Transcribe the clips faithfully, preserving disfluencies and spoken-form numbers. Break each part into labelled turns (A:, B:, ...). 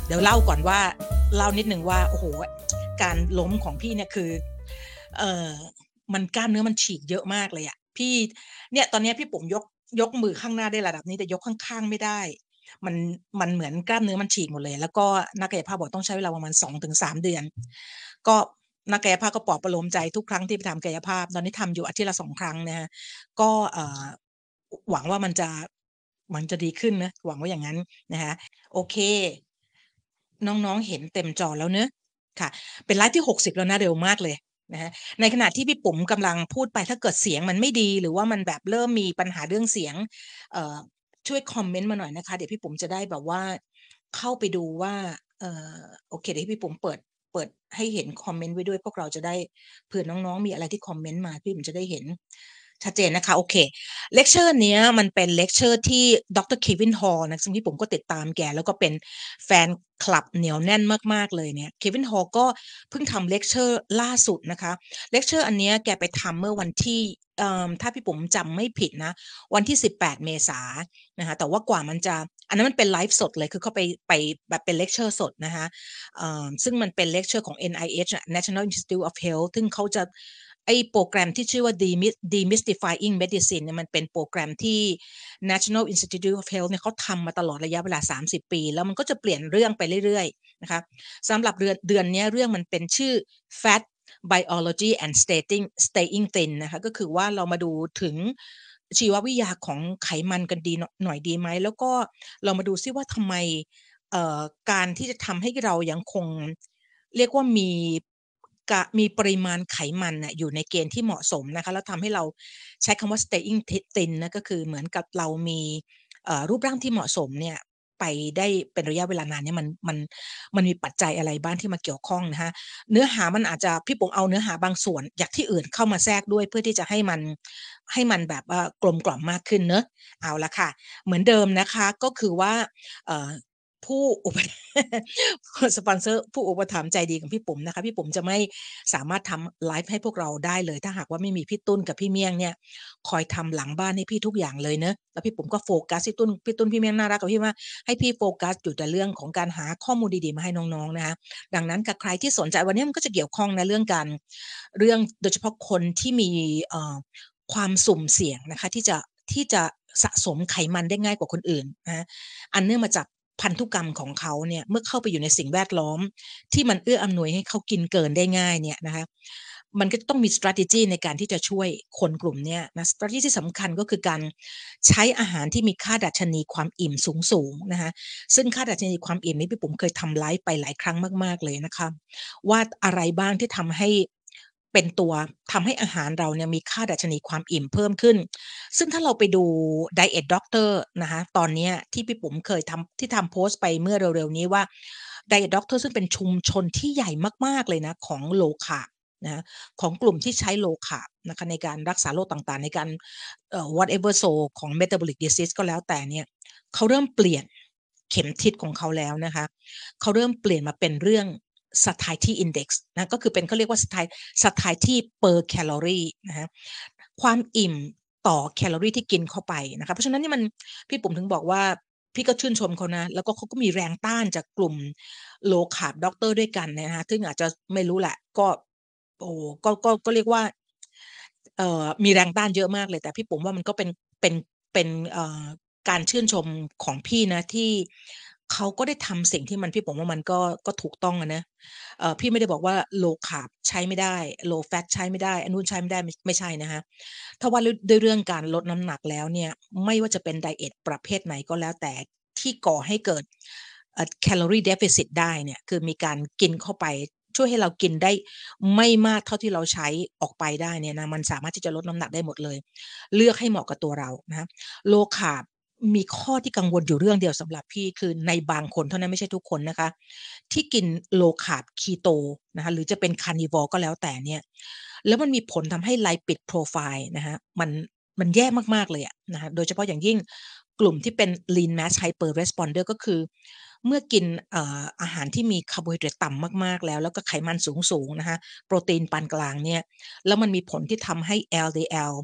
A: เดี๋ยวเล่าก่อนว่าเล่านิดนึงว่าโอ้โหการล้มของพี่เนี่ยคือเออมันกล้ามเนื้อมันฉีกเยอะมากเลยอะพี่เนี่ยตอนนี้พี่ปุ๋มยกยกมือข้างหน้าได้ระดับนี้แต่ยกข้างๆไม่ได้มันมันเหมือนกล้ามเนื้อมันฉีกหมดเลยแล้วก็นักกายภาพบอกต้องใช้เวลาประมาณสองถึงสามเดือนก็นักกายภาพก็ปลอบประโลมใจทุกครั้งที่ไปทำกายภาพตอนนี้ทำอยู่อาทิตย์ละสองครั้งนะฮะก็เอ่อหวังว่ามันจะมันจะดีขึ้นนะหวังว่าอย่างนั้นนะคะโอเค น้องๆเห็นเต็มจอแล้วเนอะค่ะเป็นไลฟ์ที่หกสิบแล้วนะเร็วมากเลยนะคะในขณะที่พี่ปุ๋มกำลังพูดไปถ้าเกิดเสียงมันไม่ดีหรือว่ามันแบบเริ่มมีปัญหาเรื่องเสียงเอ่อช่วยคอมเมนต์มาหน่อยนะคะเดี๋ยวพี่ปุ๋มจะได้แบบว่าเข้าไปดูว่าเอ่อโอเคเดี๋ยวพี่ปุ๋มเปิดเปิดให้เห็นคอมเมนต์ไว้ด้วยพวกเราจะได้เผื่อน้องๆมีอะไรที่คอมเมนต์มาพี่ปุ๋มจะได้เห็นชัดเจนนะคะโอเคเลคเชอร์เนี้ยมันเป็นเลคเชอร์ที่ดรเควินฮอลนะซึ่งพี่ปุ๋มก็ติดตามแกแล้วก็เป็นแฟนคลับเหนียวแน่นมากๆเลยเนี่ยเควินฮอลก็เพิ่งทำเลคเชอร์ล่าสุดนะคะเลคเชอร์อันเนี้ยแกไปทำเมื่อวันที่ถ้าพี่ปุ๋มจำไม่ผิดนะวันที่สิบแปดเมษายนนะคะแต่ว่ากว่ามันจะอันนั้นมันเป็นไลฟ์สดเลยคือเขาไปไปแบบเป็นเลคเชอร์สดนะคะซึ่งมันเป็นเลคเชอร์ของ เอ็น ไอ เอช National Institute of Health ซึ่งเขาจะไอโปรแกรมที่ชื่อว่า Demystifying Medicine เนี่ยมันเป็นโปรแกรมที่ National Institute of Health เนี่ยเขาทำมาตลอดระยะเวลาสามสิบปีแล้วมันก็จะเปลี่ยนเรื่องไปเรื่อยๆนะคะสำหรับเดือนเดือนนี้เรื่องมันเป็นชื่อ Fat Biology and Staying Staying Thin นะคะก็คือว่าเรามาดูถึงชีววิทยาของไขมันกันดีหน่อยดีไหมแล้วก็เรามาดูซิว่าทำไมการที่จะทำให้เรายังคงเรียกว่ามีมีปริมาณไขมันอยู่ในเกณฑ์ที่เหมาะสมนะคะแล้วทำให้เราใช้คำว่า staying thin นะก็คือเหมือนกับเรามีรูปร่างที่เหมาะสมเนี่ยไปได้เป็นระยะเวลานานเนี่ยมันมันมันมีปัจจัยอะไรบ้างที่มาเกี่ยวข้องนะคะเนื้อหามันอาจจะพี่ปุ๋มเอาเนื้อหาบางส่วนจากที่อื่นเข้ามาแทรกด้วยเพื่อที่จะให้มันให้มันแบบว่ากลมกล่อมมากขึ้นเนอะเอาละค่ะเหมือนเดิมนะคะก็คือว่าผู้อุปสปอนเซอร์ผู้อุปถัมภ์ใจดีของพี่ปุ๋มนะคะพี่ปุ๋มจะไม่สามารถทำไลฟ์ให้พวกเราได้เลยถ้าหากว่าไม่มีพี่ตุ้นกับพี่เมี่ยงเนี่ยคอยทำหลังบ้านให้พี่ทุกอย่างเลยเนอะแล้วพี่ปุ๋มก็โฟกัสพี่ตุ้นพี่ตุ้นพี่เมี่ยงน่ารักกับพี่ว่าให้พี่โฟกัสอยู่แต่เรื่องของการหาข้อมูลดีๆมาให้น้องๆนะคะดังนั้นกับใครที่สนใจวันนี้มันก็จะเกี่ยวข้องนะเรื่องการเรื่องโดยเฉพาะคนที่มีความสุ่มเสี่ยงนะคะที่จะที่จะสะสมไขมันได้ง่ายกว่าคนอื่นนะอันเนื่องมาจากพันธุกรรมของเขาเนี่ยเมื่อเข้าไปอยู่ในสิ่งแวดล้อมที่มันเอื้ออำนวยให้เขากินเกินได้ง่ายเนี่ยนะคะมันก็ต้องมี strategy ในการที่จะช่วยคนกลุ่มนี้นะ strategy ที่สำคัญก็คือการใช้อาหารที่มีค่าดัชนีความอิ่มสูงๆนะคะซึ่งค่าดัชนีความอิ่มนี้พี่ปุ๋มเคยทำไลฟ์ไปหลายครั้งมากๆเลยนะคะว่าอะไรบ้างที่ทำให้เป็นตัวทำให้อาหารเราเนี่ยมีค่าดัชนีความอิ่มเพิ่มขึ้นซึ่งถ้าเราไปดู Diet Doctor นะคะตอนนี้ที่พี่ปุ๋มเคยทำที่ทำโพสต์ไปเมื่อเร็วๆนี้ว่า Diet Doctor ซึ่งเป็นชุมชนที่ใหญ่มากๆเลยนะของ Low Carb นะของกลุ่มที่ใช้ Low Carb นะคะในการรักษาโรคต่างๆในการเอ่อ whatever so ของ metabolic disease ก็แล้วแต่เนี่ยเขาเริ่มเปลี่ยนเข็มทิศของเขาแล้วนะคะเขาเริ่มเปลี่ยนมาเป็นเรื่อง satiety index นะก็คือเป็นเขาเรียกว่า satiety per calorie นะฮะความอิ่มต่อแคลอรี่ที่กินเข้าไปนะคะเพราะฉะนั้นนี่มันพี่ปุ๋มถึงบอกว่าพี่ก็ชื่นชมเขานะแล้วก็เขาก็มีแรงต้านจากกลุ่ม low carb doctor ด้วยกันนะคะซึ่งอาจจะไม่รู้แหละก็โอ้ก็ก็ก็เรียกว่าเอ่อมีแรงต้านเยอะมากเลยแต่พี่ปุ๋มว่ามันก็เป็นเป็นเป็นเอ่อการชื่นชมของพี่นะที่เขาก็ได้ทำสิ่งที่มันพี่ผมว่ามันก็ก็ถูกต้องอะนะเอ่อพี่ไม่ได้บอกว่า low carb ใช้ไม่ได้ low fat ใช้ไม่ได้อันนู้นใช้ไม่ได้ไม่ไม่ใช่นะคะถ้าว่าด้วยเรื่องการลดน้ำหนักแล้วเนี่ยไม่ว่าจะเป็นไดเอทประเภทไหนก็แล้วแต่ที่ก่อให้เกิดเอ่อ calorie deficit ได้เนี่ยคือมีการกินเข้าไปช่วยให้เรากินได้ไม่มากเท่าที่เราใช้ออกไปได้เนี่ยนะมันสามารถที่จะลดน้ำหนักได้หมดเลยเลือกให้เหมาะกับตัวเรานะ low carb มีข้อที่กังวลอยู่เรื่องเดียวสำหรับพี่คือในบางคนเท่านั้นไม่ใช่ทุกคนนะคะที่กิน low carb keto นะคะหรือจะเป็น carnivore ก็แล้วแต่เนี่ยแล้วมันมีผลทำให้ lipid profile นะคะมันมันแย่มากๆเลยอะนะคะโดยเฉพาะอย่างยิ่งกลุ่มที่เป็น lean mass hyper responder ก็คือเมื่อกินเอ่ออาหารที่มีคาร์โบไฮเดรตต่ำมากๆแล้วแล้วก็ไขมันสูงๆนะคะโปรตีนปานกลางเนี่ยแล้วมันมีผลที่ทำให้ แอล ดี แอล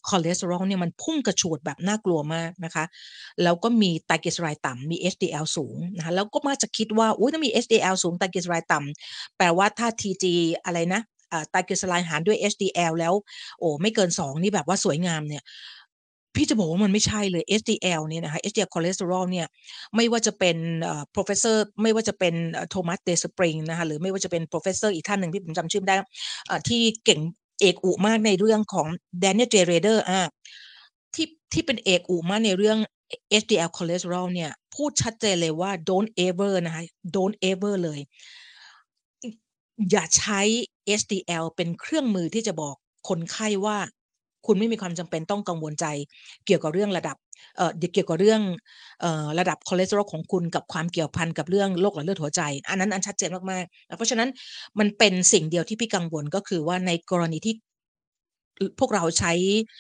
A: คอเลสเตอรอลเนี่ยมันพุ่งกระฉูดแบบน่ากลัวมากนะคะแล้วก็มีไตรกลีเซอไรด์ต่ำมี เอช ดี แอล สูงนะคะแล้วก็มักจะคิดว่าอุ๊ยถ้ามี เอช ดี แอล สูงไตรกลีเซอไรด์ต่ำแปลว่าถ้า ที จี อะไรนะอ่าไตรกลีเซอไรด์หารด้วย เอช ดี แอล แล้วโอ้ไม่เกินสองนี่แบบว่าสวยงามเนี่ยพี่จะบอกว่ามันไม่ใช่เลย เอช ดี แอล เนี่ยนะคะ เอช ดี แอล คอเลสเตอรอลเนี่ยไม่ว่าจะเป็นเอ่อ Professor ไม่ว่าจะเป็นเอ่อ Thomas Despring นะคะหรือไม่ว่าจะเป็น Professor อีกท่านหนึ่งที่ผมจำชื่อไม่ได้เอ่อที่เก่งเอกอุมากในเรื่องของ Daniel J. Rader อาที่ที่เป็นเอกอุมากในเรื่อง เอช ดี แอล cholesterol เนี่ยพูดชัดเจนเลยว่า don't ever นะคะ don't ever เลยอย่าใช้ เอช ดี แอล เป็นเครื่องมือที่จะบอกคนไข้ว่าคุณไม่มีความจำเป็นต้องกังวลใจเกี่ยวกับเรื่องระดับเอ่อเกี่ยวกับเรื่องเอ่อระดับคอเลสเตอรอลของคุณกับความเกี่ยวพันกับเรื่องโรคหลอดเลือดหัวใจอันนั้นอันชัดเจนมากๆเพราะฉะนั้นมันเป็นสิ่งเดียวที่พี่กังวลก็คือว่าในกรณีที่พวกเราใช้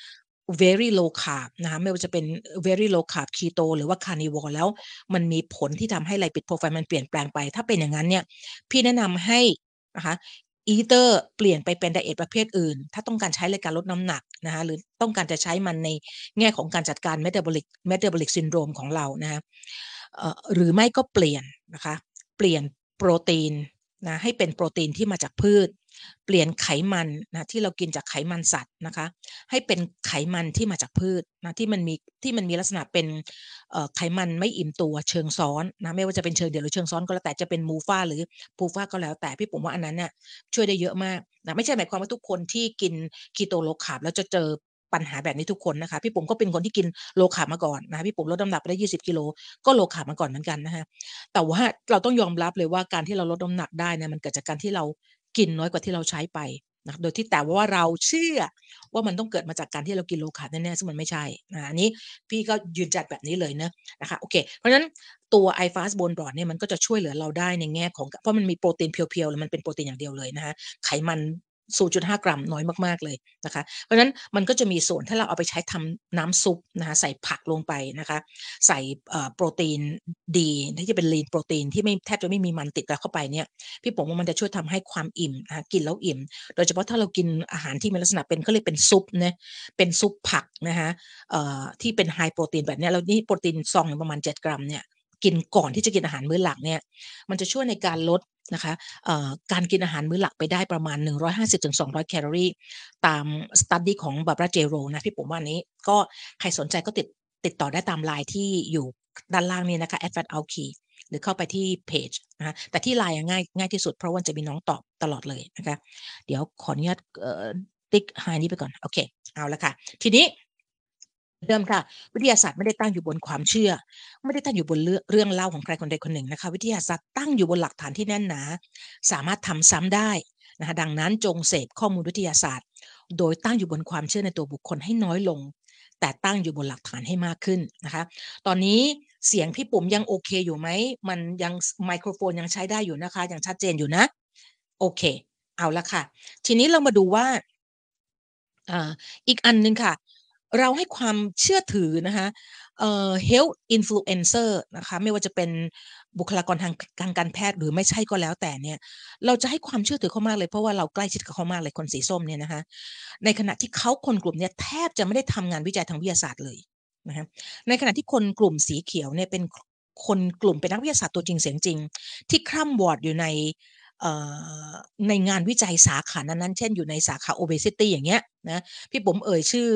A: very low carb นะคะไม่ว่าจะเป็น very low carb keto หรือว่า carnivore แล้วมันมีผลที่ทำให้ lipid profile มันเปลี่ยนแปลงไปถ้าเป็นอย่างนั้นเนี่ยพี่แนะนำให้นะคะ either เปลี่ยนไปเป็นไดเอตประเภทอื่นถ้าต้องการใช้ในการลดน้ำหนักนะคะหรือต้องการจะใช้มันในแง่ของการจัดการ metabolic metabolic syndrome ของเรานะคะเอ่อหรือไม่ก็เปลี่ยนนะคะเปลี่ยนโปรตีนนะให้เป็นโปรตีนที่มาจากพืชเปลี่ยนไขมันนะที่เรากินจากไขมันสัตว์นะคะให้เป็นไขมันที่มาจากพืชนะที่มันมีที่มันมีลักษณะเป็นเอ่อไขมันไม่อิ่มตัวเชิงซ้อนนะไม่ว่าจะเป็นเชิงเดี่ยวหรือเชิงซ้อนก็แล้วแต่จะเป็นมูฟ่าหรือพูฟ่าก็แล้วแต่พี่ผมว่าอันนั้นเนี่ยช่วยได้เยอะมากนะไม่ใช่หมายความว่าทุกคนที่กินคีโตโลคาร์บแล้วจะเจอปัญหาแบบนี้ทุกคนนะคะพี่ผมก็เป็นคนที่กินโลคาร์บมาก่อนนะคะพี่ผมลดน้ำหนักไปได้ยี่สิบกิโลก็โลคาร์บมาก่อนเหมือนกันนะคะแต่ว่าเราต้องยอมรับเลยว่าการที่เราลดน้ำหนักได้เนี่ยมันเกิดจากการที่เรากินน้อยกว่าที่เราใช้ไปนะโดยที่แต่ว่าเราเชื่อว่ามันต้องเกิดมาจากการที่เรากินโลคาร์บแน่ๆซึ่งมันไม่ใช่นะอันนี้พี่ก็ยืนยันแบบนี้เลยนะนะคะโอเคเพราะฉะนั้นตัว iFast Bone Broth เนี่ยมันก็จะช่วยเหลือเราได้ในแง่ของเพราะมันมีโปรตีนเพียวๆเลยมันเป็นโปรตีนอย่างเดียวเลยนะคะไขมัน ศูนย์ จุด ห้า กรัมน้อยมากๆเลยนะคะเพราะฉะนั้นมันก็จะมีส่วนถ้าเราเอาไปใช้ทำน้ำซุปนะคะใส่ผักลงไปนะคะใส่โปรตีนดีที่จะเป็น lean โปรตีนที่ไม่แทบจะไม่มีมันติดเข้าไปเนี่ยพี่ผมว่ามันจะช่วยทำให้ความอิ่มนะคะกินแล้วอิ่มโดยเฉพาะถ้าเรากินอาหารที่มีลักษณะเป็นเขาเรียกเป็นซุปนะเป็นซุปผักนะคะที่เป็นไฮโปรตีนแบบนี้แล้วนี่โปรตีนซองประมาณเจ็ดกรัมเนี่ยกินก่อนที่จะกินอาหารมื้อหลักเนี่ยมันจะช่วยในการลดนะคะการกินอาหารมื้อหลักไปได้ประมาณหนึ่งร้อยห้าสิบถึงสองร้อยแคลอรี่ตาม study ของ Barbara J. Rowe นะพี่ผมว่านี้ก็ใครสนใจก็ติดติดต่อได้ตามไลน์ที่อยู่ด้านล่างนี้นะคะ แอท แฟต Outkey หรือเข้าไปที่เพจนะคะแต่ที่ไลน์ง่ายง่ายที่สุดเพราะว่าจะมีน้องตอบตลอดเลยนะคะเดี๋ยวขออนุญาตติ๊กไฮนี้ไปก่อนโอเคเอาละค่ะทีนี้เดิมค่ะวิทยาศาสตร์ไม่ได้ตั้งอยู่บนความเชื่อไม่ได้ตั้งอยู่บนเรื่องเรื่องเล่าของใครคนใดคนหนึ่งนะคะวิทยาศาสตร์ตั้งอยู่บนหลักฐานที่แน่นหนาสามารถทำซ้ำได้นะคะดังนั้นจงเสพข้อมูลวิทยาศาสตร์โดยตั้งอยู่บนความเชื่อในตัวบุคคลให้น้อยลงแต่ตั้งอยู่บนหลักฐานให้มากขึ้นนะคะตอนนี้เสียงพี่ปุ๋มยังโอเคอยู่ไหมมันยังไมโครโฟนยังใช้ได้อยู่นะคะยังชัดเจนอยู่นะโอเคเอาละค่ะทีนี้เรามาดูว่าอ่าอีกอันหนึ่งค่ะเราให้ความเชื่อถือนะคะเอ่อ health influencer นะคะไม่ว่าจะเป็นบุคลากรทางทางการแพทย์หรือไม่ใช่ก็แล้วแต่เนี่ยเราจะให้ความเชื่อถือเขามากเลยเพราะว่าเราใกล้ชิดกับเขามากเลยคนสีส้มเนี่ยนะคะในขณะที่เขาคนกลุ่มนี้แทบจะไม่ได้ทำงานวิจัยทางวิทยาศาสตร์เลยนะคะในขณะที่คนกลุ่มสีเขียวเนี่ยเป็นคนกลุ่มเป็นนักวิทยาศาสตร์ตัวจริงเสียงจริงที่คร่ำวอร์ดอยู่ในในงานวิจัยสาขานั้นๆเช่นอยู่ในสาขา obesity อย่างเงี้ยนะพี่ผมเอ่ยชื่อ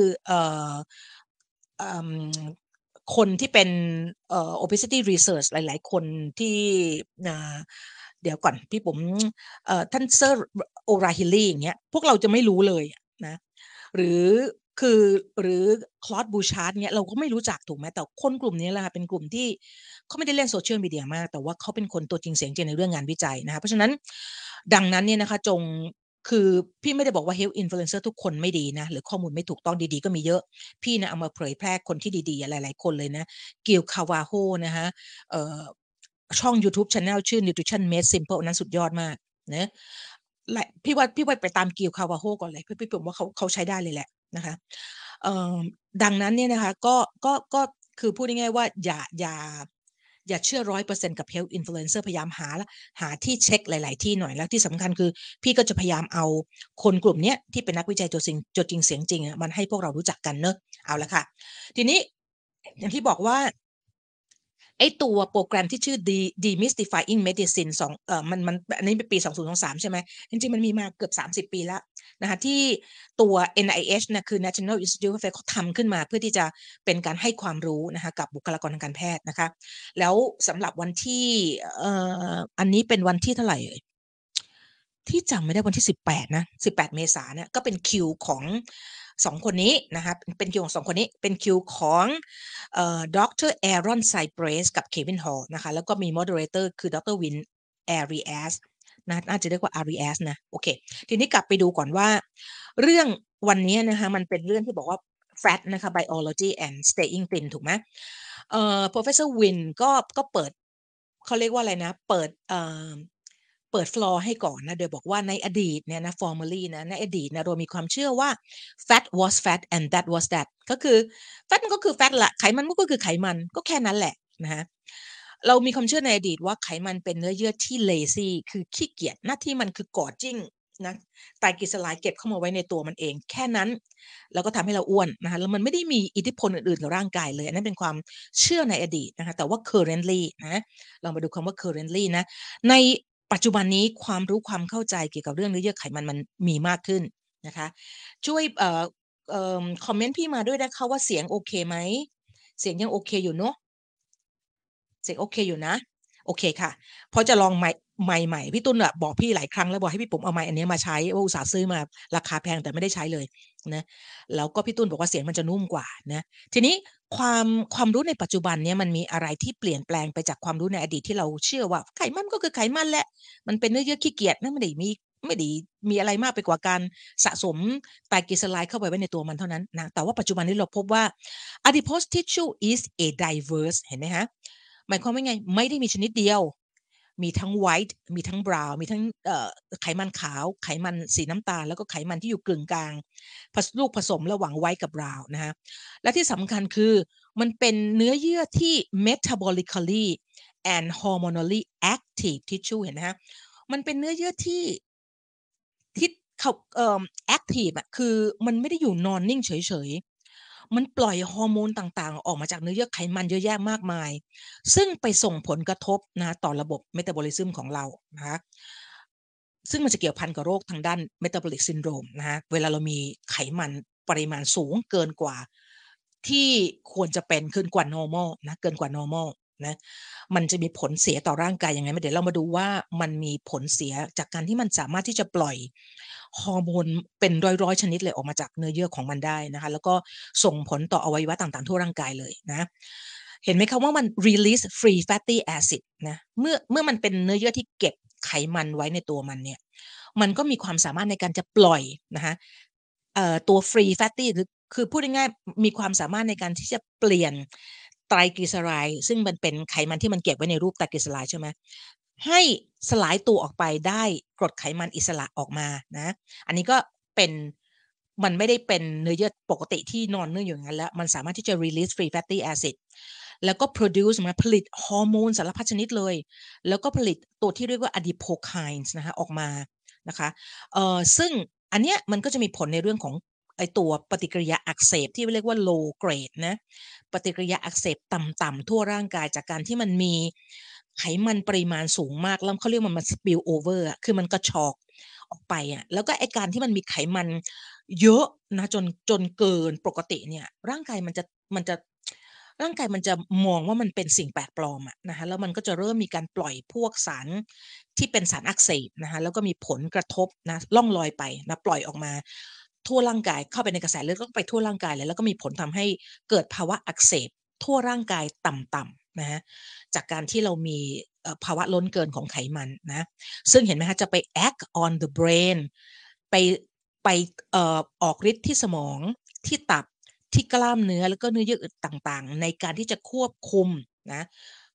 A: คนที่เป็น obesity research หลายๆคนที่เดี๋ยวก่อนพี่ผมท่านเซอร์โอราฮิลลี่อย่างเงี้ยพวกเราจะไม่รู้เลยนะหรือคือหรือคลอสบูชาร์ดเนี้ยเราก็ไม่รู้จักถูกไหมแต่คนกลุ่มนี้แหละเป็นกลุ่มที่เขาไม่ได้เล่นโซเชียลมีเดียมากแต่ว่าเขาเป็นคนตัวจริงเสียงจริงในเรื่องงานวิจัยนะคะเพราะฉะนั้นดังนั้นเนี่ยนะคะจงคือพี่ไม่ได้บอกว่า health influencer ทุกคนไม่ดีนะหรือข้อมูลไม่ถูกต้องดีๆก็มีเยอะพี่นะเอามาเผยแพร่คนที่ดีๆหลายๆคนเลยนะกิลคาวาโฮนะคะเอ่อช่อง YouTube Channel ชื่อ Nutrition Made Simple นั้นสุดยอดมากนะพี่ว่าพี่ว่าไปตามกิลคาวาโฮก่อนเลยพี่ผมว่าเขาเขาใช้ได้เลยแหละนะคะดังนั้นเนี่ยนะคะก็ก็ก็คือพูดง่ายๆว่าอย่าอย่าอย่าเชื่อ ร้อยเปอร์เซ็นต์ กับ Health Influencer พยายามหาหาที่เช็กหลายๆที่หน่อยแล้วที่สำคัญคือพี่ก็จะพยายามเอาคนกลุ่มเนี้ยที่เป็นนักวิจัยตัวจริงตัวจริงเสียงจริงอะมันให้พวกเรารู้จักกันเนาะเอาละค่ะทีนี้อย่างที่บอกว่าไอ้ตัวโปรแกรมที่ชื่อ De- Demystifying Medicine สองเอ่อมันมันอันนี้เป็นปีสองพันยี่สิบสามใช่ไหมจริงๆมันมีมาเกือบสามสิบปีแล้วนะคะที่ตัว เอ็น ไอ เอช นะคือ National Institute of Health เขาทำขึ้นมาเพื่อที่จะเป็นการให้ความรู้นะคะกับบุคลากรทางการแพทย์นะคะแล้วสำหรับวันที่เอ่ออันนี้เป็นวันที่เท่าไหร่เอ่ยที่จำไม่ได้วันที่สิบแปดนะสิบแปดเมษายนเนี่ยก็เป็นคิวของสองคนนี้นะคะเป็นคิวของสองคนนี้เป็นคิวของเอ่อดรแอรอนไซเปรสกับเควินฮอลนะคะแล้วก็มี moderator คือดรวินแอรีแอสนะน่าจะเรียกว่าอารีแอสนะโอเคทีนี้กลับไปดูก่อนว่าเรื่องวันนี้นะคะมันเป็นเรื่องที่บอกว่า fat นะคะ biology and staying thin ถูกไหมเอ่อ professor Win ก็ก็เปิดเขาเรียกว่าอะไรนะเปิดเอ่อเปิดฟลอร์ให้ก่อนนะโดยบอกว่าในอดีตเนี่ยนะ formerly นะในอดีตนะเรามีความเชื่อว่า fat was fat and that was that ก็คือ fat มันก็คือ fat ละไขมันมันก็คือไขมันก็แค่นั้นแหละนะฮะเรามีความเชื่อในอดีตว่าไขมันเป็นเนื้อเยื่อที่ lazy คือขี้เกียจหน้าที่มันคือกอดจิ้งนะไตรกลีเซอไรด์เก็บเข้ามาไว้ในตัวมันเองแค่นั้นแล้วก็ทำให้เราอ้วนนะคะแล้วมันไม่ได้มีอิทธิพลอื่นๆกับร่างกายเลยอันนั้นเป็นความเชื่อในอดีตนะคะแต่ว่า currently นะเรามาดูคำว่า currently นะในปัจจุบันนี้ความรู้ความเข้าใจเกี่ยวกับเรื่องเนื้อเยื่อไขมันมันมีมากขึ้นนะคะช่วยเอ่อเอ่อคอมเมนต์พี่มาด้วยนะคะว่าเสียงโอเคไหมเสียงยังโอเคอยู่เนาะเสียงโอเคอยู่นะโอเคค่ะเพราะจะลองไมค์ไมค์ใหม่พี่ตุ้นอะบอกพี่หลายครั้งแล้วบอกให้พี่ผมเอาไมค์อันนี้มาใช้ว่าอุตส่าห์ซื้อมาราคาแพงแต่ไม่ได้ใช้เลยนะแล้วก็พี่ตุ้นบอกว่าเสียงมันจะนุ่มกว่านะทีนี้ความความรู้ในปัจจุบันเนี้ยมันมีอะไรที่เปลี่ยนแปลงไปจากความรู้ในอดีตที่เราเชื่อว่าไขมันก็คือไขมันแหละมันเป็นเนื้อเยื่อขี้เกียจนะไม่ได้มีไม่ได้มีอะไรมากไปกว่าการสะสมไตรกลีเซอไรด์เข้าไปไว้ในตัวมันเท่านั้นนะแต่ว่าปัจจุบันนี้เราพบว่า adipose tissue is a diverse เห็นไหมฮะหมายความว่าไงไม่ได้มีชนิดเดียวมีทั้ง white มีทั้ง brown มีทั้งไขมันขาวไขมันสีน้ำตาลแล้วก็ไขมันที่อยู่กึ่งกลางลูกผสมระหว่าง white กับ brown นะฮะและที่สำคัญคือมันเป็นเนื้อเยื่อที่ metabolically and hormonally active tissue เห็นไหมฮะมันเป็นเนื้อเยื่อที่ที่เขาเอ่อ active อะคือมันไม่ได้อยู่นอนนิ่งเฉยๆมันปล่อยฮอร์โมนต่างๆออกมาจากเนื้อเยื่อไขมันเยอะแยะมากมายซึ่งไปส่งผลกระทบนะต่อระบบ metabolism ของเรานะคะซึ่งมันจะเกี่ยวพันกับโรคทางด้าน metabolic syndrome นะฮะเวลาเรามีไขมันปริมาณสูงเกินกว่าที่ควรจะเป็นเกินกว่า normal นะเกินกว่า normal นะมันจะมีผลเสียต่อร่างกายยังไงเดี๋ยวเรามาดูว่ามันมีผลเสียจากการที่มันสามารถที่จะปล่อยฮอร์โมนเป็นร้อยๆชนิดเลยออกมาจากเนื้อเยื่อของมันได้นะคะแล้วก็ส่งผลต่ออวัยวะต่างๆทั่วร่างกายเลยนะเห็นไหมคะว่ามัน release free fatty acid นะเมื่อเมื่อมันเป็นเนื้อเยื่อที่เก็บไขมันไว้ในตัวมันเนี่ยมันก็มีความสามารถในการจะปล่อยนะคะเอ่อตัว free fatty หรือคือพูดง่ายๆมีความสามารถในการที่จะเปลี่ยนไตรกลีเซอไรด์ซึ่งมันเป็นไขมันที่มันเก็บไว้ในรูปไตรกลีเซอไรด์ใช่ไหมให้สลายตัวออกไปได้กรดไขมันอิสระออกมานะอันนี้ก็เป็นมันไม่ได้เป็นเนื้อเยื่อปกติที่นอนเนื้ออยู่อย่างนั้นแล้วมันสามารถที่จะ release free fatty acid แล้วก็ produce มาผลิตฮอร์โมนสารพัดชนิดเลยแล้วก็ผลิตตัวที่เรียกว่า adipokines นะคะออกมานะคะเอ่อซึ่งอันเนี้ยมันก็จะมีผลในเรื่องของไอตัวปฏิกิริยาอักเสบที่เรียกว่า low grade นะปฏิกิริยาอักเสบต่ำๆทั่วร่างกายจากการที่มันมีไขมันปริมาณสูงมากแล้วเขาเรียกว่ามัน spill over อ่ะคือมันกระชอกออกไปอ่ะแล้วก็ไอการที่มันมีไขมันเยอะนะจนจนเกินปกติเนี่ยร่างกายมันจะมันจะร่างกายมันจะมองว่ามันเป็นสิ่งแปลกปลอมอะนะคะแล้วมันก็จะเริ่มมีการปล่อยพวกสารที่เป็นสารอักเสบนะคะแล้วก็มีผลกระทบนะล่องลอยไปนะปล่อยออกมาทั่วร่างกายเข้าไปในกระแสเลือดก็ไปทั่วร่างกายเลยแล้วก็มีผลทำให้เกิดภาวะอักเสบทั่วร่างกายต่ำๆนะฮะจากการที่เรามีภาวะล้นเกินของไขมันนะซึ่งเห็นไหมคะจะไป act on the brain ไปไปเอ่อออกฤทธิ์ที่สมองที่ตับที่กล้ามเนื้อแล้วก็เนื้อเยื่อต่างๆในการที่จะควบคุมนะ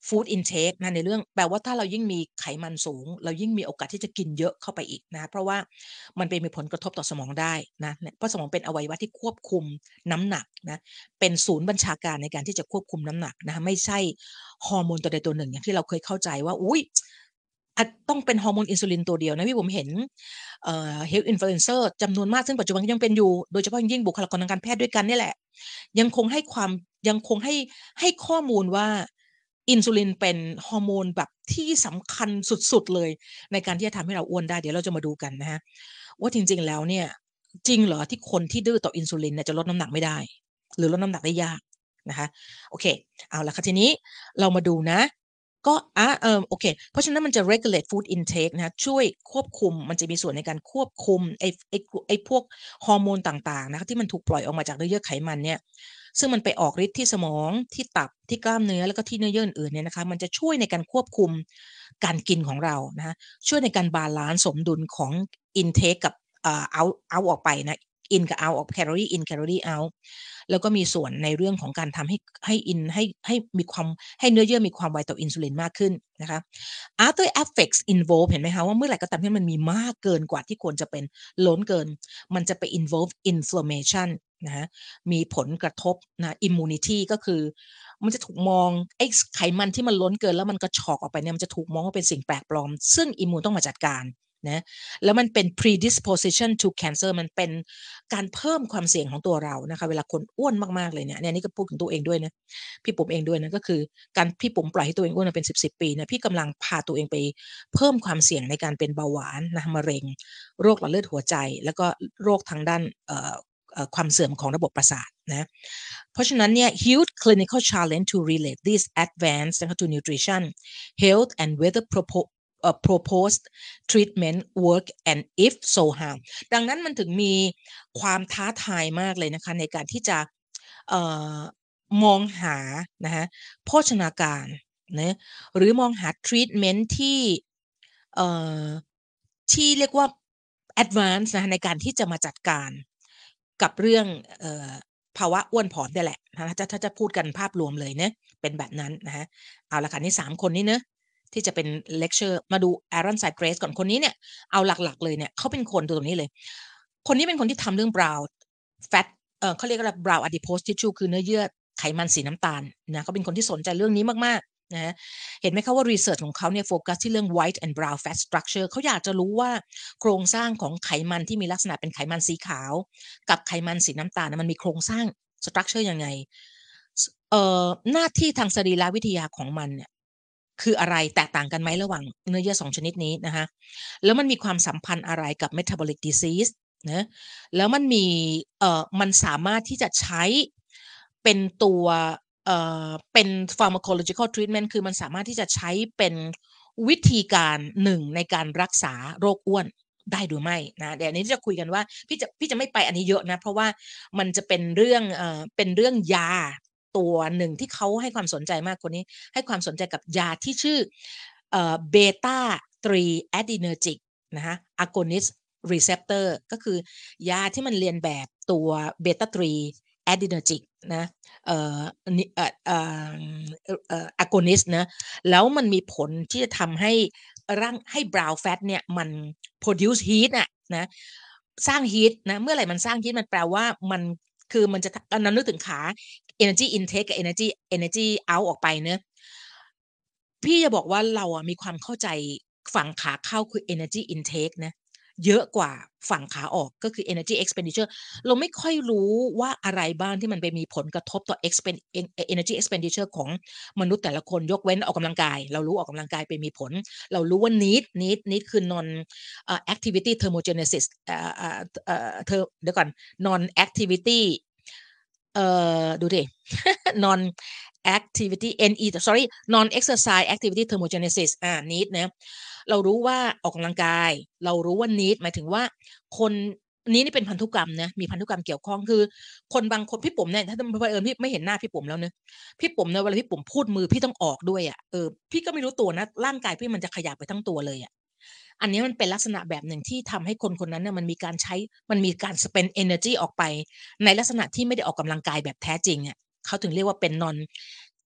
A: food intake นะในเรื่องแปลว่าถ้าเรายิ่งมีไขมันสูงเรายิ่งมีโอกาสที่จะกินเยอะเข้าไปอีกนะเพราะว่ามันไปมีผลกระทบต่อสมองได้นะเพราะสมองเป็นอวัยวะที่ควบคุมน้ำหนักนะเป็นศูนย์บัญชาการในการที่จะควบคุมน้ำหนักนะไม่ใช่ฮอร์โมนตัวใดตัวหนึ่งอย่างที่เราเคยเข้าใจว่าอุ้ยอาจต้องเป็นฮอร์โมนอินซูลินตัวเดียวนะพี่ผมเห็นเอ่อ health influencer จำนวนมากซึ่งปัจจุบันยังเป็นอยู่โดยเฉพาะยิ่งบุคลากรทางการแพทย์ด้วยกันนี่แหละยังคงให้ความยังคงให้ให้ข้อมูลว่าอินซูลินเป็นฮอร์โมนแบบที่สำคัญสุดๆเลยในการที่จะทำให้เราอ้วนได้เดี๋ยวเราจะมาดูกันนะฮะว่าจริงๆแล้วเนี่ยจริงเหรอที่คนที่ดื้อต่ออินซูลินเนี่ยจะลดน้ำหนักไม่ได้หรือลดน้ำหนักได้ยากนะคะโอเคเอาละค่ะทีนี้เรามาดูนะก็อ่ะเออโอเคเพราะฉะนั้นมันจะ regulate food intake นะช่วยควบคุมมันจะมีส่วนในการควบคุมไอ้ไอ้ไอ้พวกฮอร์โมนต่างๆนะคะที่มันถูกปล่อยออกมาจากเนื้อเยื่อไขมันเนี่ยซึ่งมันไปออกฤทธิ์ที่สมองที่ตับที่กล้ามเนื้อแล้วก็ที่เนื้อเยื่ออื่นๆเนี่ยนะคะมันจะช่วยในการควบคุมการกินของเรานะช่วยในการบาลานซ์สมดุลของ intake กับเอ่อ out out ออกไปนะ in กับ out ออก calorie in calorie out แล้วก็มีส่วนในเรื่องของการทำให้ให้อินให้ให้มีความให้เนื้อเยื่อมีความไวต่ออินซูลินมากขึ้นนะคะ other effects involve เห็นไหมคะว่าเมื่อไหร่ก็ตามที่มันมีมากเกินกว่าที่ควรจะเป็นล้นเกินมันจะไป involve inflammation นะฮะมีผลกระทบนะ immunity ก็คือมันจะถูกมองไอ้ไขมันที่มันล้นเกินแล้วมันกระชอกออกไปเนี่ยมันจะถูกมองว่าเป็นสิ่งแปลกปลอมซึ่งอิมมูนต้องมาจัดการนะแล้วมันเป็น predisposition to cancer มันเป็นการเพิ่มความเสี่ยงของตัวเรานะคะเวลาคนอ้วนมากๆเลยเนี่ยเนี่ยนี่ก็พูดถึงตัวเองด้วยนะพี่ปุ๋มเองด้วยนะก็คือการพี่ปุ๋มปล่อยให้ตัวเองอ้วนมาเป็นสิบสิบปีเนี่ยพี่กำลังพาตัวเองไปเพิ่มความเสี่ยงในการเป็นเบาหวานนะมะเร็งโรคหลอดเลือดหัวใจแล้วก็โรคทางด้านเอ่อความเสื่อมของระบบประสาทนะเพราะฉะนั้นเนี่ย huge clinical challenge to relate this advance to nutrition health and whether propose uh, proposed treatment work and if so how ดังนั้นมันถึงมีความท้าทายมากเลยนะคะในการที่จะเอ่อมองหานะคะโภชนาการนะหรือมองหา treatment ที่เอ่อที่เรียกว่า advance นะคะในการที่จะมาจัดการกับเรื่องเอ่อภาวะอ้วนผอมนี่แหละนะถ้าถ้าจะพูดกันภาพรวมเลยเนะเป็นแบบนั้นนะคะเอาละค่ะนี่สามคนนี้เนะที่จะเป็นเลคเชอร์มาดู Aaron Sykes ก่อนคนนี้เนี่ยเอาหลักๆเลยเนี่ยเขาเป็นคนตัวนี้เลยคนนี้เป็นคนที่ทำเรื่อง brown fat เอ่อเขาเรียกว่า brown adipose tissue คือเนื้อเยื่อไขมันสีน้ำตาลนะเขาเป็นคนที่สนใจเรื่องนี้มากๆนะเห็นไหมคะว่า research ของเขาเนี่ยโฟกัสที่เรื่อง white and brown fat structure เขาอยากจะรู้ว่าโครงสร้างของไขมันที่มีลักษณะเป็นไขมันสีขาวกับไขมันสีน้ำตาลมันมีโครงสร้าง structure ยังไงเอ่อหน้าที่ทางสรีรวิทยาของมันเนี่ยคืออะไรแตกต่างกันไหมระหว่างเนื้อเยื่อสองชนิดนี้นะคะแล้วมันมีความสัมพันธ์อะไรกับ metabolic disease นะแล้วมันมีเอ่อมันสามารถที่จะใช้เป็นตัวเอ่อเป็น pharmacological treatment คือมันสามารถที่จะใช้เป็นวิธีการหนึ่งในการรักษาโรคอ้วนได้หรือไม่นะเดี๋ยวนี้จะคุยกันว่าพี่จะพี่จะไม่ไปอันนี้เยอะนะเพราะว่ามันจะเป็นเรื่องเอ่อเป็นเรื่องยาตัวหนึ่งที่เขาให้ความสนใจมากคนนี้ให้ความสนใจกับยาที่ชื่อเอ่อเบต้าสาม adrenergic นะคะ agonist receptor ก็คือยาที่มันเรียนแบบตัวเบต้าสาม adrenergic นะเอ่อเอ่อเอ่อเอ่อ agonist นะแล้วมันมีผลที่จะทำให้ร่างให้ brown fat เนี่ยมัน produce heat น่ะนะสร้าง heat นะเมื่อไหร่มันสร้าง heat มันแปลว่ามันคือมันจะอันนั้นนึกถึงขา energy intake กับ energy energy out ออกไปเนอะพี่จะบอกว่าเราอะมีความเข้าใจฝั่งขาเข้าคือ energy intake นะเยอะกว่าฝั่งขาออกก็คือ energy expenditure เราไม่ค่อยรู้ว่าอะไรบ้างที่มันไปมีผลกระทบต่อ expen energy expenditure ของมนุษย์แต่ละคนยกเว้นออกกำลังกายเรารู้ออกกำลังกายไปมีผลเรารู้ว่า need need need คือ non activity thermogenesis เอ่อเอ่อเอ่อเธอเดี๋ยวก่อน non activity เอ่อดูดิ non activity ne sorry non exercise activity thermogenesis อ่า need นะเรารู้ว่าออกกำลังกายเรารู้ว่า need หมายถึงว่าคนนี้นี่เป็นพันธุกรรมนะมีพันธุกรรมเกี่ยวข้องคือคนบางคนพี่ปุ๋มเนี่ยถ้าเผอิญพี่ไม่เห็นหน้าพี่ปุ๋มแล้วเนอะพี่ปุ๋มเนี่ยเวลาพี่ปุ๋มพูดมือพี่ต้องออกด้วยอ่ะเออพี่ก็ไม่รู้ตัวนะร่างกายพี่มันจะขยับไปทั้งตัวเลยอ่ะอันนี้มันเป็นลักษณะแบบหนึ่งที่ทำให้คนคนนั้นเนี่ยมันมีการใช้มันมีการ spend energy ออกไปในลักษณะที่ไม่ได้ออกกำลังกายแบบแท้จริงอ่ะเขาถึงเรียกว่าเป็น non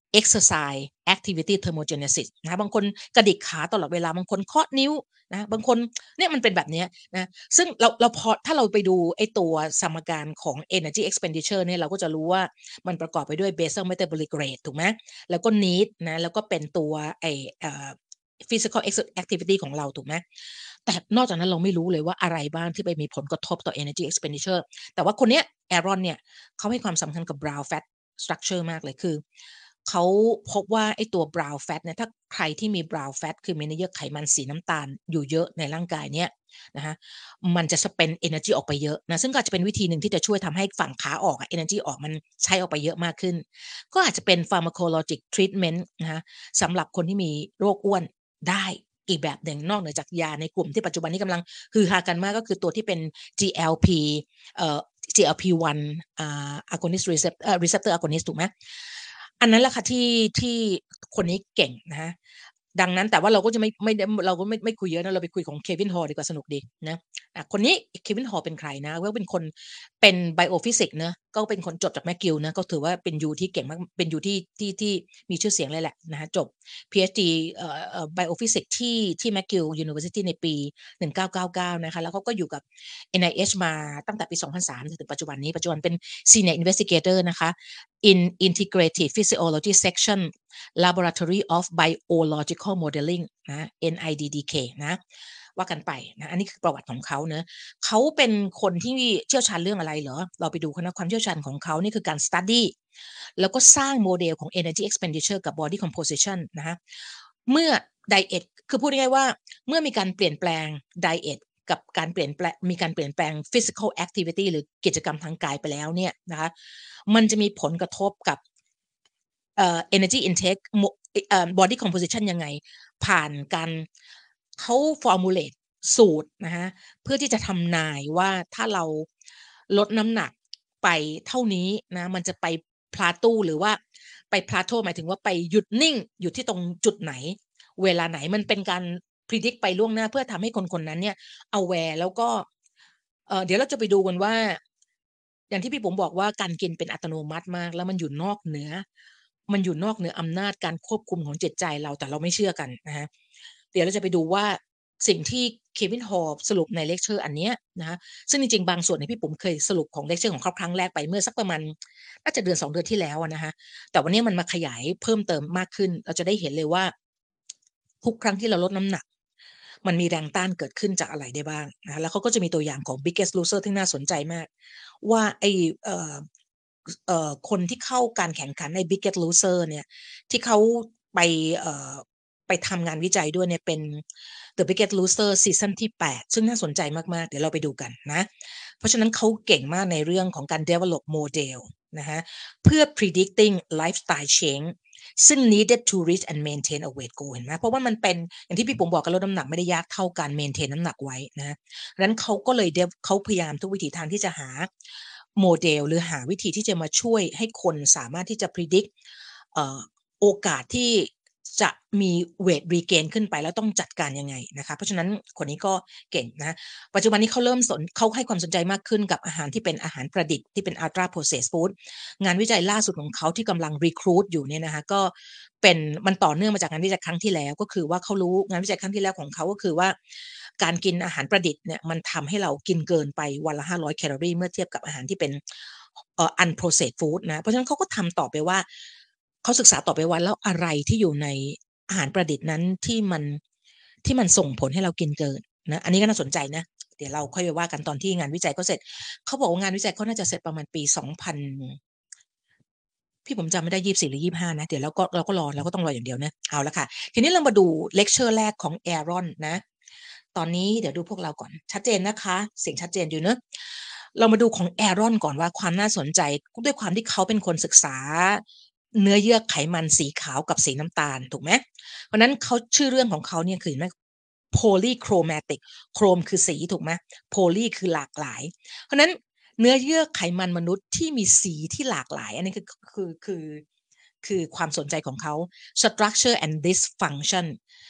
A: exercise activity thermogenesis นะบางคนกระดิกขาตลอดเวลาบางคนเคาะนิ้วนะบางคนเนี่ยมันเป็นแบบนี้นะซึ่งเราเราพอถ้าเราไปดูไอ้ตัวสมการของ energy expenditure เนี่ยเราก็จะรู้ว่ามันประกอบไปด้วย basal metabolic rate ถูกไหมแล้วก็ need นะแล้วก็เป็นตัวไอ้เอ่อ physical activity ของเราถูกไหมแต่นอกจากนั้นเราไม่รู้เลยว่าอะไรบ้างที่ไปมีผลกระทบต่อ energy expenditure แต่ว่าคนเนี้ยแอรอนเนี่ยเขาให้ความสำคัญกับ brown fat structure มากเลยคือเขาพบว่าไอ้ตัว brown fat เนี่ยถ้าใครที่มี brown fat คือมีเนื้อเยื่อไขมันสีน้ำตาลอยู่เยอะในร่างกายเนี่ยนะคะมันจะ spend energy ออกไปเยอะนะซึ่งก็อาจจะเป็นวิธีหนึ่งที่จะช่วยทำให้ฝั่งขาออกอะ energy ออกมันใช้ออกไปเยอะมากขึ้นก็อาจจะเป็น pharmacologic treatment นะคะสำหรับคนที่มีโรคอ้วนได้อีกแบบหนึ่งนอกเหนือจากยาในกลุ่มที่ปัจจุบันนี้กำลังฮือฮากันมากก็คือตัวที่เป็น จี แอล พี เอ่อ จี แอล พี วัน อ่า agonist receptor เอ่อ receptor agonist ถูกไหมอันนั้นแหละค่ะที่ที่คนนี้เก่งนะคะดังนั้นแต่ว่าเราก็จะไม่ไม่เราก็ไม่ไม่คุยเยอะนะเราไปคุยของเควินฮอลดีกว่าสนุกดีนะอ่ะคนนี้เควินฮอลเป็นใครนะก็เป็นคนเป็นไบโอฟิสิกส์นะก็เป็นคนจบจากแมคกิลนะก็ถือว่าเป็นยูที่เก่งมากเป็นยูที่ที่ที่มีชื่อเสียงเลยแหละนะคะจบ PhD เอ่อเอ่อไบโอฟิสิกส์ที่ที่แมคกิลยูนิเวอร์ซิตี้ในปีหนึ่งเก้าเก้าเก้านะคะแล้วเขาก็อยู่กับ เอ็น ไอ เอช มาตั้งแต่ปีสองพันสามจนถึงปัจจุบันนี้ปัจจุบันเป็น Senior Investigator นะคะ in Integrative Physiology Section Laboratory of Biological Modeling นะ เอ็น ไอ ดี ดี เค นะว่ากันไปนะอันนี้คือประวัติของเขาเนะเขาเป็นคนที่เชี่ยวชาญเรื่องอะไรเหรอเราไปดูคณะความเชี่ยวชาญของเขานี่คือการ study แล้วก็สร้างโมเดลของ energy expenditure กับ body composition นะคะเมื่อ diet คือพูดง่ายๆว่าเมื่อมีการเปลี่ยนแปลง diet กับการเปลี่ยนแปลงมีการเปลี่ยนแปลง physical activity หรือกิจกรรมทางกายไปแล้วเนี่ยนะคะมันจะมีผลกระทบกับเอ่อ energy intake เอ่อ body composition ยังไงผ่านการเขา formulate สูตรนะคะเพื่อที่จะทำนายว่าถ้าเราลดน้ำหนักไปเท่านี้นะมันจะไปพลาตู้หรือว่าไปพลาโทหมายถึงว่าไปหยุดนิ่งอยู่ที่ตรงจุดไหนเวลาไหนมันเป็นการ predict ไปล่วงหน้าเพื่อทำให้คนคนนั้นเนี่ย aware แล้วก็เอ่อเดี๋ยวเราจะไปดูกันว่าอย่างที่พี่ผมบอกว่าการกินเป็นอัตโนมัติมากแล้วมันอยู่นอกเหนือมันอยู่นอกเหนืออำนาจการควบคุมของจิตใจเราแต่เราไม่เชื่อกันนะคะเดี๋ยวเราจะไปดูว่าสิ่งที่เควินฮอลสรุปในเลคเชอร์อันเนี้ยนะคะซึ่งจริงๆบางส่วนเนี่ยพี่ผมเคยสรุปของเลคเชอร์ของเขาครั้งแรกไปเมื่อสักประมาณน่าจะเดือนสองเดือนที่แล้วนะคะแต่วันนี้มันมาขยายเพิ่มเติมมากขึ้นเราจะได้เห็นเลยว่าทุกครั้งที่เราลดน้ำหนักมันมีแรงต้านเกิดขึ้นจากอะไรได้บ้างนะแล้วเขาก็จะมีตัวอย่างของ Biggest Loser ที่น่าสนใจมากว่าไอเอ่อเอ่อคนที่เข้าการแข่งขันใน Biggest Loser เนี่ยที่เขาไปเอ่อไปทำงานวิจัยด้วยเนี่ยเป็น The Biggest Loser ซีซั่นที่แปดซึ่งน่าสนใจมากๆเดี๋ยวเราไปดูกันนะเพราะฉะนั้นเขาเก่งมากในเรื่องของการ develop model นะคะเพื่อ predicting lifestyle change ซึ่ง needed to reach and maintain a weight goal เห็นไหมเพราะว่ามันเป็นอย่างที่พี่ผมบอกกันลดน้ำหนักไม่ได้ยากเท่าการ maintain น้ำหนักไว้นะดังนั้นเขาก็เลยเขาพยายามทุกวิถีทางที่จะหาโมเดลหรือหาวิธีที่จะมาช่วยให้คนสามารถที่จะ predict เอ่อโอกาสที่จะมีเวทรีเกนขึ้นไปแล้วต้องจัดการยังไงนะคะเพราะฉะนั้นคนนี้ก็เก่งนะปัจจุบันนี้เขาเริ่มสนเขาให้ความสนใจมากขึ้นกับอาหารที่เป็นอาหารประดิษฐ์ที่เป็น ultra processed food งานวิจัยล่าสุดของเขาที่กำลัง recruit อยู่เนี่ยนะคะก็เป็นมันต่อเนื่องมาจากงานวิจัยครั้งที่แล้วก็คือว่าเขารู้งานวิจัยครั้งที่แล้วของเขาก็คือว่าการกินอาหารประดิษฐ์เนี่ยมันทำให้เรากินเกินไปวันละห้าร้อยแคลอรี่เมื่อเทียบกับอาหารที่เป็นเอ่อ unprocessed food นะเพราะฉะนั้นเขาก็ทำต่อไปว่าเขาศึกษาต่อไปว่าแล้วอะไรที่อยู่ในอาหารประดิษฐ์นั้นที่มันที่มันส่งผลให้เรากินเกินนะอันนี้ก็น่าสนใจนะเดี๋ยวเราค่อยไปว่ากันตอนที่งานวิจัยเขาเสร็จเขาบอกว่างานวิจัยเขาน่าจะเสร็จประมาณปีสองพันพี่ผมจำไม่ได้ยี่สิบสี่หรือยี่สิบห้านะเดี๋ยวเราก็เราก็รอเราก็ต้องรออย่างเดียวนะเอาละค่ะทีนี้เรามาดูเลคเชอร์แรกของแอรอนนะตอนนี้เดี๋ยวดูพวกเราก่อนชัดเจนนะคะเสียงชัดเจนอยู่เนอะเรามาดูของแอรอนก่อนว่าความน่าสนใจด้วยความที่เขาเป็นคนศึกษาเนื้อเยื่อไขมันสีขาวกับสีน้ำตาลถูกไหมเพราะนั้นเขาชื่อเรื่องของเขาเนี่ยคือ polychromatic โครมคือสีถูกไหม poly คือหลากหลายเพราะนั้นเนื้อเยื่อไขมันมนุษย์ที่มีสีที่หลากหลายอันนี้คือคือคือคือความสนใจของเขา structure and dysfunction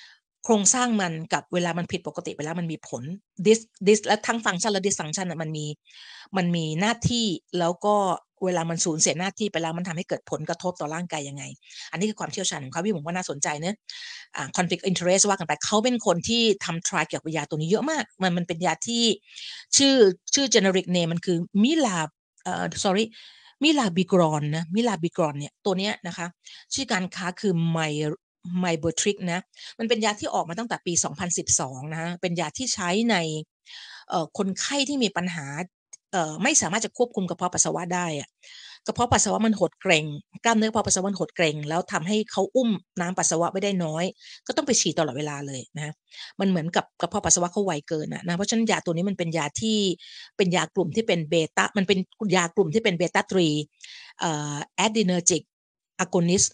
A: โครงสร้างมันกับเวลามันผิดปกติไปแล้วมันมีผล dis dis และทั้งฟังก์ชันและ dysfunction น่ะมันมีมันมีหน้าที่แล้วก็เวลามันสูญเสียหน้าที่ไปแล้วมันทำให้เกิดผลกระทบต่อร่างกายยังไงอันนี้คือความเชี่ยวชาญของเขาพี่ผมว่าน่าสนใจเนาะอ่า conflict interest ว่ากันไปเขาเป็นคนที่ทำ trial เกี่ยวกับยาตัวนี้เยอะมากมันมันเป็นยาที่ชื่อชื่อ generic name มันคือ Mila เอ่อ sorry Milabegron นะ Milabegron เนี่ยตัวเนี้ยนะคะชื่อการค้าคือ My Mybertrix นะมันเป็นยาที่ออกมาตั้งแต่ปีสองพันสิบสองนะคะเป็นยาที่ใช้ในเอ่อคนไข้ที่มีปัญหาเอ่อไม่สามารถจะควบคุมกระเพาะปัสสาวะได้อะกระเพาะปัสสาวะมันหดเกร็งกล้ามเนื้อกระเพาะปัสสาวะมันหดเกร็งแล้วทำให้เขาอุ้มน้ำปัสสาวะไม่ได้น้อยก็ต้องไปฉี่ตลอดเวลาเลยนะคะมันเหมือนกับกระเพาะปัสสาวะเขาไวเกินอะนะเพราะฉะนั้นยาตัวนี้มันเป็นยาที่เป็นยากลุ่มที่เป็นเบต้ามันเป็นยากลุ่มที่เป็นเบต้าสามเอ่อ adrenergic agonist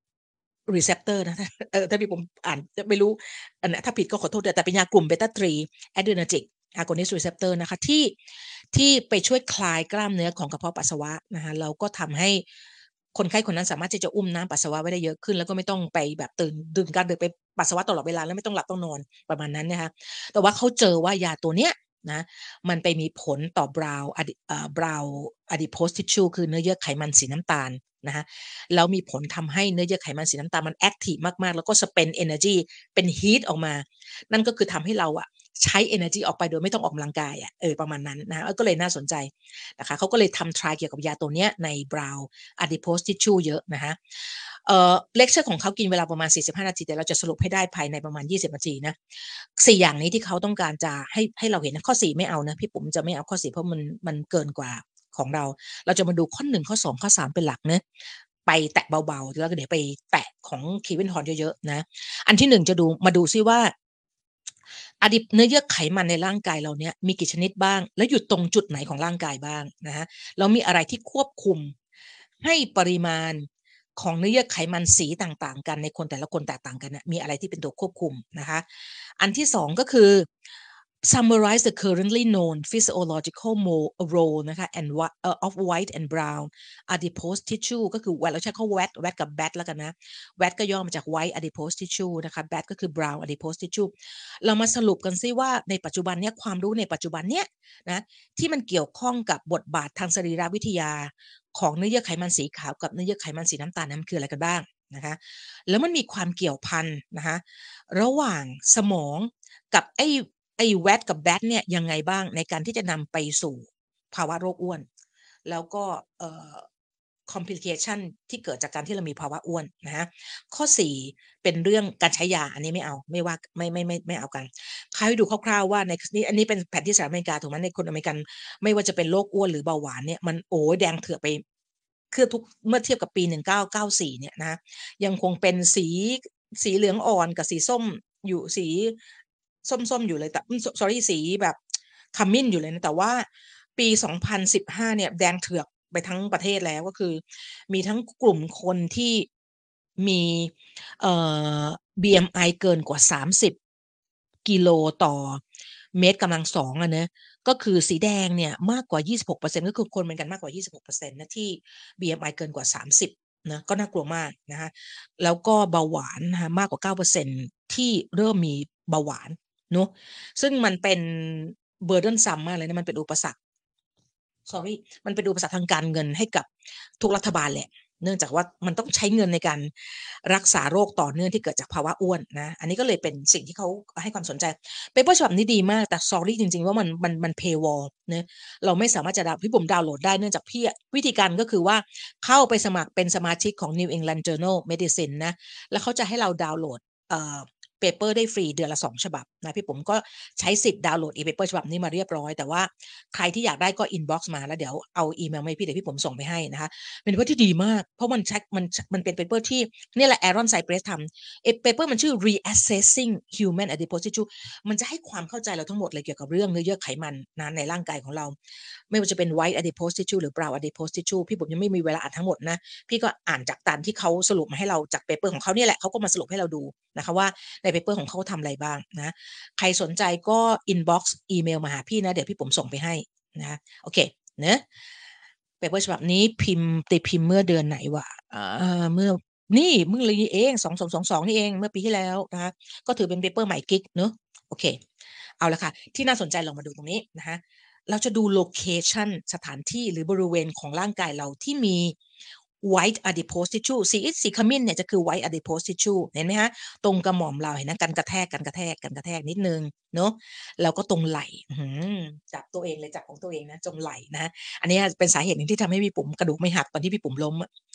A: receptor นะเออถ้าพี่ผมอ่านจะไม่รู้อันนี้ถ้าผิดก็ขอโทษด้วยแต่เป็นยากลุ่มเบต้าสาม adrenergic agonist receptor นะคะที่ที่ไปช่วยคลายกล้ามเนื้อของกระเพาะปัสสาวะนะคะแล้วก็ทำให้คนไข้คนนั้นสามารถที่จะอุ้มน้ำปัสสาวะไว้ได้เยอะขึ้นแล้วก็ไม่ต้องไปแบบตื่นดึงการดึกไปปัสสาวะตลอดเวลาแล้วไม่ต้องหลับต้องนอนประมาณนั้นนะคะแต่ว่าเขาเจอว่ายาตัวเนี้ยนะมันไปมีผลต่อบราวอดิเอ่อบราว adipose tissue คือเนื้อเยื่อไขมันสีน้ำตาลนะคะแล้วมีผลทำให้เนื้อเยื่อไขมันสีน้ำตาลมันแอคทีฟมากๆแล้วก็ spend energy เป็น heat ออกมานั่นก็คือทำให้เราอะใช้ energy ออกไปโดยไม่ต้องออกกำลังกายอะเออประมาณนั้นนะก็เลยน่าสนใจนะคะเขาก็เลยทำ try เกี่ยวกับยาตัวเนี้ยใน brow adipose tissue เยอะนะคะเอ่อเลคเชอร์ของเขากินเวลาประมาณสี่สิบห้านาทีแต่เราจะสรุปให้ได้ภายในประมาณยี่สิบนาทีนะสี่อย่างนี้ที่เขาต้องการจะให้ให้เราเห็นนะข้อสี่ไม่เอานะพี่ปุ๋มจะไม่เอาข้อสี่เพราะมันมันเกินกว่าของเราเราจะมาดูข้อหนึ่งข้อสองข้อสามเป็นหลักเนะไปแตะเบาๆแล้วก็เดี๋ยวไปแตะของคีวินฮอร์นเยอะๆนะอันที่หนึ่งจะดูมาดูซิว่าอดิบเนื้อเยื่อไขมันในร่างกายเราเนี่ยมีกี่ชนิดบ้างแล้วอยู่ตรงจุดไหนของร่างกายบ้างนะฮะแล้วมีอะไรที่ควบคุมให้ปริมาณของเนื้อเยื่อไขมันสีต่างๆกันในคนแต่ละคนแตกต่างกันนะมีอะไรที่เป็นตัวควบคุมนะคะอันที่สองก็คือ summarize the currently known physiological role นะคะ and uh, of white and brown adipose tissue ก็คือเราใช้คำว่า wat wat กับ bat แล้วกันนะ wat ก็ย่อมาจาก white adipose tissue นะคะ bat ก็คือ brown adipose tissue เรามาสรุปกันซิว่าในปัจจุบันเนี้ยความรู้ในปัจจุบันเนี้ยนะที่มันเกี่ยวข้องกับบทบาททางสรีรวิทยาของเนื้อเยื่อไขมันสีขาวกับเนื้อเยื่อไขมันสีน้ำตาลนั้นคืออะไรกันบ้างนะคะแล้วมันมีความเกี่ยวพันนะคะระหว่างสมองกับไอ้ไอ้แวตกับแบทเนี่ยยังไงบ้างในการที่จะนำไปสู่ภาวะโรคอ้วนแล้วก็เอ่อ complication ที่เกิดจากการที่เรามีภาวะอ้วนนะฮะข้อสี่เป็นเรื่องการใช้ยาอันนี้ไม่เอาไม่ว่าไม่ไม่ไม่ไม่เอากันเขาให้ดูคร่าวๆว่าในนี้อันนี้เป็นแผนที่สหรัฐอเมริกาถูกไหมในคนอเมริกันไม่ว่าจะเป็นโรคอ้วนหรือเบาหวานเนี่ยมันโอ้แดงเถือกไปคือทุกเมื่อเทียบกับปีหนึ่งเก้าเก้าสี่เนี่ยนะยังคงเป็นสีสีเหลืองอ่อนกับสีส้มอยู่สีส้มๆอยู่เลยแต่ sorry สีแบบขมิ้นอยู่เลยนะแต่ว่าปีสองพันสิบห้าเนี่ยแดงเถือกไปทั้งประเทศแล้วก็คือมีทั้งกลุ่มคนที่มีเอ่อ บี เอ็ม ไอ เกินกว่าสามสิบกิโลต่อเมตรกำลังสองอะนะก็คือสีแดงเนี่ยมากกว่า ยี่สิบหกเปอร์เซ็นต์ ก็คือคนเป็นกันมากกว่า ยี่สิบหกเปอร์เซ็นต์ นะที่ บี เอ็ม ไอ เกินกว่าสามสิบนะก็น่ากลัวมากนะคะแล้วก็เบาหวานนะคะมากกว่า เก้าเปอร์เซ็นต์ ที่เริ่มมีเบาหวานเนาะซึ่งมันเป็น burdensome มากเลยนะมันเป็นอุปสรรค sorry มันเป็นอุปสรรคทางการเงินให้กับทุกรัฐบาลแหละเนื่องจากว่ามันต้องใช้เงินในการรักษาโรคต่อเนื่องที่เกิดจากภาวะอ้วนนะอันนี้ก็เลยเป็นสิ่งที่เขาให้ความสนใจเปเปอร์ฉบับนี้ดีมากแต่ sorry จริงๆว่ามันมันมัน paywall นะเราไม่สามารถจะดาวพี่ผมดาวน์โหลดได้เนื่องจากพี่วิธีการก็คือว่าเข้าไปสมัครเป็นสมาชิกของ New England Journal Medicine นะแล้วเขาจะให้เราดาวน์โหลดเอ่อเปเปอร์ได้ฟรีเดือนละสองฉบับนะพี่ผมก็ใช้สิทธิ์ดาวน์โหลดอีเปเปอร์ฉบับนี้มาเรียบร้อยแต่ว่าใครที่อยากได้ก็อินบ็อกซ์มาแล้วเดี๋ยวเอาอีเมลมาให้พี่เดี๋ยวพี่ผมส่งไปให้นะคะเป็นเปเปอร์ที่ดีมากเพราะมันเช็คมันมันเป็นเปเปอร์ที่นี่แหละแอรอนไซเปรสทำเอเปเปอร์มันชื่อ reassessing human adipose tissue มันจะให้ความเข้าใจเราทั้งหมดเลยเกี่ยวกับเรื่องเนื้อเยื่อไขมันนะในร่างกายของเราไม่ว่าจะเป็น white adipose tissue หรือ brown adipose tissue พี่ผมยังไม่มีเวลาอ่านทั้งหมดนะพี่ก็อ่านจากตามที่เขาสรุปมาให้เราจากเปเปอร์ของเขาเนี่ยแหละเขาก็มาสรุปให้เราดูนะคะว่าในเปเปอร์ของเขาทำอะไรบ้างนะใครสนใจก็ inbox อีเมลมาหาพี่นะเดี๋ยวพี่ผมส่งไปให้นะโอเคเนะเปเปอร์ฉบับนี้พิมพ์ตีพิมพ์เมื่อเดือนไหนวะเอ่อเมื่อนี่มึงเลยเองสองสองสองสองนี่เองเมื่อปีที่แล้วนะคะก็ถือเป็นเปเปอร์ใหม่กิ๊กเนอะโอเคเอาละค่ะที่น่าสนใจลองมาดูตรงนี้นะคะเราจะดูโลเคชันสถานที่หรือบริเวณของร่างกายเราที่มี white adipose tissue สีสีขมิ้นเนี่ยจะคือ white adipose tissue เห็นไหมคะตรงกระหม่อมเราเห็นนะกันกระแทกกันกระแทกกันกระแทกนิดนึงเนอะแล้วก็ตรงไหล่จับตัวเองเลยจับของตัวเองนะจงไหล่นะอันนี้เป็นสาเหตุหนึ่งที่ทำให้พี่ปุ๋มกระดูกไม่หักตอนที่พี่ปุ๋มล้ม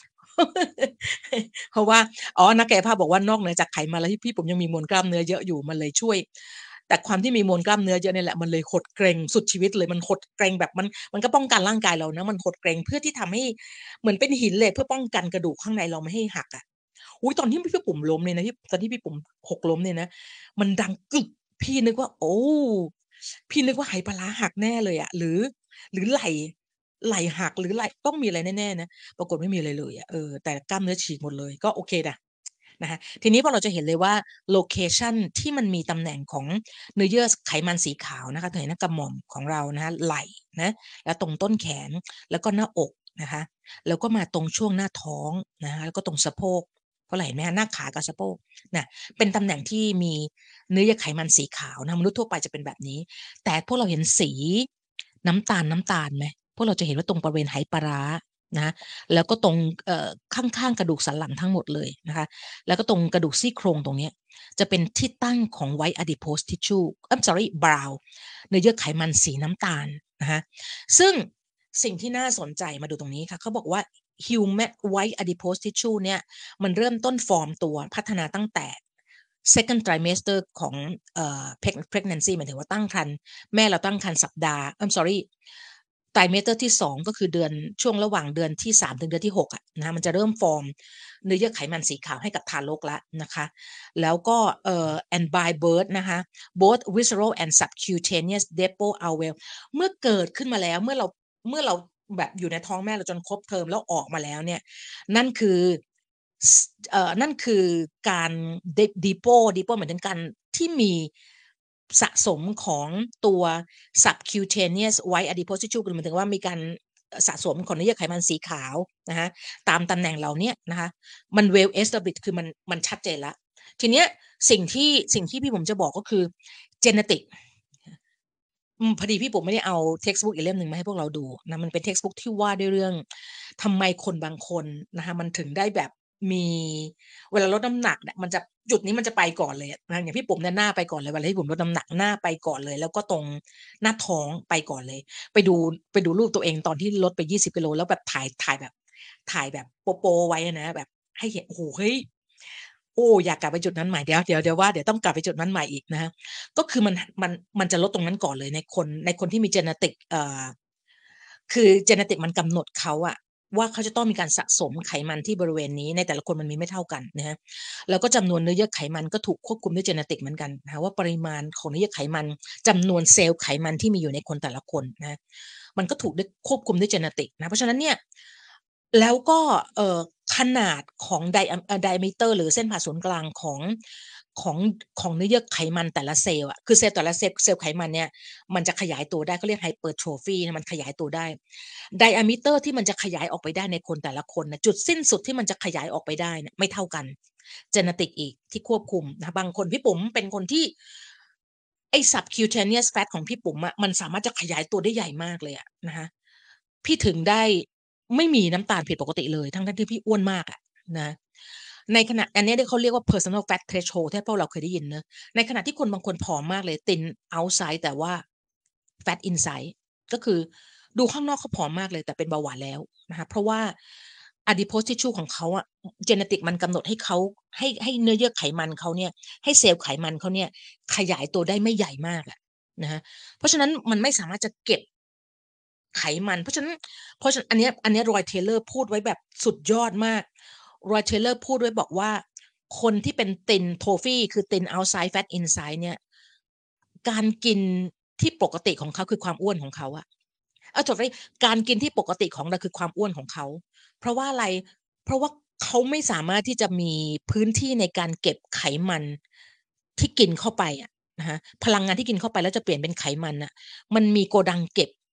A: เพราะว่าอ๋อนักกายภาพบอกว่านอกเหนือจากไขมันแล้วที่พี่ผมยังมีมวลกล้ามเนื้อเยอะอยู่มันเลยช่วยแต่ความที่มีมวลกล้ามเนื้อเยอะเนี่ยแหละมันเลยหดเกร็งสุดชีวิตเลยมันหดเกร็งแบบมันมันก็ป้องกันร่างกายเรานะมันหดเกร็งเพื่อที่ทำให้เหมือนเป็นหินเลยเพื่อป้องกันกระดูกข้างในเราไม่ให้หักอะอุ้ยตอนที่พี่ปุ๋มล้มเนี่ยนะที่ตอนที่พี่ปุ๋มหกล้มเนี่ยนะมันดังกึกพี่นึกว่าโอ้พี่นึกว่าไหปลาร้าหักแน่เลยอะหรือหรือไหล่ไหล่หักหรือไหล่ต้องมีอะไรแน่ๆนะ ปรากฏไม่มีอะไรเลยอะเออแต่กล้ามเนื้อฉีกหมดเลยก็โอเคนะนะคะทีนี้พอเราจะเห็นเลยว่าโลเคชันที่มันมีตำแหน่งของเนื้อเยื่อไขมันสีขาวนะคะเห็นหน้ากระหม่อมของเรานะคะไหล่นะแล้วตรงต้นแขนแล้วก็หน้าอกนะคะแล้วก็มาตรงช่วงหน้าท้องนะคะแล้วก็ตรงสะโพกเพราะอะไรเห็นไหมคะหน้าขากับสะโพกนะเป็นตำแหน่งที่มีเนื้อเยื่อไขมันสีขาวนะมนุษย์ทั่วไปจะเป็นแบบนี้แต่พวกเราเห็นสีน้ำตาลน้ำตาลไหมพวกเราจะเห็นว่าตรงบริเวณไหปลาร้า นะแล้วก็ตรงเอ่อข้างๆกระดูกสันหลังทั้งหมดเลยนะคะแล้วก็ตรงกระดูกซี่โครงตรงนี้จะเป็นที่ตั้งของ white adipose tissue เอ้ย sorry brown เนื้อเยื่อไขมันสีน้ำตาลนะคะซึ่งสิ่งที่น่าสนใจมาดูตรงนี้ค่ะเขาบอกว่า human white adipose tissue เนี่ยมันเริ่มต้นฟอร์มตัวพัฒนาตั้งแต่ second trimester ของเอ่อ pregnancy หมายถึงว่าตั้งครรภ์แม่เราตั้งครรภ์สัปดาห์ I'm sorry ไตรเมสเตอร์ที่สองก็คือเดือนช่วงระหว่างเดือนที่สามถึงเดือนที่หกอ่ะนะมันจะเริ่มฟอร์มเนื้อเยื่อไขมันสีขาวให้กับทารกแล้วนะคะแล้วก็เอ่อ and by birth นะคะ both visceral and subcutaneous depot are well เมื่อเกิดขึ้นมาแล้วเมื่อเราเมื่อเราแบบอยู่ในท้องแม่เราจนครบเทอมแล้วออกมาแล้วเนี่ยนั่นคือเอ่อนั่นคือการ depot depot หมายถึงการที่มีสะสมของตัว subcutaneous white adipose tissue หมายถึงว่ามีการสะสมของเนื้อเยื่อไขมันสีขาวนะคะตามตำแหน่งเหล่านี้นะคะมัน well established คือมันมันชัดเจนแล้วทีเนี้ยสิ่งที่สิ่งที่พี่ผมจะบอกก็คือ genetic พอดีพี่ผมไม่ได้เอา textbook อีกเล่มหนึ่งมาให้พวกเราดูนะมันเป็น textbook ที่ว่าด้วยเรื่องทำไมคนบางคนนะคะมันถึงได้แบบมีเวลาลดน้ำหนักเนี่ยมันจะจุดนี้มันจะไปก่อนเลยนะอย่างพี่ผมเนี่ยหน้าไปก่อนเลยเวลาที่ผมลดน้ำหนักหน้าไปก่อนเลยแล้วก็ตรงหน้าท้องไปก่อนเลยไปดูไปดูรูปตัวเองตอนที่ลดไปยี่สิบกิโลแล้วแบบถ่ายถ่ายแบบถ่ายแบบโปโปไว้นะแบบให้เห็นโอ้โหเฮ้ยโอ้อยากกลับไปจุดนั้นใหม่เดี๋ยวเดี๋ยวเดี๋ยวว่าเดี๋ยวต้องกลับไปจุดนั้นใหม่อีกนะก็คือมันมันมันจะลดตรงนั้นก่อนเลยในคนในคนที่มี genetic เอ่อคือ genetic มันกำหนดเขาอะว่าเขาจะต้องมีการสะสมไขมันที่บริเวณนี้ในแต่ละคนมันมีไม่เท่ากันนะฮะแล้วก็จำนวนเนื้อเยื่อไขมันก็ถูกควบคุมด้วย genetic เหมือนกันนะว่าปริมาณของเนื้อเยื่อไขมันจำนวนเซลล์ไขมันที่มีอยู่ในคนแต่ละคนนะมันก็ถูกได้ควบคุมด้วย genetic นะเพราะฉะนั้นเนี่ยแล้วก็เอ่อขนาดของไดไดมิเตอร์หรือเส้นผ่าศูนย์กลางของของของเนื้อเยื่อไขมันแต่ละเซลล์อ่ะคือเซลล์แต่ละเซลล์เซลล์ไขมันเนี่ยมันจะขยายตัวได้เขาเรียกไฮเปอร์โทรฟีมันขยายตัวได้ไดอะมิเตอร์ที่มันจะขยายออกไปได้ในคนแต่ละคนนะจุดสิ้นสุดที่มันจะขยายออกไปได้นะไม่เท่ากันเจเนติกอีกที่ควบคุมนะบางคนพี่ปุ๋มเป็นคนที่ไอ้ subcutaneous fat ของพี่ปุ๋มอะมันสามารถจะขยายตัวได้ใหญ่มากเลยอะนะคะพี่ถึงได้ไม่มีน้ำตาลผิดปกติเลยทั้งที่พี่อ้วนมากอะนะในขณะอันนี้เขาเรียกว่า personal fat threshold ที่พวกเราเคยได้ยินเนอะในขณะที่คนบางคนผอมมากเลย thin outside แต่ว่า fat inside ก็คือดูข้างนอกเขาผอมมากเลยแต่เป็นเบาหวานแล้วนะคะเพราะว่า adipose tissue ของเขาอะ genetic มันกำหนดให้เขาให้ให้เนื้อเยื่อไขมันเขาเนี่ยให้เซลล์ไขมันเขาเนี่ยขยายตัวได้ไม่ใหญ่มากอะนะเพราะฉะนั้นมันไม่สามารถจะเก็บไขมันเพราะฉะนั้นเพราะฉะนั้นอันนี้อันนี้รอยเทเลอร์พูดไว้แบบสุดยอดมากรอยเทเลอร์พูดไว้บอกว่าคนที่เป็นตินโทฟี่คือติน outside fat inside เนี่ยการกินที่ปกติของเขาคือความอ้วนของเขาอะเอาจบไปการกินที่ปกติของเราคือความอ้วนของเขาเพราะว่าอะไรเพราะว่าเขาไม่สามารถที่จะมีพื้นที่ในการเก็บไขมันที่กินเข้าไปอะนะคะพลังงานที่กินเข้าไปแล้วจะเปลี่ยนเป็นไขมันน่ะมันมีโกดังเก็บ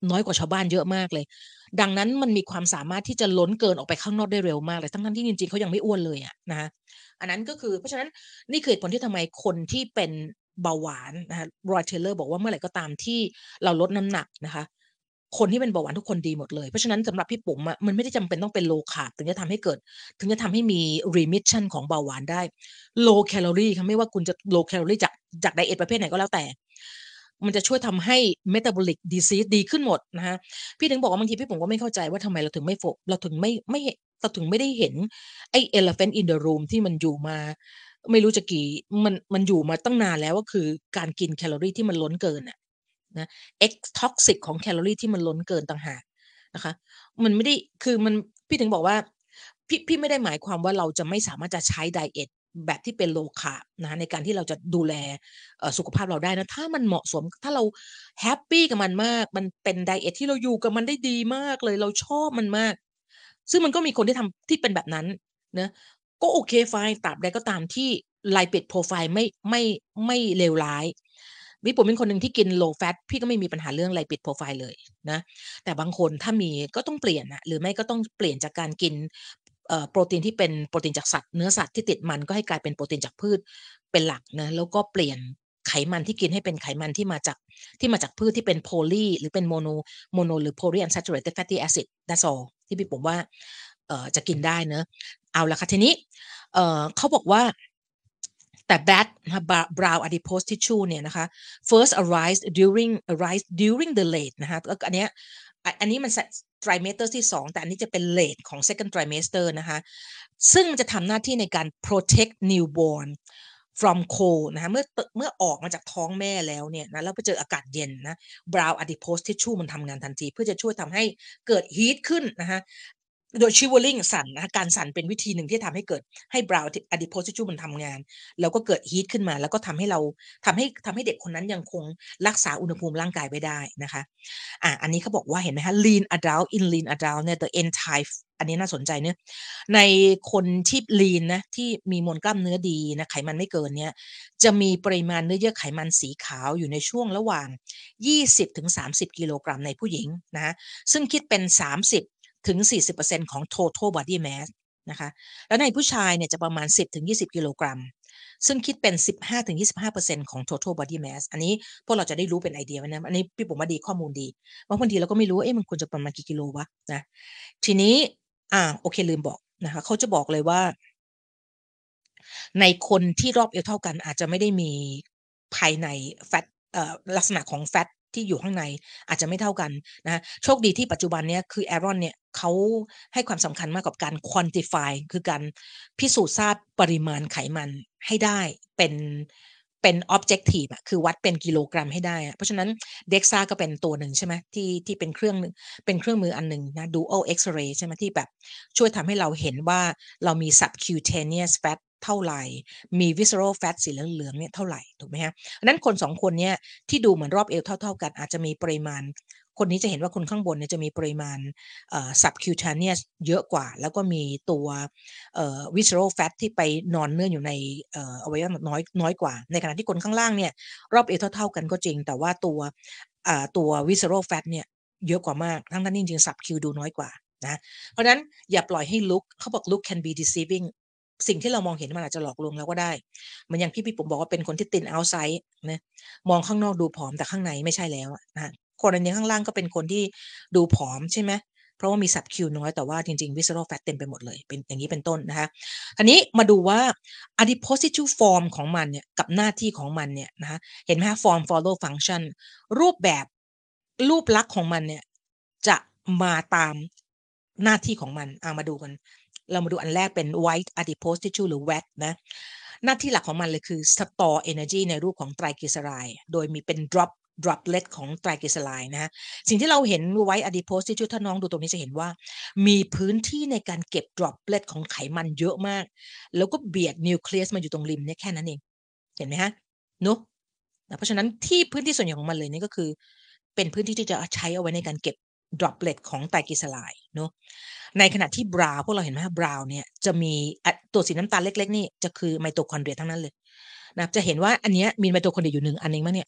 A: น้อยกว่าชาวบ้านเยอะมากเลยดังนั้นมันมีความสามารถที่จะล้นเกินออกไปข้างนอกได้เร็วมากเลยทั้งๆที่จริงๆเขายังไม่อ้วนเลยอะนะคะอันนั้นก็คือเพราะฉะนั้นนี่คือเหตุผลที่ทำไมคนที่เป็นเบาหวานนะคะ Roy Taylor บอกว่าเมื่อไหร่ก็ตามที่เราลดน้ำหนักนะคะคนที่เป็นเบาหวานทุกคนดีหมดเลยเพราะฉะนั้นสำหรับพี่ปุ๋มอะมันไม่ได้จำเป็นต้องเป็น low carb ถึงจะทำให้เกิดถึงจะทำให้มี remission ของเบาหวานได้ low calorie ค่ะไม่ว่าคุณจะ low calorie จากจากไดเอทประเภทไหนก็แล้วแต่มันจะช่วยทำให้ metabolic disease ดีขึ้นหมดนะคะพี่ถึงบอกว่าบางทีพี่ผมก็ไม่เข้าใจว่าทำไมเราถึงไม่โฟเราถึงไม่ไม่เราถึงไม่ได้เห็นไอ้ elephant in the room ที่มันอยู่มาไม่รู้จะกี่มันมันอยู่มาตั้งนานแล้วก็คือการกินแคลอรีที่มันล้นเกินอะนะ X toxic ของแคลอรีที่มันล้นเกินต่างหากนะคะมันไม่ได้คือมันพี่ถึงบอกว่าพี่พี่ไม่ได้หมายความว่าเราจะไม่สามารถจะใช้ไดเอทแบบที่เป็น low carb นะคะในการที่เราจะดูแลเอ่อสุขภาพเราได้นะถ้ามันเหมาะสมถ้าเราแฮปปีกับมันมากมันเป็นไดเอทที่เราอยู่กับมันได้ดีมากเลยเราชอบมันมากซึ่งมันก็มีคนที่ทำที่เป็นแบบนั้นนะก็โอเค fine ตราบใดก็ตามที่ lipid profile ไม่ไม่ไม่เลวร้ายวิผมเป็นคนหนึ่งที่กิน low fat พี่ก็ไม่มีปัญหาเรื่อง lipid profile เลยนะแต่บางคนถ้ามีก็ต้องเปลี่ยนอะหรือไม่ก็ต้องเปลี่ยนจากการกินเอ่อโปรตีนที่เป็นโปรตีนจากสัตว์เนื้อสัตว์ที่ติดมันก็ให้กลายเป็นโปรตีนจากพืชเป็นหลักนะแล้วก็เปลี่ยนไขมันที่กินให้เป็นไขมันที่มาจากที่มาจากพืชที่เป็น poly หรือเป็น mono mono หรือ polyunsaturated fatty acid that's all ที่พี่ผมว่าเอ่อจะกินได้เนอะเอาละค่ะทีนี้เอ่อเขาบอกว่าแต่ bad นะคะ brown adipose tissue เนี่ยนะคะ first arise during arise during the late นะคะอันเนี้ยอันนี้มัน trimester ที่สองแต่อันนี้จะเป็น late ของ second trimester นะคะซึ่งมันจะทำหน้าที่ในการ protect newborn from cold นะคะเมื่อเมื่อออกมาจากท้องแม่แล้วเนี่ยนะแล้วไปเจออากาศเย็นนะ brown adipose tissue มันทำงานทันทีเพื่อจะช่วยทำให้เกิด heat ขึ้นนะคะโดย shivering สั่นนะคะการสั่นเป็นวิธีหนึ่งที่ทำให้เกิดให้ brown adipose tissue มันทำงานแล้วก็เกิด heat ขึ้นมาแล้วก็ทำให้เราทำให้ทำให้เด็กคนนั้นยังคงรักษาอุณหภูมิร่างกายไว้ได้นะคะอ่ะอันนี้เขาบอกว่าเห็นไหมคะ lean adult in lean adult เนี่ย the N type อันนี้น่าสนใจเนี่ยในคนที่ lean นะที่มีมวลกล้ามเนื้อดีนะไขมันไม่เกินเนี่ยจะมีปริมาณเนื้อเยื่อไขมันสีขาวอยู่ในช่วงระหว่างยี่สิบถึงสามสิบกิโลกรัมในผู้หญิงนะซึ่งคิดเป็นสามสิบถึง สี่สิบเปอร์เซ็นต์ ของ total body mass นะคะแล้วในผู้ชายเนี่ยจะประมาณ สิบถึงยี่สิบ กิโลกรัมซึ่งคิดเป็น สิบห้าถึงยี่สิบห้าเปอร์เซ็นต์ ของ total body mass อันนี้พวกเราจะได้รู้เป็นไอเดียนะอันนี้พี่ผมว่าดีข้อมูลดีบางทีเราก็ไม่รู้ว่าเอ๊ะมันควรจะประมาณกี่กิโลวะนะทีนี้อ่าโอเคลืมบอกนะคะเขาจะบอกเลยว่าในคนที่รอบเอวเท่ากันอาจจะไม่ได้มีภายในแฟตเอ่อลักษณะของแฟตที่อยู่ข้างในอาจจะไม่เท่ากันนะโชคดีที่ปัจจุบันนี้คือ Aaron เนี่ยเขาให้ความสำคัญมากกับการ quantify คือการพิสูจน์ทราบปริมาณไขมันให้ได้เป็นเป็น objective อะคือวัดเป็นกิโลกรัมให้ได้อะเพราะฉะนั้น Dexa ก็เป็นตัวหนึ่งใช่ไหมที่ที่เป็นเครื่องเป็นเครื่องมืออันหนึ่งนะ dual X-ray ใช่ไหมที่แบบช่วยทำให้เราเห็นว่าเรามี subcutaneous fat เท่าไหร่มี visceral fat สีเหลืองๆเนี่ยเท่าไหร่ถูกไหมฮะดังนั้นคนสองคนเนี่ยที่ดูเหมือนรอบเอวเท่าๆกันอาจจะมีปริมาณคนนี้จะเห็นว่าคนข้างบนเนี่ยจะมีปริมาณเอ่อ subcutaneous เยอะกว่าแล้วก็มีตัวเอ่อ visceral fat ที่ไปนอนเนื่องอยู่ในเอ่ออวัยวะน้อยน้อยกว่าในขณะที่คนข้างล่างเนี่ยรอบเอวเท่าๆกันก็จริงแต่ว่าตัวอ่าตัว visceral fat เนี่ยเยอะกว่ามากทั้งๆที่จริงๆ sub-Q ดูน้อยกว่านะเพราะฉะนั้นอย่าปล่อยให้ look เขาบอก look can be deceiving สิ่งที่เรามองเห็นมันอาจจะหลอกลวงเราก็ได้เหมือนอย่างที่พี่ปุ๋มบอกว่าเป็นคนที่ thin outside นะมองข้างนอกดูผอมแต่ข้างในไม่ใช่แล้วนะคนอันนี้ข้างล่างก็เป็นคนที่ดูผอมใช่ไหมเพราะว่ามี sub-Q น้อยแต่ว่าจริงๆ visceral fat เต็มไปหมดเลยเป็นอย่างนี้เป็นต้นนะคะอันนี้มาดูว่า adipose tissue form ของมันเนี่ยกับหน้าที่ของมันเนี่ยนะคะเห็นไหมคะ form follow function รูปแบบรูปลักษณ์ของมันเนี่ยจะมาตามหน้าที่ของมันเอามาดูกันเรามาดูอันแรกเป็น white adipose tissue หรือ แวท นะหน้าที่หลักของมันเลยคือ store energy ในรูปของไตรกลีเซอไรด์โดยมีเป็น drop droplet ของไตรกลีเซอไรด์นะฮะสิ่งที่เราเห็น white adipose tissue ถ้าน้องดูตรงนี้จะเห็นว่ามีพื้นที่ในการเก็บ droplet ของไขมันเยอะมากแล้วก็เบียดนิวเคลียสมาอยู่ตรงริมเนี่ยแค่นั้นเองเห็นไหมฮะเนาะเพราะฉะนั้นที่พื้นที่ส่วนใหญ่ของมันเลยนี่ก็คือเป็นพื้นที่ที่จะใช้เอาไว้ในการเก็บ droplet ของไตรกลีเซอไรด์เนาะในขณะที่บราวพวกเราเห็นไหมบราวเนี่ยจะมีตัวสีน้ำตาลเล็กๆนี่จะคือไมโตคอนเดรียทั้งนั้นเลยนะจะเห็นว่าอันนี้มีไมโตคอนเดรียอยู่หนึ่งอันเองมั้งเนี่ย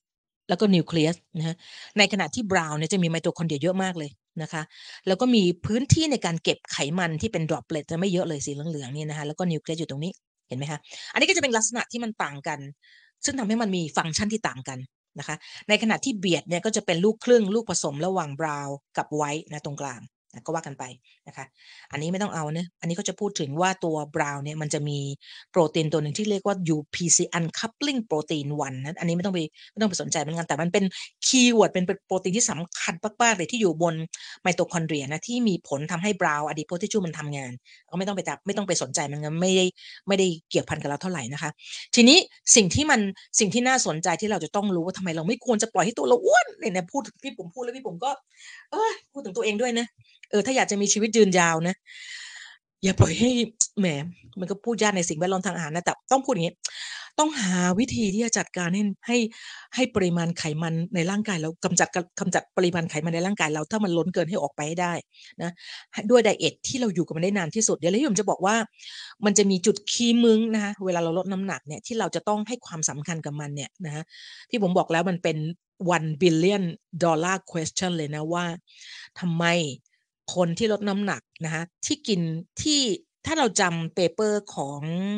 A: แล้วก็นิวเคลียสนะฮะในขณะที่บราวน์เนี่ยจะมีไมโทคอนเดรียเยอะมากเลยนะคะแล้วก็มีพื้นที่ในการเก็บไขมันที่เป็น droplet จะไม่เยอะเลยสีเหลืองๆนี่นะคะแล้วก็นิวเคลียสอยู่ตรงนี้เห็นไหมคะอันนี้ก็จะเป็นลักษณะที่มันต่างกันซึ่งทำให้มันมีฟังก์ชันที่ต่างกันนะคะในขณะที่เบียดเนี่ยก็จะเป็นลูกครึ่งลูกผสมระหว่างบราวน์กับไวท์นะตรงกลางนะก็ว่ากันไปนะคะอันนี้ไม่ต้องเอานะอันนี้ก็จะพูดถึงว่าตัวบราวน์เนี่ยมันจะมีโปรตีนตัวหนึ่งที่เรียกว่า ยู พี ซี uncoupling protein วันนะอันนี้ไม่ต้องไปไม่ต้องไปสนใจเหมือนกันแต่มันเป็นคีย์เวิร์ดเป็นโปรตีนที่สำคัญมากๆเลยที่อยู่บนไมโทคอนเดรียนะที่มีผลทำให้บราวน์อะดีโพทิชูมันทำงานก็ไม่ต้องไปจับไม่ต้องไปสนใจมันไม่ได้ไม่ได้เกี่ยวพันกับเราเท่าไหร่นะคะทีนี้สิ่งที่มันสิ่งที่น่าสนใจที่เราจะต้องรู้ว่าทำไมเราไม่ควรจะปล่อยให้ตัวเราอ้วนเนี่ยพูดพี่ผมพูดแล้วพี่ผมก็เออพูดถึงตัวเองด้วยนะเออถ้าอยากจะมีชีวิตยืนยาวนะอย่าปล่อยให้แหมมันก็พูดยากในสิ่งแวดล้อมทางอาหารนะแต่ต้องพูดอย่างนี้ต้องหาวิธีที่จะจัดการให้ให้ให้ปริมาณไขมันในร่างกายเรากำจัดกำจัดปริมาณไขมันในร่างกายเราถ้ามันล้นเกินให้ออกไปให้ได้นะด้วยไดเอทที่เราอยู่กับมันได้นานที่สุดเดี๋ยวแล้วผมจะบอกว่ามันจะมีจุดคีย์มึงนะคะเวลาเราลดน้ำหนักเนี่ยที่เราจะต้องให้ความสำคัญกับมันเนี่ยนะพี่ผมบอกแล้วมันเป็น one billion dollar question เลยนะว่าทำไมคนที่ลดน้ำหนักนะคะที่กินที่ถ้าเราจำเปเปอร์ของ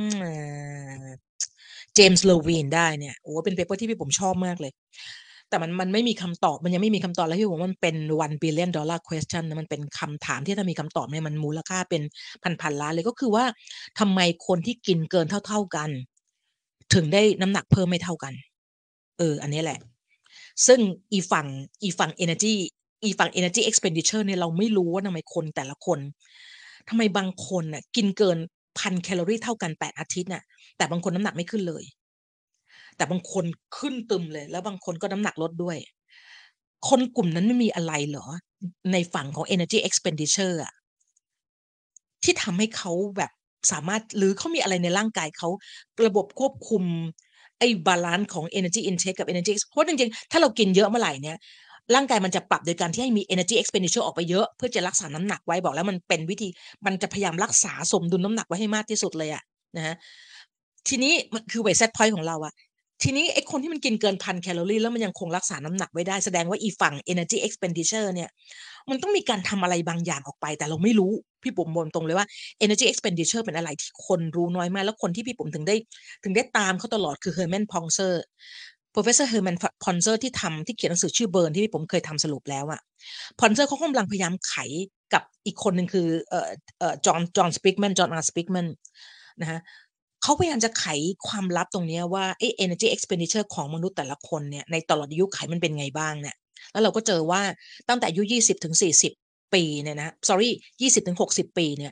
A: เจมส์เลวีนได้เนี่ยโอ้เป็นเปเปอร์ที่พี่ผมชอบมากเลยแต่มันมันไม่มีคำตอบมันยังไม่มีคำตอบแล้วพี่ผมว่ามันเป็น one billion dollar question นะมันเป็นคำถามที่ถ้ามีคำตอบเนี่ยมันมูลค่าเป็นพันพันล้านเลยก็คือว่าทำไมคนที่กินเกินเท่าๆกันถึงได้น้ำหนักเพิ่มไม่เท่ากันเอออันนี้แหละซึ่งอีฝั่งอีฝั่ง energy อีฝั่ง energy expenditure เนี่ยเราไม่รู้ว่าทำไมคนแต่ละคนทำไมบางคนน่ะกินเกินพันแคลอรี่เท่ากันแปดอาทิตย์น่ะแต่บางคนน้ำหนักไม่ขึ้นเลยแต่บางคนขึ้นตึมเลยแล้วบางคนก็น้ำหนักลดด้วยคนกลุ่มนั้นไม่มีอะไรเหรอในฝั่งของ energy expenditure อะที่ทำให้เขาแบบสามารถหรือเขามีอะไรในร่างกายเขาระบบควบคุมไอ้บาลานซ์ของ energy intake กับ energy เพราะจริงๆถ้าเรากินเยอะเมื่อไหร่เนี่ยร่างกายมันจะปรับโดยการที่ให้มี energy expenditure ออกไปเยอะเพื่อจะรักษาน้ำหนักไว้บอกแล้วมันเป็นวิธีมันจะพยายามรักษาสมดุลน้ำหนักไว้ให้มากที่สุดเลยอะนะฮะทีนี้มันคือ weight set point ของเราอะทีนี้ไอ้คนที่มันกินเกินพันแคลอรี่แล้วมันยังคงรักษาน้ำหนักไว้ได้แสดงว่าอีฝั่ง energy expenditure เนี่ยมันต้องมีการทำอะไรบางอย่างออกไปแต่เราไม่รู้พี่ปุ๋มบอกตรงเลยว่า energy expenditure เป็นอะไรที่คนรู้น้อยมากแล้วคนที่พี่ปุ๋มถึงได้ถึงได้ตามเขาตลอดคือ Herman Ponzer Professor Herman Ponzer ที่ทำที่เขียนหนังสือชื่อ Burn ที่พี่ผมเคยทำสรุปแล้วอะ Ponzer เขากำลังพยายามไขกับอีกคนหนึ่งคือเอ่อเอ่อจอห์นจอห์นสปิกแมนจอห์นอาร์สปิกแมนนะคะเขาพยายามจะไขความลับตรงนี้ว่าไอ้ energy expenditure ของมนุษย์แต่ละคนเนี่ยในตลอดอายุไขมันเป็นไงบ้างเนี่ยแล้วเราก็เจอว่าตั้งแต่อายุยี่สิบถึงสี่สิบปีเนี่ยนะ sorry ยี่สิบถึงหกสิบปีเนี่ย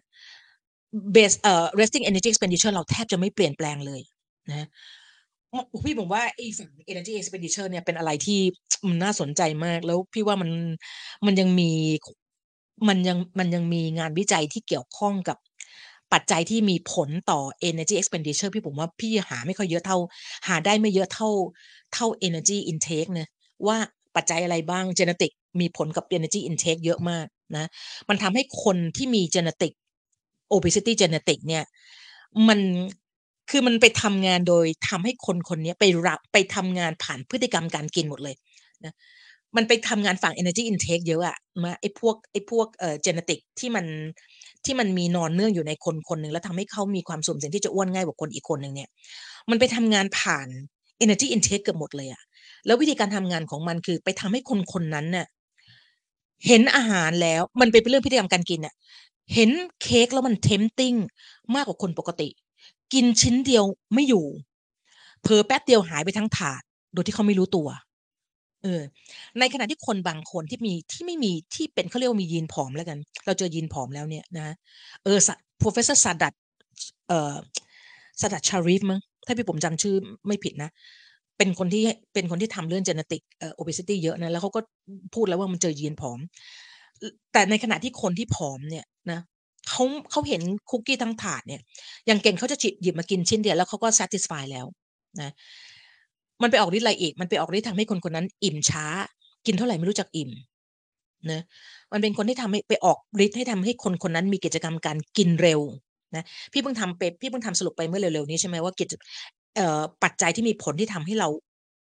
A: base เอ่อ resting energy expenditure เราแทบจะไม่เปลี่ยนแปลงเลยนะพี่ผมว่าไอ้ฝั่ง energy expenditure เนี่ยเป็นอะไรที่มันน่าสนใจมากแล้วพี่ว่ามันมันยังมีมันยังมันยังมีงานวิจัยที่เกี่ยวข้องกับปัจจัยที่มีผลต่อ energy expenditure พี่ผมว่าพี่หาไม่ค่อยเยอะเท่าหาได้ไม่เยอะเท่าเท่า energy intake นะว่าปัจจัยอะไรบ้าง genetic มีผลกับ energy intake เยอะมากนะมันทำให้คนที่มี genetic obesity genetic เนี่ยมันคือมันไปทำงานโดยทำให้คนคนนี้ไปรับไปทำงานผ่านพฤติกรรมการกินหมดเลยนะมันไปทำงานฝั่ง energy intake เยอะอะมาไอ้พวกไอ้พวกเอ่อ genetic ที่มันที่มันมีนอนเนื่องอยู่ในคนคนหนึ่งแล้วทำให้เขามีความสุ่มเสี่ยงที่จะอ้วนง่ายกว่าคนอีกคนหนึ่งเนี่ยมันไปทำงานผ่าน energy intake เกือบหมดเลยอะแล้ววิธีการทำงานของมันคือไปทำให้คนคนนั้นน่ะเห็นอาหารแล้วมันเป็นเรื่องพฤติกรรมการกินน่ะ เห็นเค้กแล้วมัน tempting มากกว่าคนปกติกินชิ้นเดียวไม่อยู่เผลอแป๊บเดียวหายไปทั้งถาดโดยที่เขาไม่รู้ตัวเออในขณะที่คนบางคนที่มีที่ไม่มีที่เป็นเขาเรียกว่ามียีนผอมแล้วกันเราเจอยีนผอมแล้วเนี่ยนะเออ Professor Sadat เอ่อ Sadat Sharif มั้งถ้าพี่ผมจำชื่อไม่ผิดนะเป็นคนที่เป็นคนที่ทำเรื่อง genetic เอ่อ obesity เยอะนะแล้วเขาก็พูดแล้วว่ามันเจอยีนผอมแต่ในขณะที่คนที่ผอมเนี่ยนะ เขาเขาเห็นคุกกี้ทั้งถาดเนี่ยอย่างเก่งเขาจะจิบหยิบมากินชิ้นเดียวแล้วเขาก็ satisfy แล้วนะมันไปออกฤทธิ์อะไรอีกมันไปออกฤทธิ์ทำให้คนคนนั้นอิ่มช้ากินเท่าไหร่ไม่รู้จักอิ่มนะมันเป็นคนที่ทำให้ไปออกฤทธิ์ให้ทำให้คนคนนั้นมีกิจกรรมการกินเร็วนะพี่เพิ่งทำไปพี่เพิ่งทำสรุปไปเมื่อเร็วๆนี้ใช่ไหมว่ากิจเอ่อปัจจัยที่มีผลที่ทำให้เรา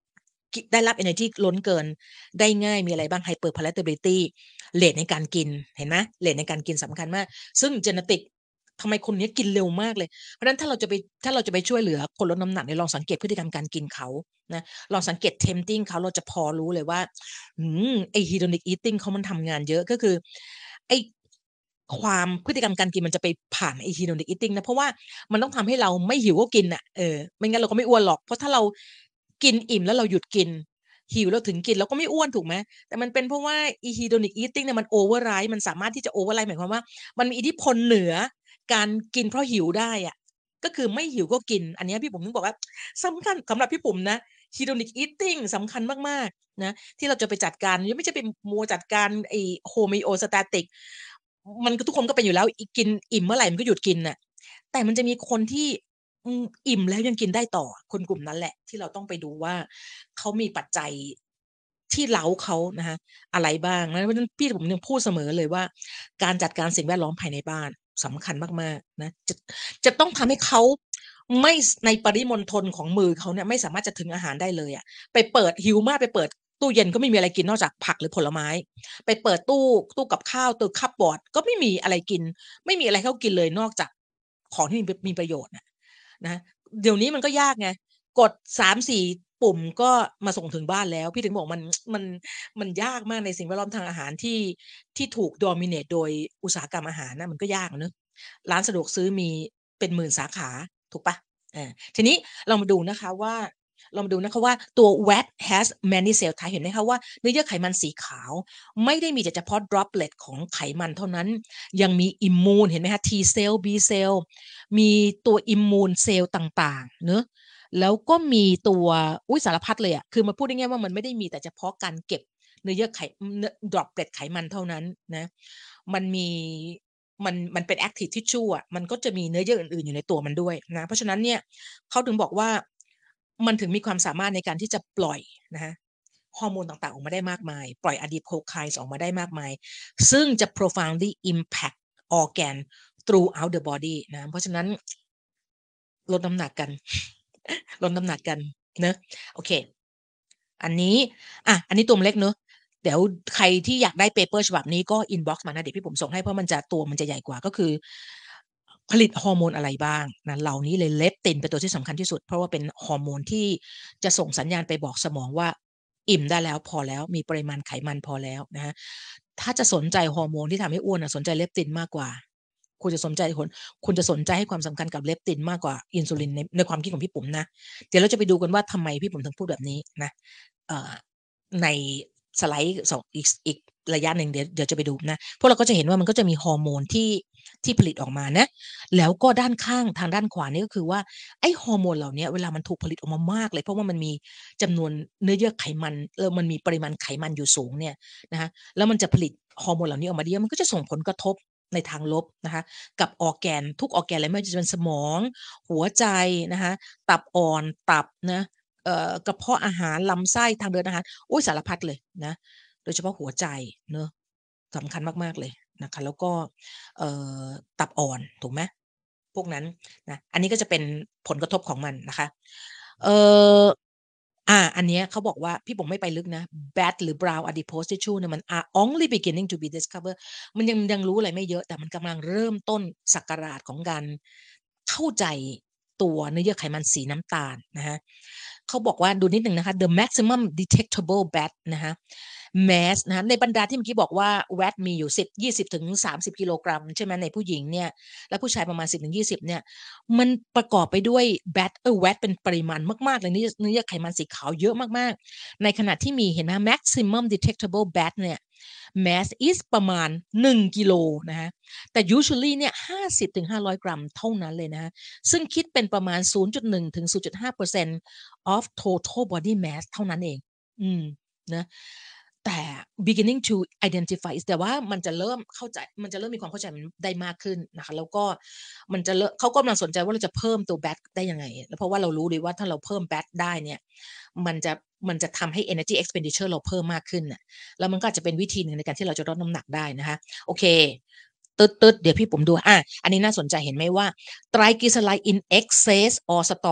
A: ได้รับ energy ล้นเกินได้ง่ายมีอะไรบ้าง hyperpalatability เรทในการกินเห็นไหมเรทในการกินสำคัญมากซึ่ง genetic ทำไมคนนี้กินเร็วมากเลยเพราะฉะนั้นถ้าเราจะไปถ้าเราจะไปช่วยเหลือคนลดน้ำหนักเนี่ยลองสังเกตพฤติกรรมการกินเขานะลองสังเกต tempting เขาเราจะพอรู้เลยว่าอืมไอ hedonic eating เขามันทำงานเยอะก็คือไอความพฤติกรรมการกินมันจะไปผ่านไอ hedonic eating นะเพราะว่ามันต้องทำให้เราไม่หิวก็กินอ่ะเออไม่งั้นเราก็ไม่อ้วนหรอกเพราะถ้าเรากินอิ่มแล้วเราหยุดกินหิวแล้วถึงกินเราก็ไม่อ้วนถูกไหมแต่มันเป็นเพราะว่า hedonic eating เนี่ยมัน override มันสามารถที่จะ override หมายความว่ามันมีอิทธิพลเหนือการกินเพราะหิวได้อ่ะก็คือไม่หิวก็กินอันนี้พี่ปุ๋มถึงบอกว่าสำคัญสำหรับพี่ปุ๋มนะ hedonic eating สำคัญมากๆนะที่เราจะไปจัดการยังไม่ใช่ไปมัวจัดการไอ้ homeostatic มันก็ทุกคนก็เป็นอยู่แล้วกินอิ่มเมื่อไหร่มันก็หยุดกินน่ะแต่มันจะมีคนที่อิ่มแล้วยังกินได้ต่อคนกลุ่มนั้นแหละที่เราต้องไปดูว่าเขามีปัจจัยที่เล้าเขานะคะอะไรบ้างนะเพราะฉะนั้นพี่ผมยังพูดเสมอเลยว่าการจัดการสิ่งแวดล้อมภายในบ้านสำคัญมากๆนะจะจะต้องทำให้เขาไม่ในปริมณฑลของมือเขาเนี่ยไม่สามารถจะถึงอาหารได้เลยอ่ะไปเปิดหิวมากไปเปิดตู้เย็นก็ไม่มีอะไรกินนอกจากผักหรือผลไม้ไปเปิดตู้ตู้กับข้าวตู้คัพบอร์ดก็ไม่มีอะไรกินไม่มีอะไรเขากินเลยนอกจากของที่มีมีประโยชน์นะนะเดี๋ยวนี้มันก็ยากไงกดสามสี่ปุ่มก็มาส่งถึงบ้านแล้วพี่ถึงบอกมันมันมันยากมากในสิ่งแวดล้อมทางอาหารที่ที่ถูก dominate โดยอุตสาหกรรมอาหารนะมันก็ยากเนอะร้านสะดวกซื้อมีเป็นหมื่นสาขาถูกปะอ่าทีนี้เรามาดูนะคะว่าเรามาดูนะคะว่าตัว แวต has many cell type เห็นไหมคะว่าเนื้อเยื่อไขมันสีขาวไม่ได้มีแต่เฉพาะ droplet ของไขมันเท่านั้นยังมีอิมมูนเห็นไหมคะ T cell B cell มีตัวอิมมูนเซลล์ต่างๆเนอะแล้วก็มีตัวอุ้ยสารพัดเลยอะคือมาพูดได้ง่ายว่ามันไม่ได้มีแต่เฉพาะการเก็บเนื้อเยื่อไขดรอปเปล็ดไขมันเท่านั้นนะมันมีมันมันเป็น active tissue อ่ะมันก็จะมีเนื้อเยื่ออื่นๆอยู่ในตัวมันด้วยนะเพราะฉะนั้นเนี่ยเขาถึงบอกว่ามันถึงมีความสามารถในการที่จะปล่อยนะฮะฮอร์โมนต่างๆออกมาได้มากมายปล่อยอะดีโพไคน์ออกมาได้มากมายซึ่งจะ profoundly impact organ throughout the body นะเพราะฉะนั้นลดน้ำหนักกัน ลดน้ำหนักกันเนอะโอเคอันนี้อ่ะอันนี้ตัวมันเล็กเนอะเดี๋ยวใครที่อยากได้เปเปอร์ฉบับนี้ก็อินบ็อกซ์มานะเดี๋ยวพี่ผมส่งให้เพราะมันจะตัวมันจะใหญ่กว่าก็คือผลิตฮอร์โมนอะไรบ้างนะเหล่านี้เลยเลปตินเป็นตัวที่สำคัญที่สุดเพราะว่าเป็นฮอร์โมนที่จะส่งสัญญาณไปบอกสมองว่าอิ่มได้แล้วพอแล้วมีปริมาณไขมันพอแล้วนะฮะถ้าจะสนใจฮอร์โมนที่ทำให้อ้วนสนใจเลปตินมากกว่าคุณจะสนใจคนคุณจะสนใจให้ความสำคัญกับเลปตินมากกว่าอินซูลินในในความคิดของพี่ปุ๋มนะเดี๋ยวเราจะไปดูกันว่าทำไมพี่ปุ๋มถึงพูดแบบนี้นะในสไลด์สองอีกอีกระยะหนึ่งเดี๋ยวเดี๋ยวจะไปดูนะพวกเราก็จะเห็นว่ามันก็จะมีฮอร์โมนที่ที่ผลิตออกมานะแล้วก็ด้านข้างทางด้านขวานี่ก็คือว่าไอ้ฮอร์โมนเหล่านี้เวลามันถูกผลิตออกมามากเลยเพราะว่ามันมีจำนวนเนื้อเยื่อไขมันเออมันมีปริมาณไขมันอยู่สูงเนี่ยนะคะแล้วมันจะผลิตฮอร์โมนเหล่านี้ออกมาเยอะมันก็จะส่งผลกระทบในทางลบนะคะกับออร์แกนทุกออร์แกนเลยไม่ว่าจะเป็นสมองหัวใจนะคะตับอ่อนตับนะเอ่อกระเพาะอาหารลำไส้ทางเดินอาหารโอ้ยสารพัดเลยนะโดยเฉพาะหัวใจเนอะสำคัญมากๆเลยนะคะแล้วก็เอ่อตับอ่อนถูกไหมพวกนั้นนะอันนี้ก็จะเป็นผลกระทบของมันนะคะเอ่ออ่าอันเนี้ยเขาบอกว่าพี่ผมไม่ไปลึกนะ bad หรือ brown adipose tissue เนี่ยมัน are only beginning to be discovered มันยังยังรู้อะไรไม่เยอะแต่มันกำลังเริ่มต้นศักราชของการเข้าใจตัวเนื้อเยื่อไขมันสีน้ำตาลนะฮะเขาบอกว่าดูนิดหนึ่งนะคะ the maximum detectable bad นะฮะ mass นะในบรรดาที่เมื่อกี้บอกว่า แวต มีอยู่สิบ ยี่สิบถึงสามสิบกิโลกรัมใช่ไหมในผู้หญิงเนี่ยและผู้ชายประมาณสิบถึงยี่สิบเนี่ยมันประกอบไปด้วย แบต เออ แวต เป็นปริมาณมากๆเลยนี่เนื้อเยื่อไขมันสีขาวเยอะมากๆในขณะที่มีเห็นไหม maximum detectable แบต เนี่ย mass is ประมาณหนึ่งกิโลนะฮะแต่ usually เนี่ยห้าสิบถึงห้าร้อยกรัมเท่านั้นเลยนะฮะซึ่งคิดเป็นประมาณ ศูนย์จุดหนึ่ง ถึง ศูนย์จุดห้าเปอร์เซ็นต์ of total body mass เท่านั้นเองอืมนะแต่ beginning to identify แต่ว่ามันจะเริ่มเข้าใจมันจะเริ่มมีความเข้าใจมันได้มากขึ้นนะคะแล้วก็มันจะเขาก็กำลังสนใจว่าเราจะเพิ่มตัว แบต ได้ยังไงแล้วเพราะว่าเรารู้เลยว่าถ้าเราเพิ่ม แบต ได้เนี่ยมันจะมันจะทำให้ energy expenditure เราเพิ่มมากขึ้นน่ะแล้วมันก็อาจจะเป็นวิธีหนึ่งในการที่เราจะลดน้ำหนักได้นะคะโอเคตึ๊ดตึ๊ดเดี๋ยวพี่ผมดูอ่ะอันนี้น่าสนใจเห็นไหมว่า triglyceride in excess or store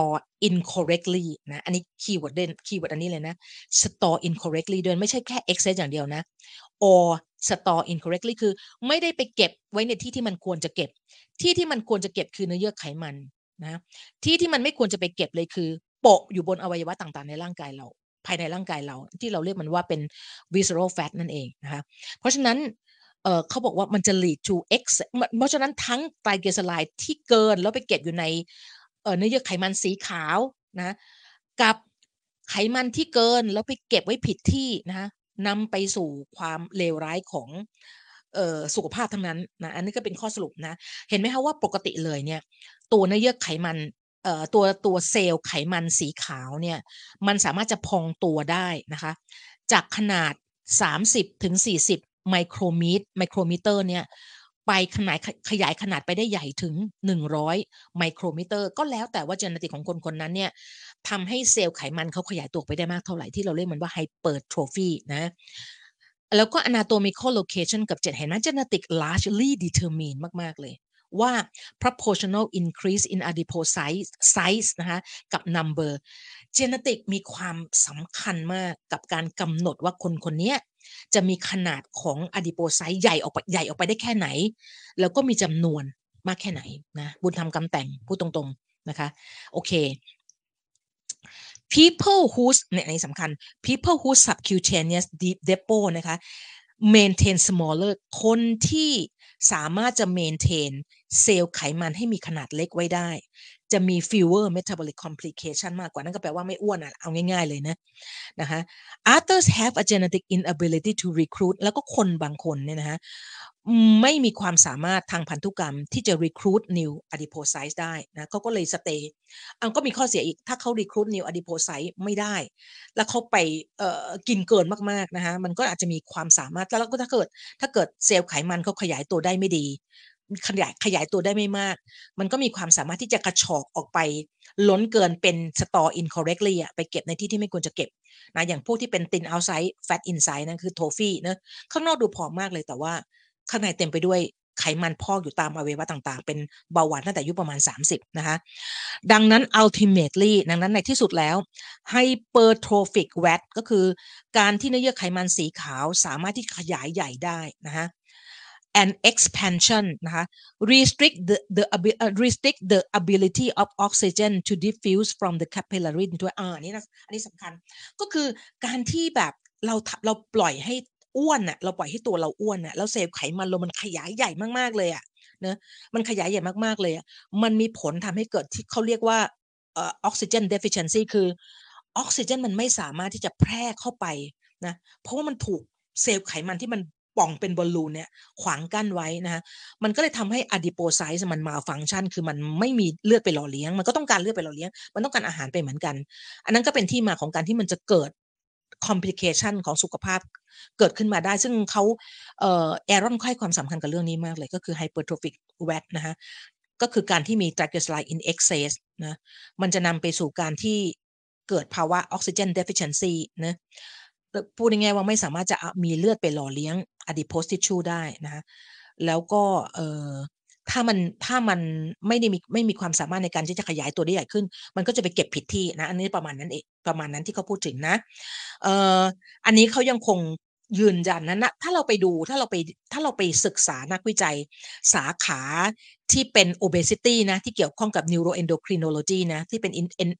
A: incorrectly นะอันนี้คีย์เวิร์ดเด่นคีย์เวิร์ดอันนี้เลยนะ store incorrectly ด้วยไม่ใช่แค่ excess อย่างเดียวนะ or store incorrectly คือไม่ได้ไปเก็บไว้ในที่ที่มันควรจะเก็บที่ที่มันควรจะเก็บคือเนื้อเยื่อไขมันนะที่ที่มันไม่ควรจะไปเก็บเลยคือโปะอยู่บนอวัยวะต่างๆในร่างกายเราภายในร่างกายเราที่เราเรียกมันว่าเป็น visceral fat นั่นเองนะคะเพราะฉะนั้นเอ่อเขาบอกว่ามันจะ lead to x เพราะฉะนั้นทั้งไตรกลีเซอไรด์ที่เกินแล้วไปเก็บอยู่ในเอ่อเนื้อเยื่อไขมันสีขาวนะกับไขมันที่เกินแล้วไปเก็บไว้ผิดที่นะนำไปสู่ความเลวร้ายของเอ่อสุขภาพทั้งนั้นนะอันนี้ก็เป็นข้อสรุปนะเห็นไหมคะว่าปกติเลยเนี่ยตัวเนื้อเยื่อไขมันเอ่อตัวตัวเซลล์ไขมันสีขาวเนี่ยมันสามารถจะพองตัวได้นะคะจากขนาดสามสิบถึงสี่สิบไมโครเมตรไมโครมิเตอร์เนี่ยไปขนาดขยายขนาดไปได้ใหญ่ถึงหนึ่งร้อยไมโครมิเตอร์ก็แล้วแต่ว่าเจเนติกของคนคนนั้นเนี่ยทำให้เซลล์ไขมันเขาขยายตัวไปได้มากเท่าไหร่ที่เราเรียกมันว่าไฮเปอร์โทรฟีนะแล้วก็ anatomical location กับเจ็ดเห็นไหม genetic largely determine มากๆเลยว่า proportional increase in adipocyte size นะคะกับ number genetic มีความสำคัญมากกับการกำหนดว่าคนคนนี้จะมีขนาดของ adipocyte ใหญ่ออกไปใหญ่ออกไปได้แค่ไหนแล้วก็มีจำนวนมากแค่ไหนนะบุญทำกรรมแต่งพูดตรงๆนะคะโอเค people whose เนี่ยนี่สำคัญ people whose subcutaneous depot นะคะ maintain smaller คนที่สามารถจะ maintain เซลล์ไขมันให้มีขนาดเล็กไว้ได้จะมี fewer metabolic complication มากกว่านั่นก็แปลว่าไม่อ้วนอ่ะเอาง่ายๆเลยนะนะคะ others have a genetic inability to recruit แล้วก็คนบางคนเนี่ยนะคะไม่มีความสามารถทางพันธุกรรมที่จะ recruit new adipocytes ได้นะเขาก็เลย stay อันก็มีข้อเสียอีกถ้าเขา recruit new adipocyte ไม่ได้แล้วเขาไปเอ่อกินเกินมากๆนะคะมันก็อาจจะมีความสามารถแล้วก็ถ้าเกิดถ้าเกิดเซลล์ไขมันเขาขยายตัวได้ไม่ดีขยายขยายตัวได้ไม่มากมันก็มีความสามารถที่จะกระชอกออกไปล้นเกินเป็น store incorrectly อ่ะไปเก็บในที่ที่ไม่ควรจะเก็บนะอย่างพวกที่เป็น thin outside fat inside นั่นคือโทฟี่นะข้างนอกดูผอมมากเลยแต่ว่าข้างในเต็มไปด้วยไขมันพอกอยู่ตามอวัยวะต่างๆเป็นเบาหวานตั้งแต่อายุประมาณสามสิบนะคะดังนั้น ultimately ดังนั้นในที่สุดแล้ว hypertrophic fat ก็คือการที่เนื้อเยื่อไขมันสีขาวสามารถที่ขยายใหญ่ได้นะคะ and expansion นะคะ restrict the the uh, restrict the ability of oxygen to diffuse from the capillary into อ่าอันนี้นะอันนี้สำคัญก็คือการที่แบบเราเราปล่อยให้อ้วนน่ะเราปล่อยให้ตัวเราอ้วนน่ะแล้วเซลล์ไขมันเรามันขยายใหญ่มากๆเลยอ่ะเนอะมันขยายใหญ่มากๆเลยอ่ะมันมีผลทำให้เกิดที่เขาเรียกว่าเอ่อ oxygen deficiency คือออกซิเจนมันไม่สามารถที่จะแพร่เข้าไปนะเพราะว่ามันถูกเซลล์ไขมันที่มันป่องเป็นบอลลูนเนี่ยขวางกั้นไว้นะคะมันก็เลยทำให้ adipocyte มันมาฟังก์ชันคือมันไม่มีเลือดไปหล่อเลี้ยงมันก็ต้องการเลือดไปหล่อเลี้ยงมันต้องการอาหารไปเหมือนกันอันนั้นก็เป็นที่มาของการที่มันจะเกิด complication ของสุขภาพเกิดขึ้นมาได้ซึ่งเขาเอ่อแอรอนให้ความสำคัญกับเรื่องนี้มากเลยก็คือ hypertrophic fat นะคะก็คือการที่มี triglyceride in excess นะมันจะนำไปสู่การที่เกิดภาวะ oxygen deficiency นะพูดง่ายๆว่าไม่สามารถจะมีเลือดไปหล่อเลี้ยง adipose tissue ได้นะคะแล้วก็เอ่อถ้ามันถ้ามันไม่ได้มีไม่มีความสามารถในการที่จะขยายตัวได้ใหญ่ขึ้นมันก็จะไปเก็บผิดที่นะอันนี้ประมาณนั้นเองประมาณนั้นที่เขาพูดถึงนะเอ่ออันนี้เขายังคงยืนยันนะนะถ้าเราไปดูถ้าเราไปถ้าเราไปศึกษานักวิจัยสาขาที่เป็น obesity นะที่เกี่ยวข้องกับ neuroendocrinology นะที่เป็น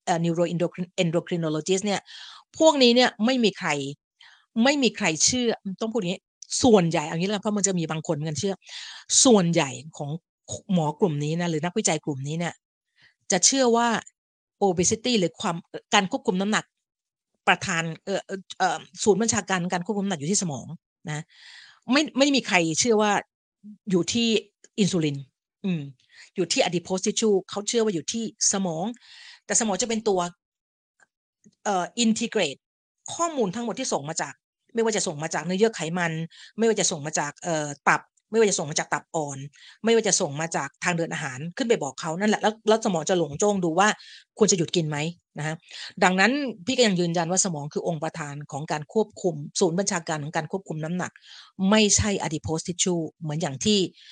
A: neuroendocrinologist เนี่ยพวกนี้เนี่ยไม่มีใครไม่มีใครเชื่อต้องพูดอย่างนี้ส่วนใหญ่อย่างนี้แล้วเพราะมันจะมีบางคนกันเชื่อส่วนใหญ่ของหมอกลุ่มนี้นะหรือนักวิจัยกลุ่มนี้เนี่ยจะเชื่อว่า obesity หรือความการควบคุมน้ำหนักประธานเอ่อเอ่อศูนย์บัญชาการการควบคุมน้ำหนักอยู่ที่สมองนะไม่ไม่มีใครเชื่อว่าอยู่ที่อินซูลินอืมอยู่ที่ adipose tissue เขาเชื่อว่าอยู่ที่สมองแต่สมองจะเป็นตัวเอ่อ integrate ข้อมูลทั้งหมดที่ส่งมาจากไม่ว่าจะส่งมาจากเนื้อเยื่อไขมันไม่ว่าจะส่งมาจากเอ่อตับไม่ว่าจะส่งมาจากตับอ่อนไม่ว่าจะส่งมาจากทางเดินอาหารขึ้นไปบอกเขานั่นแหละแล้วแล้วสมองจะหลงโจ้งดูว่าควรจะหยุดกินไหมนะฮะดังนั้นพี่ก็ยังยืนยันว่าสมองคือองค์ประธานของการควบคุมศูนย์บัญชาการของการควบคุมน้ำหนักไม่ใช่ adipose tissue เหมือนอย่างที่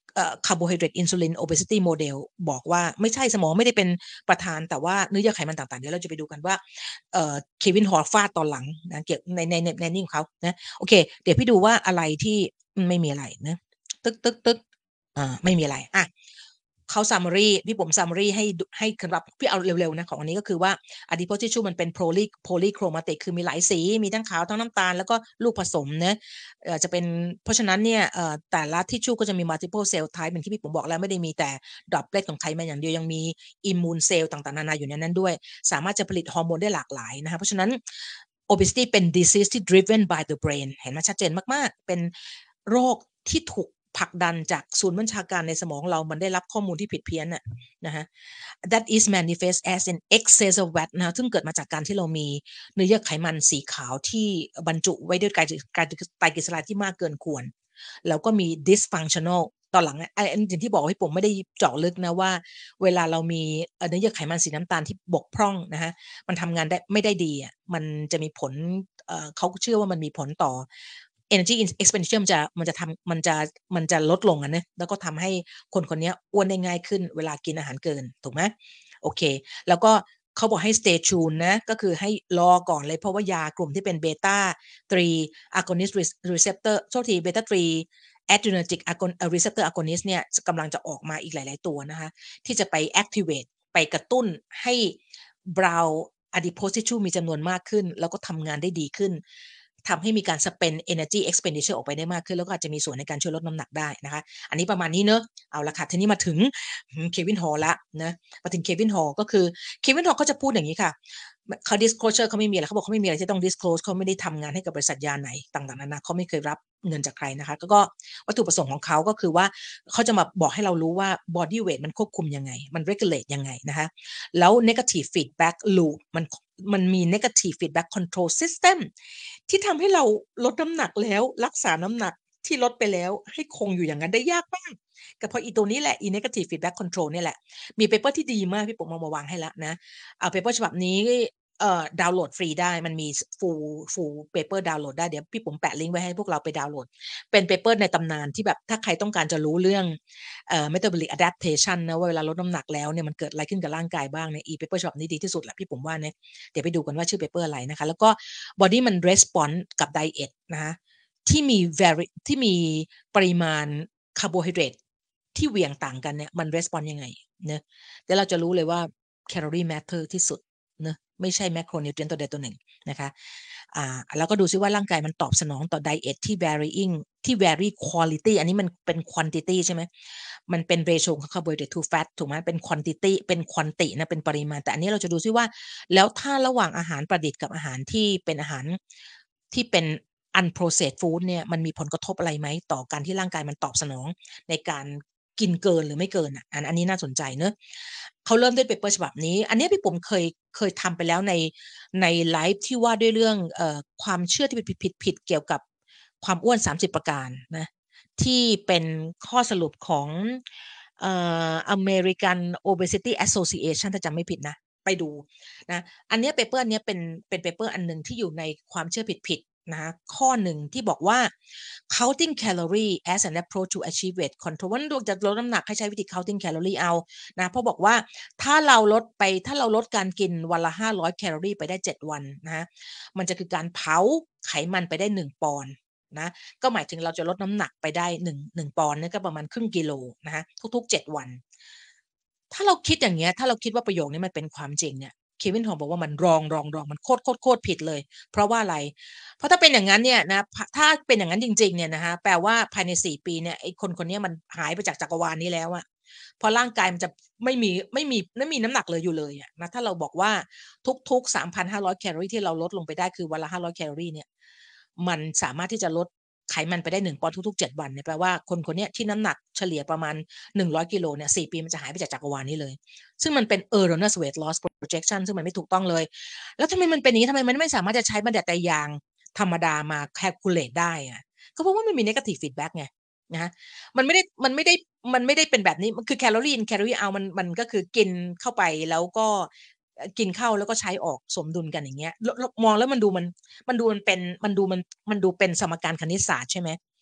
A: เอ่อ carbohydrate insulin obesity model บอกว่าไม่ใช่สมองไม่ได้เป็นประธานแต่ว่าเนื้อเยื่อไขมันต่างๆเดี๋ยวเราจะไปดูกันว่าเอ่อเควินฮอร์ฟาดตอนหลังนะเกี่ยวในในในในนี่ของเขานะโอเคเดี๋ยวพี่ดูว่าอะไรที่ไม่มีอะไรนะตึกตึกตึกอ่าไม่มีอะไรอ่ะเขา summary พี่ผม summary ให้ให้สำหรับพี่เอาเร็วๆนะของอันนี้ก็คือว่า adipose tissue มันเป็น poly polychromatic คือมีหลายสีมีทั้งขาวทั้งน้ำตาลแล้วก็ลูกผสมนะเอ่อจะเป็นเพราะฉะนั้นเนี่ยเอ่อแต่ละ tissue ก็จะมี multiple cell type เหมือนที่พี่ผมบอกแล้วไม่ได้มีแต่ droplet ของไขมันอย่างเดียวยังมี immune cell ต่างๆนานาอยู่ในนั้นด้วยสามารถจะผลิตฮอร์โมนได้หลากหลายนะคะเพราะฉะนั้น obesity เป็น disease ที่ driven by the brain เห็นไหมชัดเจนมากๆเป็นโรคที่ถูกผลักดันจากศูนย์บัญชาการในสมองเรามันได้รับข้อมูลที่ผิดเพี้ยนน่ะนะฮะ that is manifest as an excess of fat นะซึ่งเกิดมาจากการที่เรามีเนื้อเยื่อไขมันสีขาวที่บรรจุไว้ด้วยไตรไตรกลีเซอไรด์ที่มากเกินควรแล้วก็มี dysfunctional ตอนหลังไอ้อย่างที่บอกให้ผมไม่ได้เจาะลึกนะว่าเวลาเรามีเนื้อเยื่อไขมันสีน้ำตาลที่บกพร่องนะฮะมันทำงานได้ไม่ได้ดีอ่ะมันจะมีผลเอ่อเขาเชื่อว่ามันมีผลต่อ energy expenditure มันจะมันจะทำมันจะมันจะลดลงอ่ะนะแล้วก็ทำให้คนคนนี้อ้วนได้ง่ายขึ้นเวลากินอาหารเกินถูกไหมโอเคแล้วก็เขาบอกให้ stay tuned นะก็คือให้รอก่อนเลยเพราะว่ายากลุ่มที่เป็นเบต้าสาม agonist receptor โทษทีเบต้าสาม adrenergic receptor agonist เนี่ยกำลังจะออกมาอีกหลายๆตัวนะคะที่จะไป activate ไปกระตุ้นให้ brown adipose tissue มีจำนวนมากขึ้นแล้วก็ทำงานได้ดีขึ้นทำให้มีการ spend energy expenditure ออกไปได้มากขึ้นแล้วก็อาจจะมีส่วนในการช่วยลดน้ำหนักได้นะคะอันนี้ประมาณนี้เนอะเอาละค่ะทีนี้มาถึงเควินฮอลละนะมาถึงเควินฮอลก็คือเควินฮอลก็จะพูดอย่างนี้ค่ะเขา disclosure เขาไม่มีอะไรเขาบอกเขาไม่มีอะไรที่ต้อง disclose เขาไม่ได้ทำงานให้กับบริษัทยาไหนต่างๆนานาเขาไม่เคยรับเงินจากใครนะคะก็วัตถุประสงค์ของเขาก็คือว่าเขาจะมาบอกให้เรารู้ว่า body weight มันควบคุมยังไงมัน regulate ยังไงนะคะแล้ว negative feedback loop มันมันมี negative feedback control system ที่ทำให้เราลดน้ำหนักแล้วรักษาน้ำหนักที่ลดไปแล้วให้คงอยู่อย่างนั้นได้ยากมากก็เพราะอีตัวนี้แหละ e negative feedback control เนี่ยแหละมีเปเปอร์ที่ดีมากพี่ผมมาวางให้แล้วนะเอาเปเปอร์ฉบับนี้เอ่อดาวน์โหลดฟรีได้มันมี full full paper ดาวน์โหลดได้เดี๋ยวพี่ผมแปะลิงก์ไว้ให้พวกเราไปดาวน์โหลดเป็นเปเปอร์ในตำนานที่แบบถ้าใครต้องการจะรู้เรื่องเอ่อ metabolic adaptation นะว่าเวลาลดน้ำหนักแล้วเนี่ยมันเกิดอะไรขึ้นกับร่างกายบ้างเนี่ย e paper ฉบับนี้ดีที่สุดแหละพี่ผมว่าเนี่ยเดี๋ยวไปดูกันว่าชื่อเปเปอร์อะไรนะคะแล้วก็ body มัน response กับ diet นะคะที่มี very ที่มีปริมาณคาร์โบไฮเดรตที่เหวี่ยงต่างกันเนี่ยมัน response ยังไงเนะเดี๋ยวเราจะรู้เลยว่า calorie matter ที่สุดเนะไม่ใช่ macronutrient ตัวใดตัวหนึ่งนะคะอ่าแล้วก็ดูซิว่าร่างกายมันตอบสนองต่อ diet ที่ varying ที่ vary quality อันนี้มันเป็น quantity ใช่ไหมมันเป็น ratio ของ carbohydrate to fat ถูกไหมเป็น quantity เป็น quantity นะเป็นปริมาณแต่อันนี้เราจะดูซิว่าแล้วถ้าระหว่างอาหารประดิษฐ์กับอาหารที่เป็นอาหารที่เป็น unprocessed food เนี่ยมันมีผลกระทบอะไรไหมต่อการที่ร่างกายมันตอบสนองในการกินเกินหรือไม่เกินอ่ะอันอันนี้น่าสนใจเนอะเขาเริ่มด้วยเปเปอร์ฉบับนี้อันนี้พี่ผมเคยเคยทำไปแล้วในในไลฟ์ที่ว่าด้วยเรื่องเอ่อความเชื่อที่ผิดผิดผิดเกี่ยวกับความอ้วนสามสิบประการนะที่เป็นข้อสรุปของเอ่อ American Obesity Association ถ้าจำไม่ผิดนะไปดูนะอันนี้เปเปอร์อันนี้เป็นเป็นเปเปอร์อันหนึ่งที่อยู่ในความเชื่อผิดๆนะข้อหนึ่งที่บอกว่า counting calorie as an approach to achieve weight control ว่าจะลดน้ำหนักให้ใช้วิธี counting calorie เอานะเพราะบอกว่าถ้าเราลดไปถ้าเราลดการกินวันละห้าร้อยแคลอรี่ไปได้เจ็ดวันนะมันจะคือการเผาไขมันไปได้หนึ่งปอนด์นะก็หมายถึงเราจะลดน้ำหนักไปได้หนึ่ง หนึ่งปอนด์นี่ก็ประมาณครึ่งกิโลนะคะทุกๆเจ็ดวันถ้าเราคิดอย่างเงี้ยถ้าเราคิดว่าประโยคนี้มันเป็นความจริงเนี่ยเควินฮอร์บอกว่ามันรองรองรองมันโคตรโคตรโคตรผิดเลยเพราะว่าอะไรเพราะถ้าเป็นอย่างนั้นเนี่ยนะถ้าเป็นอย่างนั้นจริงๆเนี่ยนะคะแปลว่าภายในสี่ปีเนี่ยไอ้คนคนนี้มันหายไปจากจักรวาลนี้แล้วอะพอร่างกายมันจะไม่มีไม่มีไม่มีน้ำหนักเลยอยู่เลยอะนะถ้าเราบอกว่าทุกๆ สามพันห้าร้อย แคลอรี่ที่เราลดลงไปได้คือวันละห้าร้อยแคลอรี่เนี่ยมันสามารถที่จะลดไขมันไปได้หนึ่งปอนด์ทุกๆเจ็ดวันเนี่ยแปลว่าคนคนนี้ที่น้ำหนักเฉลี่ยประมาณหนึ่งร้อยกิโลเนี่ยสี่ปีมันจะหายไปจากจักรวาลนี้เลยซึ่งมันเป็น erroneous weight loss projection ซึ่งมันไม่ถูกต้องเลยแล้วทำไมมันเป็นอย่างนี้ทำไมมันไม่สามารถจะใช้บัญญัติยางธรรมดามา calculate ได้อะก็เพราะว่ามันมี negative feedback ไงนะมันไม่ได้มันไม่ได้มันไม่ได้เป็นแบบนี้มันคือ calorie in calorie out มันมันก็คือกินเข้าไปแล้วก็กินเข้าแล้วก็ใช้ออกสมดุลกันอย่างเงี้ยมองแล้วมันดูมันมันดูมันเป็นมันดูมันมันดูเป็นสมการคณิตศาสตร์ใช่ไหม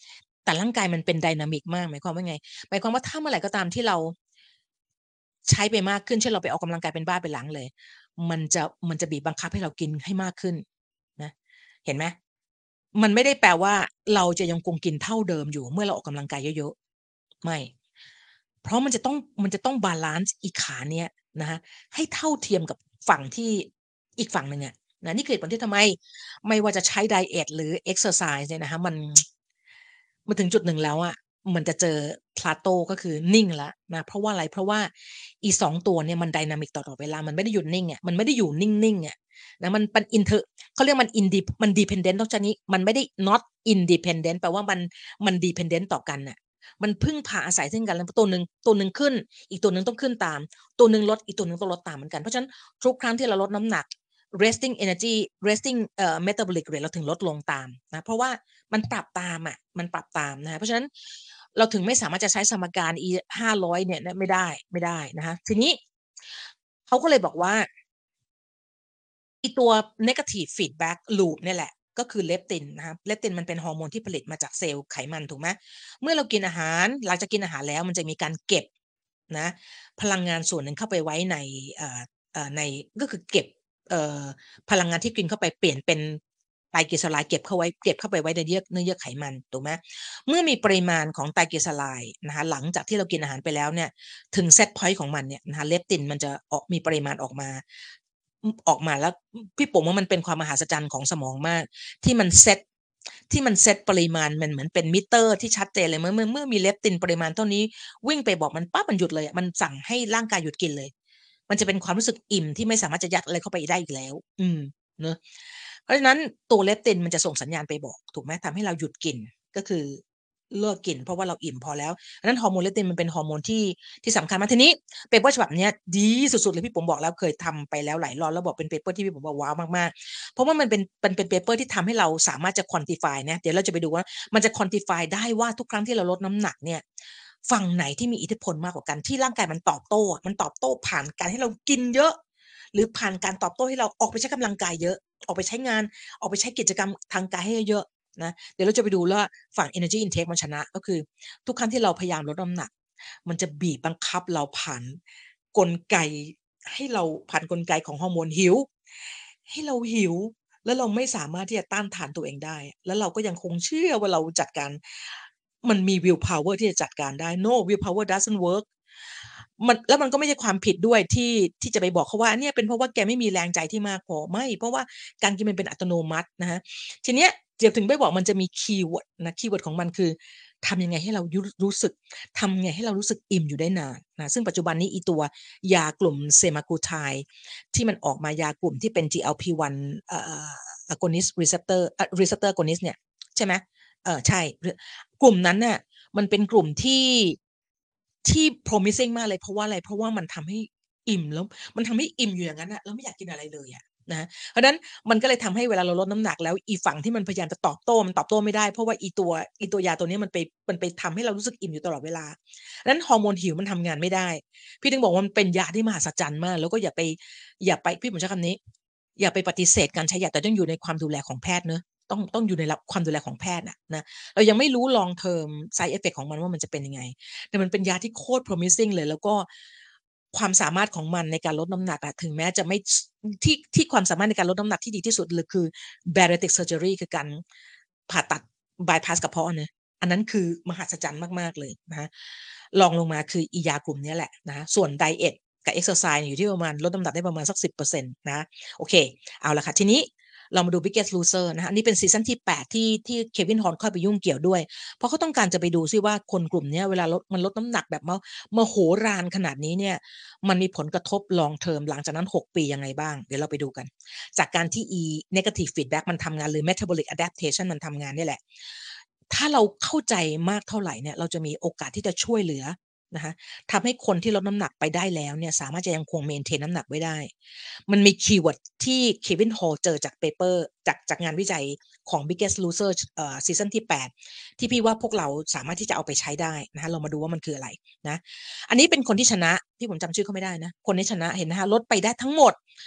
A: แต่ร่างกายมันเป็นไดนามิกมากหมายความว่าไงหมายความว่าถ้าเมื่อไหร่ก็ตามที่เราใช้ไปมากขึ้นเช่นเราไปออกกำลังกายเป็นบ้าเป็นหลังเลยมันจะมันจะบีบบังคับให้เรากินให้มากขึ้นนะเห็นไหมมันไม่ได้แปลว่าเราจะยังคงกินเท่าเดิมอยู่เมื่อเราออกกำลังกายเยอะๆไม่เพราะมันจะต้องมันจะต้องบาลันซ์อีกขาเนี้ยนะคะให้เท่าเทียมกับฝั่งที่อีกฝั่งหนึ่งอะนะนี่คือเหตุผลที่ทำไมไม่ว่าจะใช้ไดเอทหรือเอกเซอร์ไซส์เนี่ยนะคะมัน มาถึงจุดหนึ่งแล้วอะมันจะเจอ plateau ก็คือนิ่งแล้วนะเพราะว่าอะไรเพราะว่าอีสองตัวเนี่ยมันไดนามิกตลอดเวลามันไม่ได้หยุดนิ่งอะมันไม่ได้อยู่นิ่งๆอะนะมันเป็น inter เขาเรียกมัน inde มัน dependent ต้องใช้นี้มันไม่ได้ not independent แปลว่ามันมัน dependent ต่อกันน่ะมันพึ่งพาอาศัยซึ่งกันและตัวหนึ่งตัวหนึ่งขึ้นอีกตัวหนึ่งต้องขึ้นตามตัวหนึ่งลดอีกตัวหนึ่งต้องลดตามเหมือนกันเพราะฉะนั้นทุกครั้งที่เราลดน้ำหนัก resting energy resting เอ่อ metabolic rate เราถึงลดลงตามนะเพราะว่ามันปรับตามอะมันปรับตามนะเพราะฉะนั้นเราถึงไม่สามารถจะใช้สมการ e ห้าร้อยเนี่ยไม่ได้ไม่ได้นะคะทีนี้เขาก็เลยบอกว่าอีตัว negative feedback loop เนี่ยแหละก็คือเลปตินนะคะเลปตินมันเป็นฮอร์โมนที่ผลิตมาจากเซลล์ไขมันถูกไหมเมื่อเรากินอาหารหลังจากกินอาหารแล้วมันจะมีการเก็บนะพลังงานส่วนหนึ่งเข้าไปไว้ในเอ่อเอ่อในก็คือเก็บเอ่อพลังงานที่กินเข้าไปเปลี่ยนเป็นไตรกลีเซอไรด์เก็บเข้าไว้เก็บเข้าไปไว้ในเยื่อเนื้อเยื่อไขมันถูกไหมเมื่อมีปริมาณของไตรกลีเซอไรด์นะคะหลังจากที่เรากินอาหารไปแล้วเนี่ยถึงเซตพอยต์ของมันเนี่ยนะคะเลปตินมันจะออกมีปริมาณออกมาออกมาแล้วพี่ปุ๋มว่ามันเป็นความมหัศจรรย์ของสมองมากที่มันเซตที่มันเซตปริมาณมันเหมือนเป็นมิเตอร์ที่ชัดเจนเลยเมื่อเมื่อเมื่อมีเลปตินปริมาณเท่านี้วิ่งไปบอกมันปั๊บมันหยุดเลยมันสั่งให้ร่างกายหยุดกินเลยมันจะเป็นความรู้สึกอิ่มที่ไม่สามารถจะยัดอะไรเข้าไปได้อีกแล้วอืมเนอะเพราะฉะนั้นตัวเลปตินมันจะส่งสัญญาณไปบอกถูกไหมทำให้เราหยุดกินก็คือเลิกกินเพราะว่าเราอิ่มพอแล้วดังนั้นฮอร์โมนเลปตินมันเป็นฮอร์โมนที่ที่สำคัญมากทีนี้เปเปอร์ฉบับนี้ดีสุดๆเลยพี่ผมบอกแล้วเคยทำไปแล้วหลายรอบแล้วบอกเป็นเปเปอร์ที่พี่ผมบอกว้าวมากๆเพราะว่ามันเป็นเป็นเป็นเปเปอร์ที่ทำให้เราสามารถจะ quantify นะเดี๋ยวเราจะไปดูว่ามันจะ quantify ได้ว่าทุกครั้งที่เราลดน้ำหนักเนี่ยฝั่งไหนที่มีอิทธิพลมากกว่ากันที่ร่างกายมันตอบโต้มันตอบโต้ผ่านการให้เรากินเยอะหรือผ่านการตอบโต้ให้เราออกไปใช้กำลังกายเยอะออกไปใช้งานออกไปใช้กิจกรรมทางกายให้เยอะนะเดี๋ยวเราจะไปดูว่าฝั่ง energy intake มันชนะก็คือทุกครั้งที่เราพยายามลดน้ำหนักมันจะบีบบังคับเราผ่านกลไกให้เราผ่านกลไกของฮอร์โมนหิวให้เราหิวแล้วเราไม่สามารถที่จะต้านทานตัวเองได้แล้วเราก็ยังคงเชื่อว่าเราจัดการมันมี will power ที่จะจัดการได้ no will power doesn't work มันแล้วมันก็ไม่ใช่ความผิดด้วยที่ที่จะไปบอกเขาว่าเนี่ยเป็นเพราะว่าแกไม่มีแรงใจที่มากพอไม่เพราะว่าการกินมันเป็นอัตโนมัตินะคะทีเนี้ยเดี๋ยวถึงได้บอกมันจะมีคีย์เวิร์ดนะคีย์เวิร์ดของมันคือทำยังไงให้เรายุรู้สึกทำยังไงให้เรารู้สึกอิ่มอยู่ได้นานนะซึ่งปัจจุบันนี้อีตัวยากลุ่มเซมากูไทที่มันออกมายากลุ่มที่เป็น จี แอล พี วัน เอ่อ agonist receptor เอ่อ receptor agonist เนี่ยใช่ไหมเออใช่กลุ่มนั้นน่ะมันเป็นกลุ่มที่ที่ promising มากเลยเพราะว่าอะไรเพราะว่ามันทำให้อิ่มแล้วมันทำให้อิ่มอยู่อย่างนั้นอะแล้วไม่อยากกินอะไรเลยอะนะเพราะฉะนั้นมันก็เลยทำให้เวลาเราลดน้ำหนักแล้วอีฝั่งที่มันพยายามจะตอบโต้มันตอบโต้ไม่ได้เพราะว่าอีตัวอีตัวยาตัวนี้มันไปมันไปทำให้เรารู้สึกอิ่มอยู่ตลอดเวลานั้นฮอร์โมนหิวมันทำงานไม่ได้พี่ถึงบอกว่ามันเป็นยาที่มหัศจรรย์มากแล้วก็อย่าไปอย่าไปพี่ผมใช้คำนี้อย่าไปปฏิเสธการใช้ยาแต่ต้องอยู่ในความดูแลของแพทย์เนอะต้องต้องอยู่ในความดูแลของแพทย์นะนะเรายังไม่รู้ long term side effect ของมันว่ามันจะเป็นยังไงแต่มันเป็นยาที่โคตร promising เลยแล้วก็ความสามารถของมันในการลดน้ำหนักอะถึงแม้จะไม่ที่ที่ความสามารถในการลดน้ำหนักที่ดีที่สุดเลยคือ bariatric surgery คือการผ่าตัด bypass กระเพาะเนี่ยอันนั้นคือมหัศจรรย์มากๆเลยนะลองลงมาคืออียากลุ่มนี้แหละนะส่วนไดเอทกับ exercise อยู่ที่ประมาณลดน้ำหนักได้ประมาณสัก สิบเปอร์เซ็นต์ นะโอเคเอาละค่ะทีนี้เรามาดู Biggest Loser นะคะอันนี้เป็นซีซั่นที่แปดที่ที่เควินฮอร์นเข้าไปยุ่งเกี่ยวด้วยเพราะเขาต้องการจะไปดูซิว่าคนกลุ่มนี้เวลาลดมันลดน้ำหนักแบบมมโหฬารขนาดนี้เนี่ยมันมีผลกระทบ long term หลังจากนั้นหกปียังไงบ้างเดี๋ยวเราไปดูกันจากการที่ e negative feedback มันทำงานหรือ metabolic adaptation มันทำงานนี่แหละถ้าเราเข้าใจมากเท่าไหร่เนี่ยเราจะมีโอกาสที่จะช่วยเหลือนะคะทำให้คนที่ลดน้ำหนักไปได้แล้วเนี่ยสามารถจะยังคงเมนเทนน้ำหนักไว้ได้มันมีคีย์เวิร์ดที่เควินฮอลเจอจากเปเปอร์จากจากงานวิจัยของ Biggest Loser เอ่อซีซั่นที่แปดที่พี่ว่าพวกเราสามารถที่จะเอาไปใช้ได้นะคะเรามาดูว่ามันคืออะไรนะอันนี้เป็นคนที่ชนะที่ผมจำชื่อเขาไม่ได้นะคนที่ชนะเห็นนะคะลดไปได้ทั้งหมด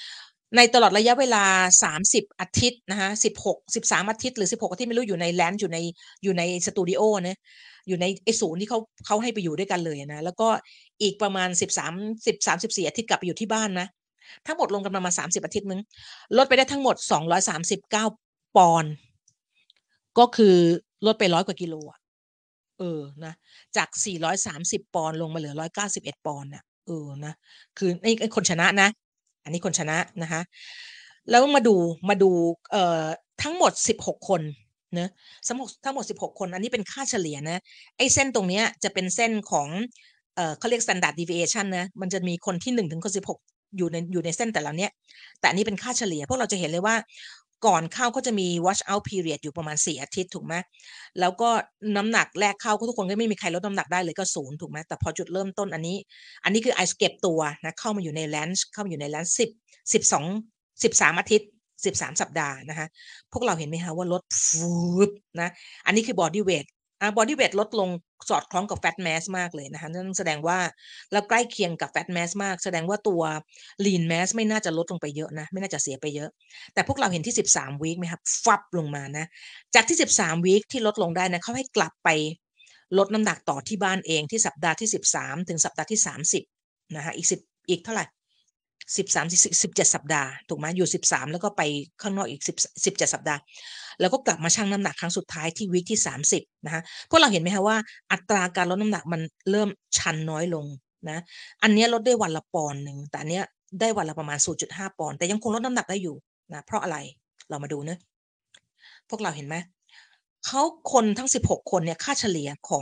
A: ในตลอดระยะเวลาสามสิบอาทิตย์นะคะสิบหก สิบสามอาทิตย์หรือสิบหกอาทิตย์ไม่รู้อยู่ใน Ranch อยู่ในอยู่ในสตูดิโอนะอยู่ในไอ้ศูนย์ที่เขาเขาให้ไปอยู่ด้วยกันเลยนะแล้วก็อีกประมาณสิบสาม สิบสาม สิบสี่อาทิตย์กลับไปอยู่ที่บ้านนะทั้งหมดรวมกันประมาณสามสิบอาทิตย์มึงลดไปได้ทั้งหมดสองร้อยสามสิบเก้าปอนด์ก็คือลดไปร้อยกว่ากิโลอะเออนะจากสี่ร้อยสามสิบปอนด์ลงมาเหลือหนึ่งร้อยเก้าสิบเอ็ดปอนด์น่ะเออนะคือนี่ไอ้คนชนะนะอันนี้คนชนะนะคะแล้วมาดูมาดูเอ่อทั้งหมดสิบหกคนเนอะทั้งหมดทั้งหมดสิบหกคนอันนี้เป็นค่าเฉลี่ยนะไอ้เส้นตรงเนี้ยจะเป็นเส้นของเอ่อเขาเรียก standard deviation นะมันจะมีคนที่หนึ่งถึงคนสิบหกอยู่ในอยู่ในเส้นแต่ละเนี้ยแต่อันนี้เป็นค่าเฉลี่ยพวกเราจะเห็นเลยว่าก่อนเข้าก็จะมี watch out period อยู่ประมาณสี่อาทิตย์ถูกไหมแล้วก็น้ำหนักแรกเข้าก็ทุกคนก็ไม่มีใครลดน้ำหนักได้เลยก็ศูนย์ถูกไหมแต่พอจุดเริ่มต้นอันนี้อันนี้คือไอซ์เก็บตัวนะเข้ามาอยู่ในแลนช์เข้ามาอยู่ในแลนช์สิบสิบสองสิบสามอาทิตย์สิบสามสัปดาห์นะคะพวกเราเห็นไหมคะว่าลดฟูบนะอันนี้คือบอดี้เวทอ่าบอดี้เวทลดลงสอดคล้องกับแฟตแมสมากเลยนะคะนั่นแสดงว่าเราใกล้เคียงกับแฟตแมสมากแสดงว่าตัวลีนแมสไม่น่าจะลดลงไปเยอะนะไม่น่าจะเสียไปเยอะแต่พวกเราเห็นที่สิบสามวีคไหมครับฟับลงมานะจากที่สิบสามวีคที่ลดลงได้นะเขาให้กลับไปลดน้ำหนักต่อที่บ้านเองที่สัปดาห์ที่สิบสามถึงสัปดาห์ที่สามสิบนะคะอีกสิบอีกเท่าไหร่สิบสามสิบเจ็ดสัปดาห์ถูกไหมอยู่สิบสามแล้วก็ไปข้างนอกอีกสิบ สิบเจ็ดสัปดาห์แล้วก็กลับมาชั่งน้ำหนักครั้งสุดท้ายที่วีคที่สามสิบนะคะพวกเราเห็นไหมคะว่าอัตราการลดน้ำหนักมันเริ่มชันน้อยลงนะอันนี้ลดได้วันละปอนด์หนึ่งแต่อันเนี้ยได้วันละประมาณ ศูนย์จุดห้า ปอนด์แต่ยังคงลดน้ำหนักได้อยู่นะเพราะอะไรเรามาดูเนะพวกเราเห็นไหมเขาคนทั้งสิบหกคนเนี่ยค่าเฉลี่ยของ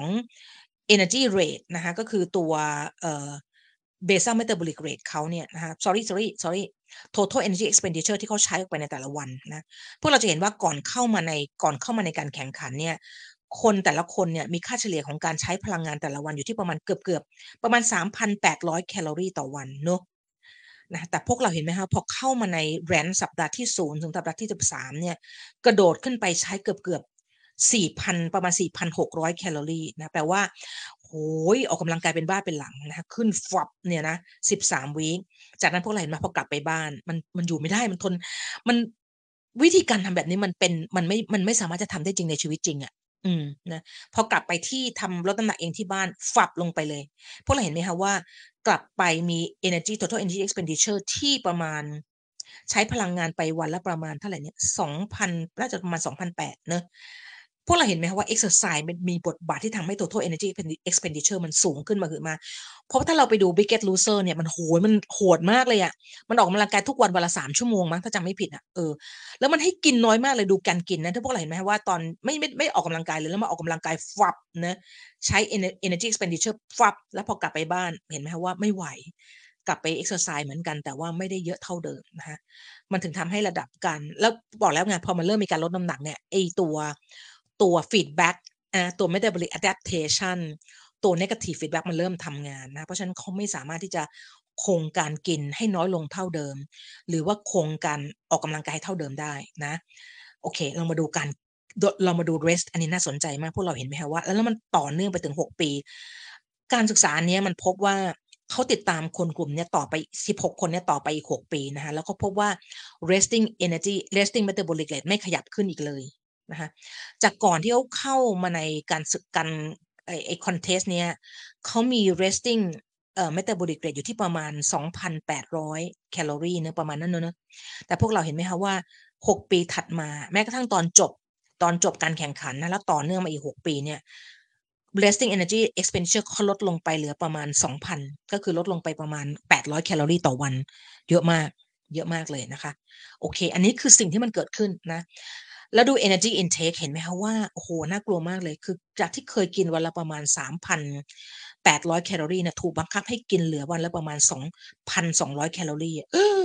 A: energy rate นะคะก็คือตัวเอ่อ basal metabolic rate เขาเนี่ยนะคะ sorry sorry sorry total energy expenditure ที่เขาใช้ออกไปในแต่ละวันนะพวกเราจะเห็นว่าก่อนเข้ามาในก่อนเข้ามาในการแข่งขันเนี่ยคนแต่ละคนเนี่ยมีค่าเฉลี่ยของการใช้พลังงานแต่ละวันอยู่ที่ประมาณเกือบๆประมาณ สามพันแปดร้อย แคลอรี่ต่อวันเนอะนะแต่พวกเราเห็นไหมคะพอเข้ามาในแรนสัปดาห์ที่ศูนย์ถึงสัปดาห์ที่สิบสามเนี่ยกระโดดขึ้นไปใช้เกือบๆสี่พันประมาณสี่พันหกร้อย แคลอรี่นะแปลว่าโหยออกกำลังกายเป็นบ้าเป็นหลังนะคะขึ้นฟับเนี่ยนะสิบสามวีคจากนั้นพวกเราเห็นไหมพอกลับไปบ้านมันมันอยู่ไม่ได้มันทนมันวิธีการทำแบบนี้มันเป็นมันไม่มันไม่สามารถจะทำได้จริงในชีวิตจริงอ่ะอืมนะพอกลับไปที่ทำลดน้ำหนักเองที่บ้านฝับลงไปเลยพวกเราเห็นไหมคะว่า กลับไปมี energy total energy expenditure ที่ประมาณใช้พลังงานไปวันละประมาณเท่าไหร่เนี่ยสองพันน่าจะประมาณสองพันแปดร้อยเนอะพวกเราเห็นไหมคะว่า exercise มันมีบทบาทที่ทำให้ total energy expenditure มันสูงขึ้นมาคือมาเพราะถ้าเราไปดู Biggest Loser เนี่ยมันโหยมันโหดมากเลยอะมันออกกำลังกายทุกวันวันละสามชั่วโมงมั้งถ้าจำไม่ผิดอะเออแล้วมันให้กินน้อยมากเลยดูการกินนะถ้าพวกเราเห็นไหมว่าตอนไม่ไม่ไม่ออกกำลังกายเลยแล้วมาออกกำลังกายฟับนะใช้ energy expenditure ฟับแล้วพอกลับไปบ้านเห็นไหมคะว่าไม่ไหวกลับไป exercise เหมือนกันแต่ว่าไม่ได้เยอะเท่าเดิมนะคะมันถึงทำให้ระดับการแล้วบอกแล้วไงพอมันเริ่มมีการลดน้ำหนักเนี่ยไอตัวตัว feedback อ่าตัว metabolic adaptation ตัว negative feedback มันเริ่มทำงานนะเพราะฉะนั้นเขาไม่สามารถที่จะคงการกินให้น้อยลงเท่าเดิมหรือว่าคงการออกกำลังกายเท่าเดิมได้นะโอเคเรามาดูการเรามาดู rest อันนี้น่าสนใจมากพวกเราเห็นไหมคะว่าแล้วมันต่อเนื่องไปถึงหกปีการศึกษาเนี้ยมันพบว่าเขาติดตามคนกลุ่มนี้ต่อไปสิบหกคนนี้ต่อไปอีกหกปีนะคะแล้วก็พบว่า resting energy resting metabolic rate ไม่ขยับขึ้นอีกเลยนะคะจากก่อนที่เขาเข้ามาในการศึกกันไอไอคอนเทสเนี้ยเขามี resting เอ่อ metabolic rate อยู่ที่ประมาณ สองพันแปดร้อย แคลอรี่เนอะประมาณนั้นเนอะแต่พวกเราเห็นไหมคะว่าหกปีถัดมาแม้กระทั่งตอนจบตอนจบการแข่งขันนะแล้วต่อเนื่องมาอีกหกปีเนี่ย resting energy expenditure เขาลดลงไปเหลือประมาณ สองพัน ก็คือลดลงไปประมาณแปดร้อย แคลอรี่ต่อวันเยอะมากเยอะมากเลยนะคะโอเคอันนี้คือสิ่งที่มันเกิดขึ้นนะแล้วดู energy intake เห็นไหมคะว่าโอ้โหน่ากลัวมากเลยคือจากที่เคยกินวันละประมาณ สามพันแปดร้อย แคลอรี่นะถูกบังคับให้กินเหลือวันละประมาณ สองพันสองร้อย แคลอรี่เออ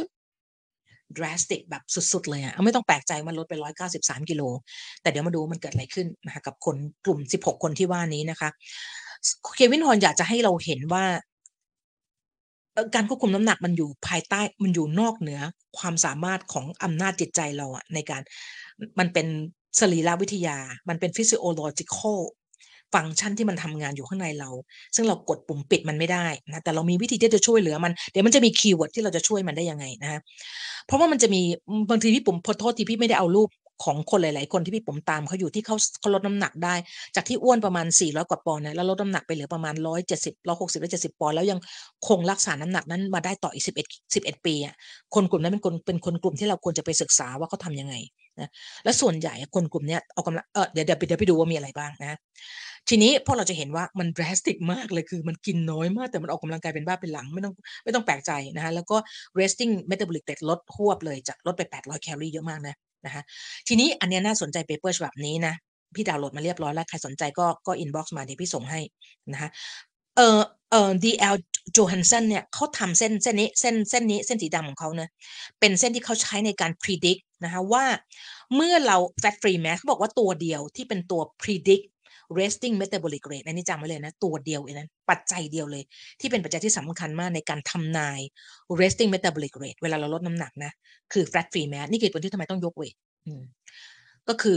A: drastic แบบสุดๆเลยอะไม่ต้องแปลกใจมันลดไปหนึ่งร้อยเก้าสิบสามกิโลแต่เดี๋ยวมาดูมันเกิดอะไรขึ้นนะคะกับคนกลุ่มสิบหกคนที่ว่านี้นะคะเควินฮอร์นอยากจะให้เราเห็นว่าการควบคุมน้ำหนักมันอยู่ภายใต้มันอยู่นอกเหนือความสามารถของอำนาจจิตใจเราอะในการมันเป็นสรีรวิทยามันเป็น physiological ฟังก์ชันที่มันทำงานอยู่ข้างในเราซึ่งเรากดปุ่มปิดมันไม่ได้นะแต่เรามีวิธีที่จะช่วยเหลือมันเดี๋ยวมันจะมีคีย์เวิร์ดที่เราจะช่วยมันได้ยังไงนะคะเพราะว่ามันจะมีบางทีพี่ปุ๋มขอโทษทีพี่ไม่ได้เอารูปของคนหลายๆคนที่พี่ปุ๋มตามเขาอยู่ที่เขาเขาลดน้ำหนักได้จากที่อ้วนประมาณสี่ร้อยกว่าปอนด์นะแล้วลดน้ำหนักไปเหลือประมาณหนึ่งร้อยเจ็ดสิบ หนึ่งร้อยหกสิบ หนึ่งร้อยเจ็ดสิบปอนด์แล้วยังคงรักษาน้ำหนักนั้นมาได้ต่ออีกสิบเอ็ด สิบเอ็ดปีอะคนกลุ่มนั้นเป็นคนเป็นคนกลุ่มที่เราควรจะไปศึกษาว่าเขาทำยังไงนะและส่วนใหญ่คนกลุ่มนี้ออกกำลังเออเดี๋ยวเดี๋ยวเดี๋ยวไปดูว่ามีอะไรบ้างนะทีนี้พอเราจะเห็นว่ามัน drastic มากเลยคือมันกินน้อยมากแต่มันออกกำลังกายเป็นบ้าเป็นหลังไม่ต้องไม่ต้องแปลกใจนะคะแล้วก็ resting metabolic rate ลดหวบเลยจากลดไปแปดร้อยแคลอรี่เยอะมากนะนะคะทีนี้อันนี้น่าสนใจเปเปอร์ฉบับนี้นะพี่ดาวน์โหลดมาเรียบร้อยแล้วใครสนใจก็ก็ inbox มาเดี๋ยวพี่ส่งให้นะคะเออเออ ดี แอล Johansson เนี่ยเขาทำเส้นเส้นนี้เส้นเส้นนี้เส้นสีดำของเขาเนะเป็นเส้นที่เขาใช้ในการ predict นะคะว่าเมื่อเรา fat free mass เขาบอกว่าตัวเดียวที่เป็นตัว predict resting metabolic rate อันนี้จำไว้เลยนะตัวเดียวเองนั้นปัจจัยเดียวเลยที่เป็นปัจจัยที่สำคัญมากในการทำนาย resting metabolic rate เวลาเราลดน้ำหนักนะคือ fat free mass นี่คือผลที่ทำไมต้องยกเวทก็คือ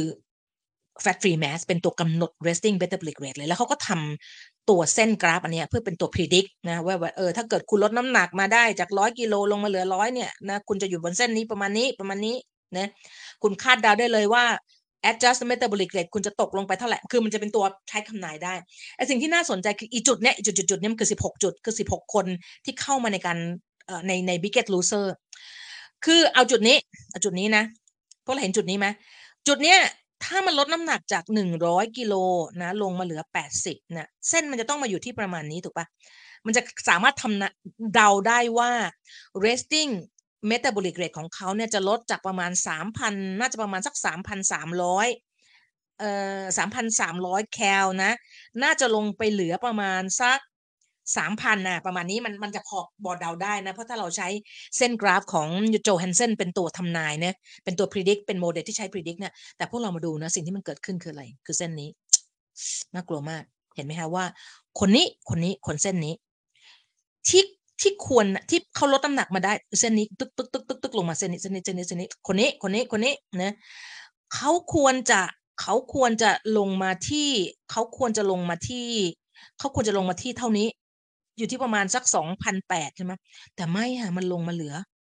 A: fat free mass เป็นตัวกำหนด resting metabolic rate เลยแล้วเขาก็ทำตัวเส้นกราฟอันนี้เพื่อเป็นตัว predict นะว่าเออถ้าเกิดคุณลดน้ำหนักมาได้จากร้อยกิโลลงมาเหลือร้อยเนี่ยนะคุณจะอยู่บนเส้นนี้ประมาณนี้ประมาณนี้นะคุณคาดเดาได้เลยว่า adjust metabolic rate คุณจะตกลงไปเท่าไหร่คือมันจะเป็นตัวใช้คำนายได้ไอ้สิ่งที่น่าสนใจคืออีจุดเนี้ยจุดจุดจุดนี้มันคือสิบหกจุดคือสิบหกคนที่เข้ามาในการเอ่อในใน biggest loser คือเอาจุดนี้เอาจุดนี้นะพวกเราเห็นจุดนี้ไหมจุดเนี้ยถ้ามันลดน้ำหนักจากหนึ่งร้อยกิโลนะลงมาเหลือแปดสิบนะเส้นมันจะต้องมาอยู่ที่ประมาณนี้ถูกปะมันจะสามารถทำเดาได้ว่า resting metabolic rate ของเขาเนี่ยจะลดจากประมาณ สามพัน น่าจะประมาณสัก สามพันสามร้อย เอ่อ สามพันสามร้อย แคลนะน่าจะลงไปเหลือประมาณสัก สามพัน น่ะประมาณนี้มันมันจะพอบอเดาได้นะเพราะถ้าเราใช้เส้นกราฟของโจฮันเซนเป็นตัวทำนายเนี่ยเป็นตัว predict เป็นโมเดลที่ใช้ predict เนี่ยแต่พวกเรามาดูนะสิ่งที่มันเกิดขึ้นคืออะไรคือเส้นนี้น่ากลัวมากเห็นไหมคะว่าคนนี้คนนี้คนเส้นนี้ที่ที่ควรที่เขาลดน้ำหนักมาได้เส้นนี้ตึกตึกตึกตึกตึกลงมาเส้นนี้เส้นนี้เส้นนี้เส้นนี้คนนี้คนนี้คนนี้นะเขาควรจะเขาควรจะลงมาที่เขาควรจะลงมาที่เขาควรจะลงมาที่เท่านี้อยู่ที่ประมาณสัก สองพันแปดร้อย ใช่ไหมแต่ไม่ค่ะมันลงมาเหลือ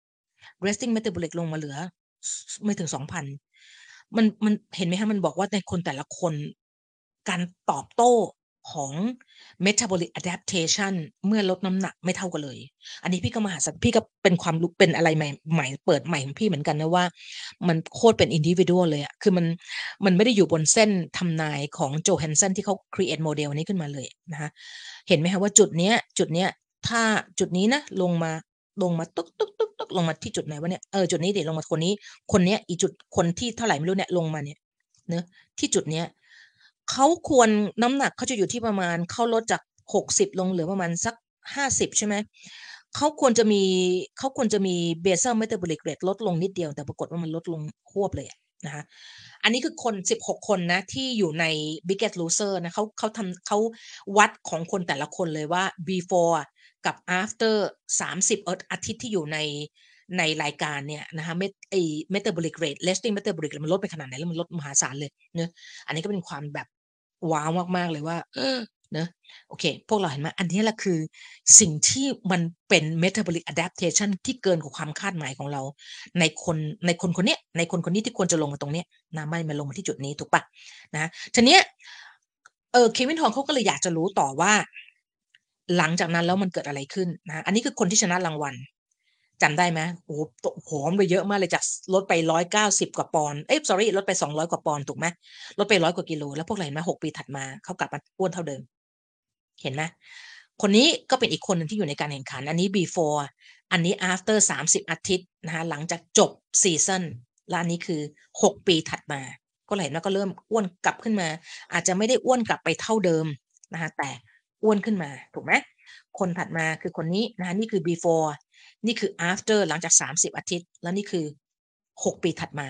A: resting metabolic ลงมาเหลือไม่ถึง สองพัน มันมันเห็นไหมคะมันบอกว่าในคนแต่ละคนการตอบโต้ของ metabolic adaptation เมื่อลดน้ำหนักไม่เท่ากันเลยอันนี้พี่ก็มาหาสัพี่ก็เป็นความรู้เป็นอะไรใหม่ใหม่เปิดใหม่ของพี่เหมือนกันนะว่ามันโคตรเป็น individual เลยอะคือมันมันไม่ได้อยู่บนเส้นทำนายของโจแฮนสันที่เขา create โมเดลนี้ขึ้นมาเลยนะคะเห็นไหมคะว่าจุดเนี้ยจุดเนี้ยถ้าจุดนี้นะลงมาลงมาตึกตึกตึกตึกลงมาที่จุดไหนวะเนี่ยเออจุดนี้เดี๋ยวลงมาคนนี้คนเนี้ยอีจุดคนที่เท่าไหร่ไม่รู้เนี่ยลงมาเนี่ยเนอะที่จุดเนี้ยเขาควรน้ำหนักเขาจะอยู่ที่ประมาณเขาลดจากหกสิบลงเหลือประมาณสักห้าสิบใช่ไหมเขาควรจะมีเขาควรจะมีเบเซลเมตาบอลิกเรทลดลงนิดเดียวแต่ปรากฏว่ามันลดลงควบเลยนะคะอันนี้คือคนสิบหกคนนะที่อยู่ใน Biggest Loser นะเขาเขาทำเขาวัดของคนแต่ละคนเลยว่า before กับ after สามสิบอาทิตย์ที่อยู่ในในรายการเนี่ยนะคะเมไอ metabolic rate resting metabolic rate มันลดไปขนาดไหนแล้วมันลดมหาศาลเลยเนอะอันนี้ก็เป็นความแบบว้าวมากๆเลยว่าเออเนอะโอเคพวกเราเห็นไหมอันนี้แหละคือสิ่งที่มันเป็น metabolic adaptation ที่เกินกว่าความคาดหมายของเราในคนในคนคนนี้ในคนคนนี้ที่ควรจะลงมาตรงนี้นะไม่มาลงมาที่จุดนี้ถูกปะนะทีเนี้ยเออเควินทองเขาก็เลยอยากจะรู้ต่อว่าหลังจากนั้นแล้วมันเกิดอะไรขึ้นนะอันนี้คือคนที่ชนะรางวัลจำได้ไหมโอ้โหผอมไปเยอะมากเลยจากลดไปร้อยเก้าสิบกว่าปอนด์เอ้ย sorry ลดไปสองร้อยกว่าปอนด์ถูกไหมลดไปร้อยกว่ากิโลแล้วพวกเราเห็นไหมหกปีถัดมาเขากลับมาอ้วนเท่าเดิมเห็นไหมคนนี้ก็เป็นอีกคนหนึ่งที่อยู่ในการแข่งขันอันนี้ before อันนี้ after สามสิบอาทิตย์นะคะหลังจากจบซีซั่นและอันนี้คือหกปีถัดมาก็เห็นว่าก็เริ่มอ้วนกลับขึ้นมาอาจจะไม่ได้อ้วนกลับไปเท่าเดิมนะคะแต่อ้วนขึ้นมาถูกไหมคนถัดมาคือคนนี้นะคะนี่คือ before นี่คือ after หลังจากสามสิบอาทิตย์แล้วนี่คือหกปีถัดมา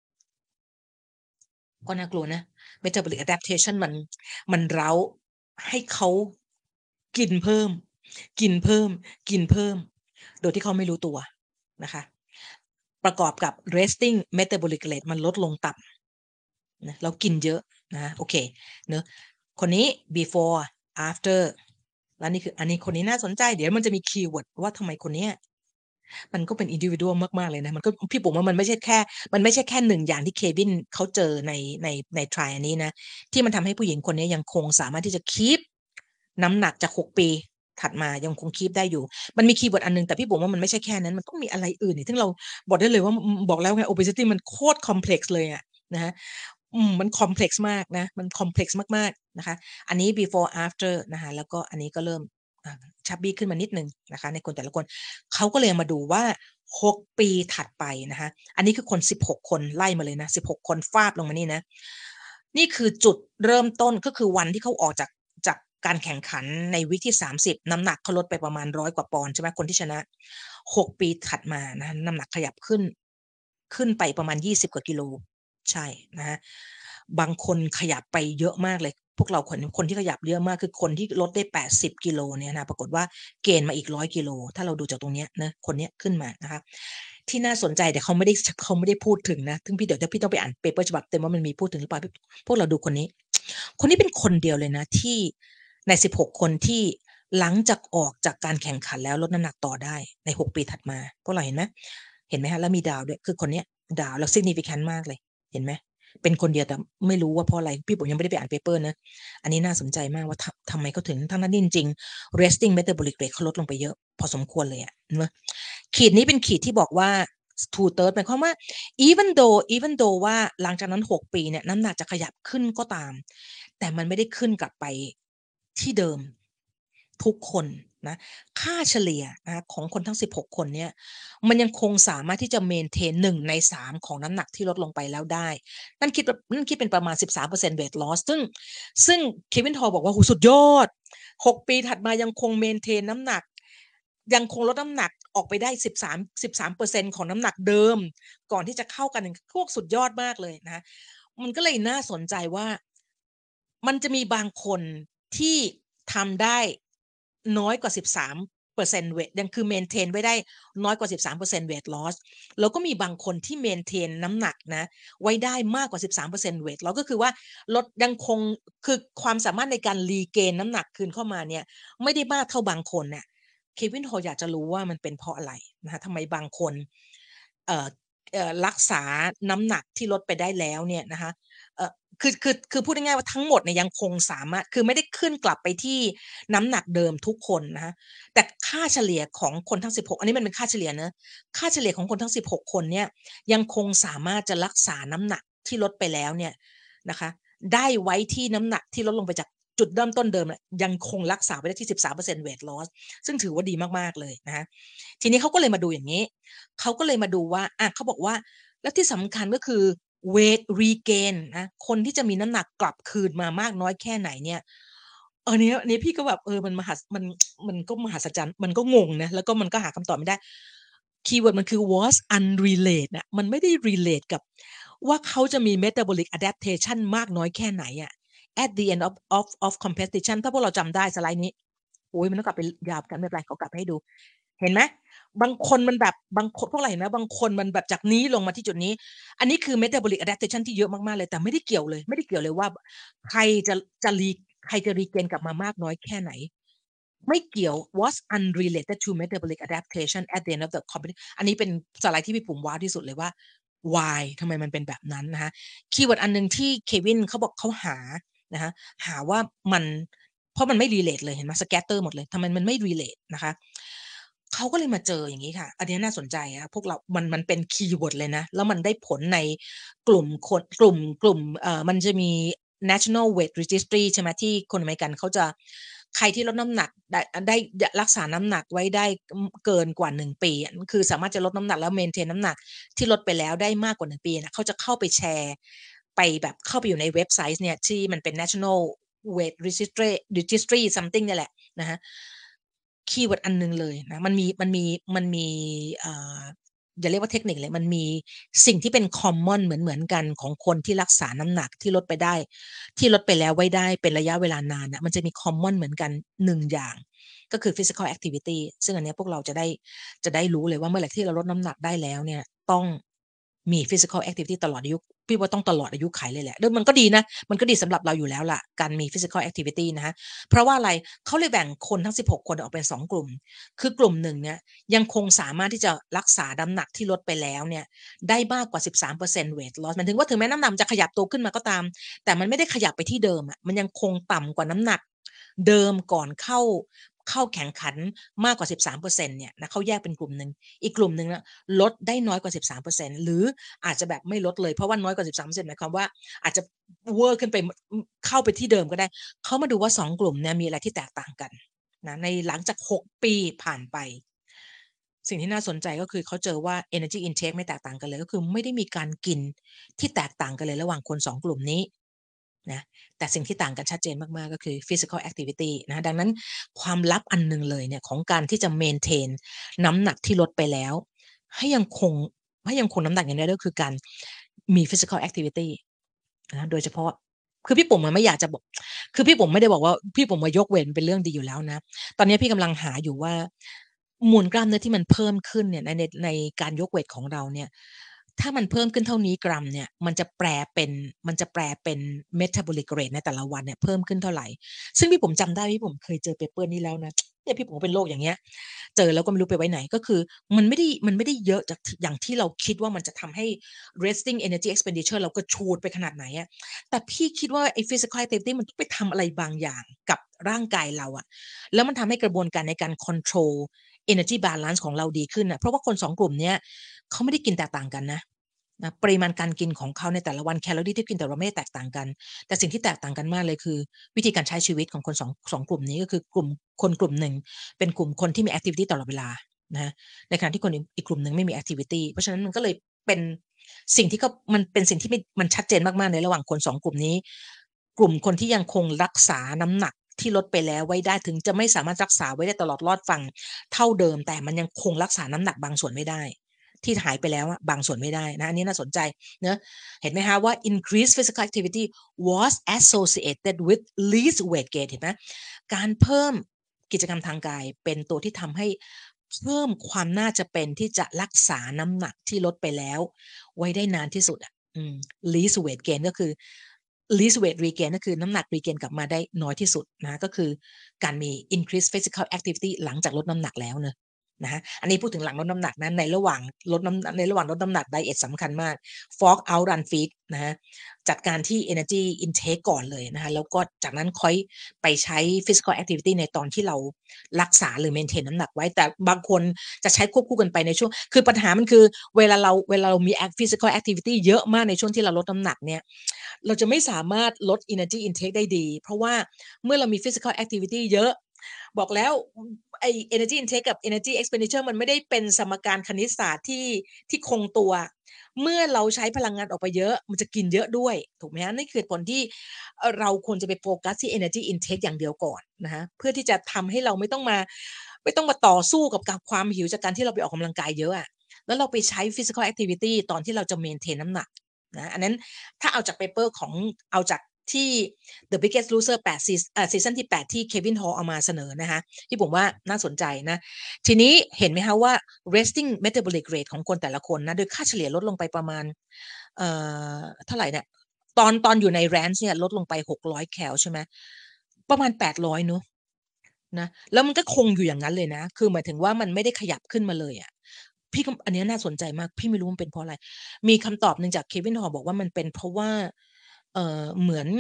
A: ก็น่ากลัวนะ metabolic adaptation มันมันเร้าให้เขากินเพิ่มกินเพิ่มกินเพิ่มโดยที่เขาไม่รู้ตัวนะคะประกอบกับ resting metabolic rate มันลดลงต่ำนะเรากินเยอะนะโอเคเนอะคนนี้ before after แล้วนี่คืออันนี้คนนี้น่าสนใจเดี๋ยวมันจะมีคีย์เวิร์ดว่าทำไมคนเนี้ยมันก็เป็น individual มากๆเลยนะมันก็พี่ผมว่ามันไม่ใช่แค่มันไม่ใช่แค่หนึ่งอย่างที่เควินเขาเจอในในใน try อันนี้นะที่มันทำให้ผู้หญิงคนนี้ยังคงสามารถที่จะ keep น้ำหนักจากหกปีถัดมายังคง keep ได้อยู่มันมีคีย์เวิร์ดอันนึงแต่พี่บอกว่ามันไม่ใช่แค่นั้นมันต้องมีอะไรอื่นอีกซึ่งเราบอกได้เลยว่าบอกแล้วไง obesity มันโคตร complex เลยอะนะฮะอืมมัน complex มากนะมัน complex มากๆนะคะอันนี้ before after นะคะแล้วก็อันนี้ก็เริ่มชับบี้ขึ้นมานิดนึงนะคะในคนแต่ละคนเขาก็เลยมาดูว่าหกปีถัดไปนะคะอันนี้คือคนสิบหกคนไล่มาเลยนะสิบหกคนฟาดลงมานี่นะนี่คือจุดเริ่มต้นก็คือวันที่เขาออกจากจากการแข่งขันในวิกที่สามสิบน้ำหนักเขาลดไปประมาณร้อยกว่าปอนด์ใช่ไหมคนที่ชนะหกปีถัดมานะน้ำหนักขยับขึ้นขึ้นไปประมาณยี่สิบกว่ากิโลใช่นะฮะบางคนขยับไปเยอะมากเลยพวกเราคนคนที่ขยับเยอะมากคือคนที่ลดได้แปดสิบกิโลเนี่ยนะปรากฏว่าเกณฑ์มาอีกร้อยกิโลถ้าเราดูจากตรงนี้นะคนนี้ขึ้นมานะคะที่น่าสนใจแต่เขาไม่ได้เขาไม่ได้พูดถึงนะซึ่งพี่เดี๋ยวพี่ต้องไปอ่านเปเปอร์ฉบับเต็มว่ามันมีพูดถึงหรือเปล่าพวกเราดูคนนี้คนนี้เป็นคนเดียวเลยนะที่ในสิบหกคนที่หลังจากออกจากการแข่งขันแล้วลดน้ำหนักต่อได้ในหกปีถัดมาพวกเราเห็นไหมเห็นไหมฮะแล้วมีดาวด้วยคือคนนี้ดาวแล้ว significant มากเลยเห็นไหมเป็นคนเดียวแต่ไม่รู้ว่าเพราะอะไรพี่ผมยังไม่ได้ไปอ่านเปเปอร์นะอันนี้น่าสนใจมากว่าทำไมเขาถึงทั้งนั้นจริงๆ resting metabolic rate เขาลดลงไปเยอะพอสมควรเลยอะนะขีดนี้เป็นขีดที่บอกว่า two third หมายความว่า even though even though ว่าหลังจากนั้นหกปีเนี่ยน้ำหนักจะขยับขึ้นก็ตามแต่มันไม่ได้ขึ้นกลับไปที่เดิมทุกคนนะค่าเฉลี่ยนะของคนทั้งสิบหกคนเนี่ยมันยังคงสามารถที่จะเมนเทนหนึ่งในสามของน้ำหนักที่ลดลงไปแล้วได้นั่นคิดนั่นคิดเป็นประมาณ สิบสามเปอร์เซ็นต์ weight loss ซึ่งซึ่งเควินทอลบอกว่าโหสุดยอดหกปีถัดมายังคงเมนเทนน้ำหนักยังคงลดน้ำหนักออกไปได้สิบสาม สิบสามเปอร์เซ็นต์ของน้ำหนักเดิมก่อนที่จะเข้ากันพวกสุดยอดมากเลยนะมันก็เลยน่าสนใจว่ามันจะมีบางคนที่ทำได้น้อยกว่าสิบสามเปอร์เซ็นต์เวทยังคือเมนเทนไว้ได้น้อยกว่าสิบสามเปอร์เซ็นต์เวทลอสแล้วก็มีบางคนที่เมนเทนน้ำหนักนะไว้ได้มากกว่าสิบสามเปอร์เซ็นต์เวทแล้วก็คือว่าลดยังคงคือความสามารถในการรีเกนน้ำหนักคืนเข้ามาเนี่ยไม่ได้มากเท่าบางคนเนี่ยเควินโฮอยากจะรู้ว่ามันเป็นเพราะอะไรนะคะทำไมบางคนเอ่อเอ่อรักษาน้ำหนักที่ลดไปได้แล้วเนี่ยนะคะเอ่อคือคือคือพูดง่ายๆว่าทั้งหมดเนี่ยยังคงสามารถคือไม่ได้ขึ้นกลับไปที่น้ำหนักเดิมทุกคนนะคะแต่ค่าเฉลี่ยของคนทั้งสิบหกอันนี้มันเป็นค่าเฉลี่ยนะค่าเฉลี่ยของคนทั้งสิบหกคนเนี่ยยังคงสามารถจะรักษาน้ำหนักที่ลดไปแล้วเนี่ยนะคะได้ไว้ที่น้ำหนักที่ลดลงไปจากจุดเริ่มต้นเดิมยังคงรักษาไว้ได้ที่ สิบสามเปอร์เซ็นต์ weight loss ซึ่งถือว่าดีมากๆเลยนะคะทีนี้เขาก็เลยมาดูอย่างนี้เขาก็เลยมาดูว่าอ่ะเขาบอกว่าแล้วที่สำคัญก็คือ weight regain นะคนที่จะมีน้ำหนักกลับคืนมามากน้อยแค่ไหนเนี่ยเออเนี้ยนี้พี่ก็แบบเออมันมหัศมันมันก็มหัศจรรย์มันก็งงนะแล้วก็มันก็หาคำตอบไม่ได้คีย์เวิร์ดมันคือ was unrelate นะมันไม่ได้ relate กับว่าเขาจะมี metabolic adaptation มากน้อยแค่ไหนอะ at the end of of of competition ถ้าพวกเราจำได้สไลด์นี้โอ้ยมันต้องกลับไปยาวกันไม่เป็นไรเขากลับให้ดูเห็นไหมบางคนมันแบบบางคนพวกเราเห็นไหมบางคนมันแบบจากนี้ลงมาที่จุดนี้อันนี้คือ metabolic adaptation ที่เยอะมากๆเลยแต่ไม่ได้เกี่ยวเลยไม่ได้เกี่ยวเลยว่าใครจะจะรีใครจะรีเกนกลับมามากน้อยแค่ไหนไม่เกี่ยว was unrelated to metabolic adaptation at the end of the competition อันนี้เป็นสไลด์ที่พี่ปุ๋มว้าวที่สุดเลยว่า why ทำไมมันเป็นแบบนั้นนะคะคีย์เวิร์ดอันนึงที่เควินเขาบอกเขาหานะคะหาว่ามันเพราะมันไม่ relate เลยเห็นไหม scatter หมดเลยทำไมมันไม่ relate นะคะเขาก็เลยมาเจออย่างนี้ค่ะอันนี้น่าสนใจอะพวกเรามันมันเป็นคีย์เวิร์ดเลยนะแล้วมันได้ผลในกลุ่มคนกลุ่มกลุ่มเอ่อมันจะมี national weight registry ใช่ไหมที่คนอเมริกันเขาจะใครที่ลดน้ำหนักได้ได้รักษาน้ำหนักไว้ได้เกินกว่าหนึ่งปีคือสามารถจะลดน้ำหนักแล้วเมนเทนน้ำหนักที่ลดไปแล้วได้มากกว่าหนึ่งปีนะเขาจะเข้าไปแชร์ไปแบบเข้าไปอยู่ในเว็บไซต์เนี่ยที่มันเป็น national weight registry registry something นี่แหละนะฮะคีย์เวิร์ดอันนึงเลยนะมันมีมันมีมันมีเอ่ออย่าเรียกว่าเทคนิคเลยมันมีสิ่งที่เป็นคอมมอนเหมือนเหมือนกันของคนที่รักษาน้ำหนักที่ลดไปได้ที่ลดไปแล้วไว้ได้เป็นระยะเวลานานนะมันจะมีคอมมอนเหมือนกันหนึ่งอย่างก็คือ physical activity ซึ่งอันนี้พวกเราจะได้จะได้รู้เลยว่าเมื่อไหร่ที่เราลดน้ำหนักได้แล้วเนี่ยต้องมี physical activity ตลอดอายุพี่ว่าต้องตลอดอายุไขเลยแหละแล้วมันก็ดีนะมันก็ดีสำหรับเราอยู่แล้วล่ะการมี physical activity นะคะเพราะว่าอะไรเขาเลยแบ่งคนทั้งสิบหกคนออกเป็นสองกลุ่มคือกลุ่มหนึ่งเนี่ยยังคงสามารถที่จะรักษาน้ำหนักที่ลดไปแล้วเนี่ยได้มากกว่า สิบสามเปอร์เซ็นต์ weight loss หมายถึงว่าถึงแม้น้ำหนักจะขยับตัวขึ้นมาก็ตามแต่มันไม่ได้ขยับไปที่เดิมอ่ะมันยังคงต่ำกว่าน้ำหนักเดิมก่อนเข้าเข้าแข่งขันมากกว่า สิบสามเปอร์เซ็นต์ เนี่ยนะเขาแยกเป็นกลุ่มหนึ่งอีกกลุ่มหนึ่งนะลดได้น้อยกว่า สิบสามเปอร์เซ็นต์ หรืออาจจะแบบไม่ลดเลยเพราะว่าน้อยกว่า สิบสามเปอร์เซ็นต์ หมายความว่าอาจจะเวอร์ขึ้นไปเข้าไปที่เดิมก็ได้เขามาดูว่าสองกลุ่มเนี่ยมีอะไรที่แตกต่างกันนะในหลังจากหกปีผ่านไปสิ่งที่น่าสนใจก็คือเขาเจอว่า energy intake ไม่แตกต่างกันเลยก็คือไม่ได้มีการกินที่แตกต่างกันเลยระหว่างคนสองกลุ่มนี้นะแต่สิ่งที่ต่างกันชัดเจนมากๆก็คือ physical activity นะดังนั้นความลับอันหนึ่งเลยเนี่ยของการที่จะ maintain น้ำหนักที่ลดไปแล้วให้ยังคงให้ยังคงน้ำหนักอย่างนี้ก็คือการมี physical activity นะโดยเฉพาะคือพี่ปุ๋มมันไม่อยากจะบอกคือพี่ปุ๋มไม่ได้บอกว่าพี่ปุ๋มมายกเว้นเป็นเรื่องดีอยู่แล้วนะตอนนี้พี่กำลังหาอยู่ว่ามวลกล้ามเนื้อที่มันเพิ่มขึ้นเนี่ยในในในการยกเวทของเราเนี่ยถ้ามันเพิ่มขึ้นเท่านี้กรัมเนี่ยมันจะแปลเป็นมันจะแปลเป็น metabolic rate ในแต่ละวันเนี่ยเพิ่มขึ้นเท่าไหร่ซึ่งพี่ผมจำได้พี่ผมเคยเจอเปเปอร์นี้แล้วนะเนี่ยพี่ผมเป็นโรคอย่างเงี้ยเจอแล้วก็ไม่รู้ไปไว้ไหนก็คือมันไม่ได้มันไม่ได้เยอะจากอย่างที่เราคิดว่ามันจะทำให้ resting energy expenditure เราก็ชูดไปขนาดไหนอะแต่พี่คิดว่าไอ้ physical activity มันต้องไปทำอะไรบางอย่างกับร่างกายเราอะแล้วมันทำให้กระบวนการในการ control energy balance ของเราดีขึ้นนะเพราะว่าคนสองกลุ่มเนี้ยเขาไม่ได้กินแตกต่างกันนะนะปริมาณการกินของเขาในแต่ละวันแคลอรี่ที่กินแต่เราไม่ได้แตกต่างกันแต่สิ่งที่แตกต่างกันมากเลยคือวิธีการใช้ชีวิตของคนสองสองกลุ่มนี้ก็คือกลุ่มคนกลุ่มหนึ่งเป็นกลุ่มคนที่มี activity ตลอดเวลานะในขณะที่คนอีกกลุ่มหนึ่งไม่มี activity เพราะฉะนั้นมันก็เลยเป็นสิ่งที่เขามันเป็นสิ่งที่มันชัดเจนมากๆในระหว่างคนสองกลุ่มนี้กลุ่มคนที่ยังคงรักษาน้ำหนักที่ลดไปแล้วไว้ได้ถึงจะไม่สามารถรักษาไว้ได้ตลอดรอดฟังเท่าเดิมแต่มันยังคงรักษาน้ำหนักบางส่วนไม่ได้ที่หายไปแล้วบางส่วนไม่ได้นะอันนี้น่าสนใจเนะเห็นไหมคะว่า increased physical activity was associated with least weight gain เห็นไหมการเพิ่มกิจกรรมทางกายเป็นตัวที่ทำให้เพิ่มความน่าจะเป็นที่จะรักษาน้ำหนักที่ลดไปแล้วไว้ได้นานที่สุดอ่ะ least weight gain ก็คือ least weight regain ก็คือน้ำหนัก regain กลับมาได้น้อยที่สุดนะก็คือการมี increased physical activity หลังจากลดน้ำหนักแล้วเนอะนะอันนี้พูดถึงหลังลดน้ำหนักนะในระหว่างลดน้ำในระหว่างลดน้ำหนักไดเอทสำคัญมาก fog out run feed นะฮะจัดการที่ energy intake ก่อนเลยนะคะแล้วก็จากนั้นค่อยไปใช้ physical activity ในตอนที่เรารักษาหรือ maintain น้ำหนักไว้แต่บางคนจะใช้ควบคู่กันไปในช่วงคือปัญหามันคือเวลาเราเวลาเรามี physical activity เยอะมากในช่วงที่เราลดน้ำหนักเนี่ยเราจะไม่สามารถลด energy intake ได้ดีเพราะว่าเมื่อเรามี physical activity เยอะบอกแล้วไอ้ energy intake กับ energy expenditure มันไม่ได้เป็นสมการคณิตศาสตร์ที่ที่คงตัวเมื่อเราใช้พลังงานออกไปเยอะมันจะกินเยอะด้วยถูกไหมฮะนี่คือผลที่เราควรจะไปโฟกัสที่ energy intake อย่างเดียวก่อนนะฮะเพื่อที่จะทำให้เราไม่ต้องมาไม่ต้องมาต่อสู้กับความหิวจากการที่เราไปออกกำลังกายเยอะอะแล้วเราไปใช้ physical activity ตอนที่เราจะ maintain น้ำหนักนะอันนั้นถ้าเอาจากเปเปอร์ของเอาจากที่ The Biggest Loser แปดซีซีซั่นที่แปดที่เควินฮอลเอามาเสนอนะคะที่ผมว่าน่าสนใจนะทีนี้เห็นไหมคะว่า resting metabolic rate ของคนแต่ละคนนะโดยค่าเฉลี่ยลดลงไปประมาณเอ่อเท่าไหร่เนี่ยตอนตอนอยู่ใน range เนี่ยลดลงไปหกร้อยแคลใช่ไหมประมาณแปดร้อยเนอะนะแล้วมันก็คงอยู่อย่างนั้นเลยนะคือหมายถึงว่ามันไม่ได้ขยับขึ้นมาเลยอ่ะพี่อันนี้น่าสนใจมากพี่ไม่รู้มันเป็นเพราะอะไรมีคำตอบหนึ่งจากเควินฮอลบอกว่ามันเป็นเพราะว่าเอ่อเหมือน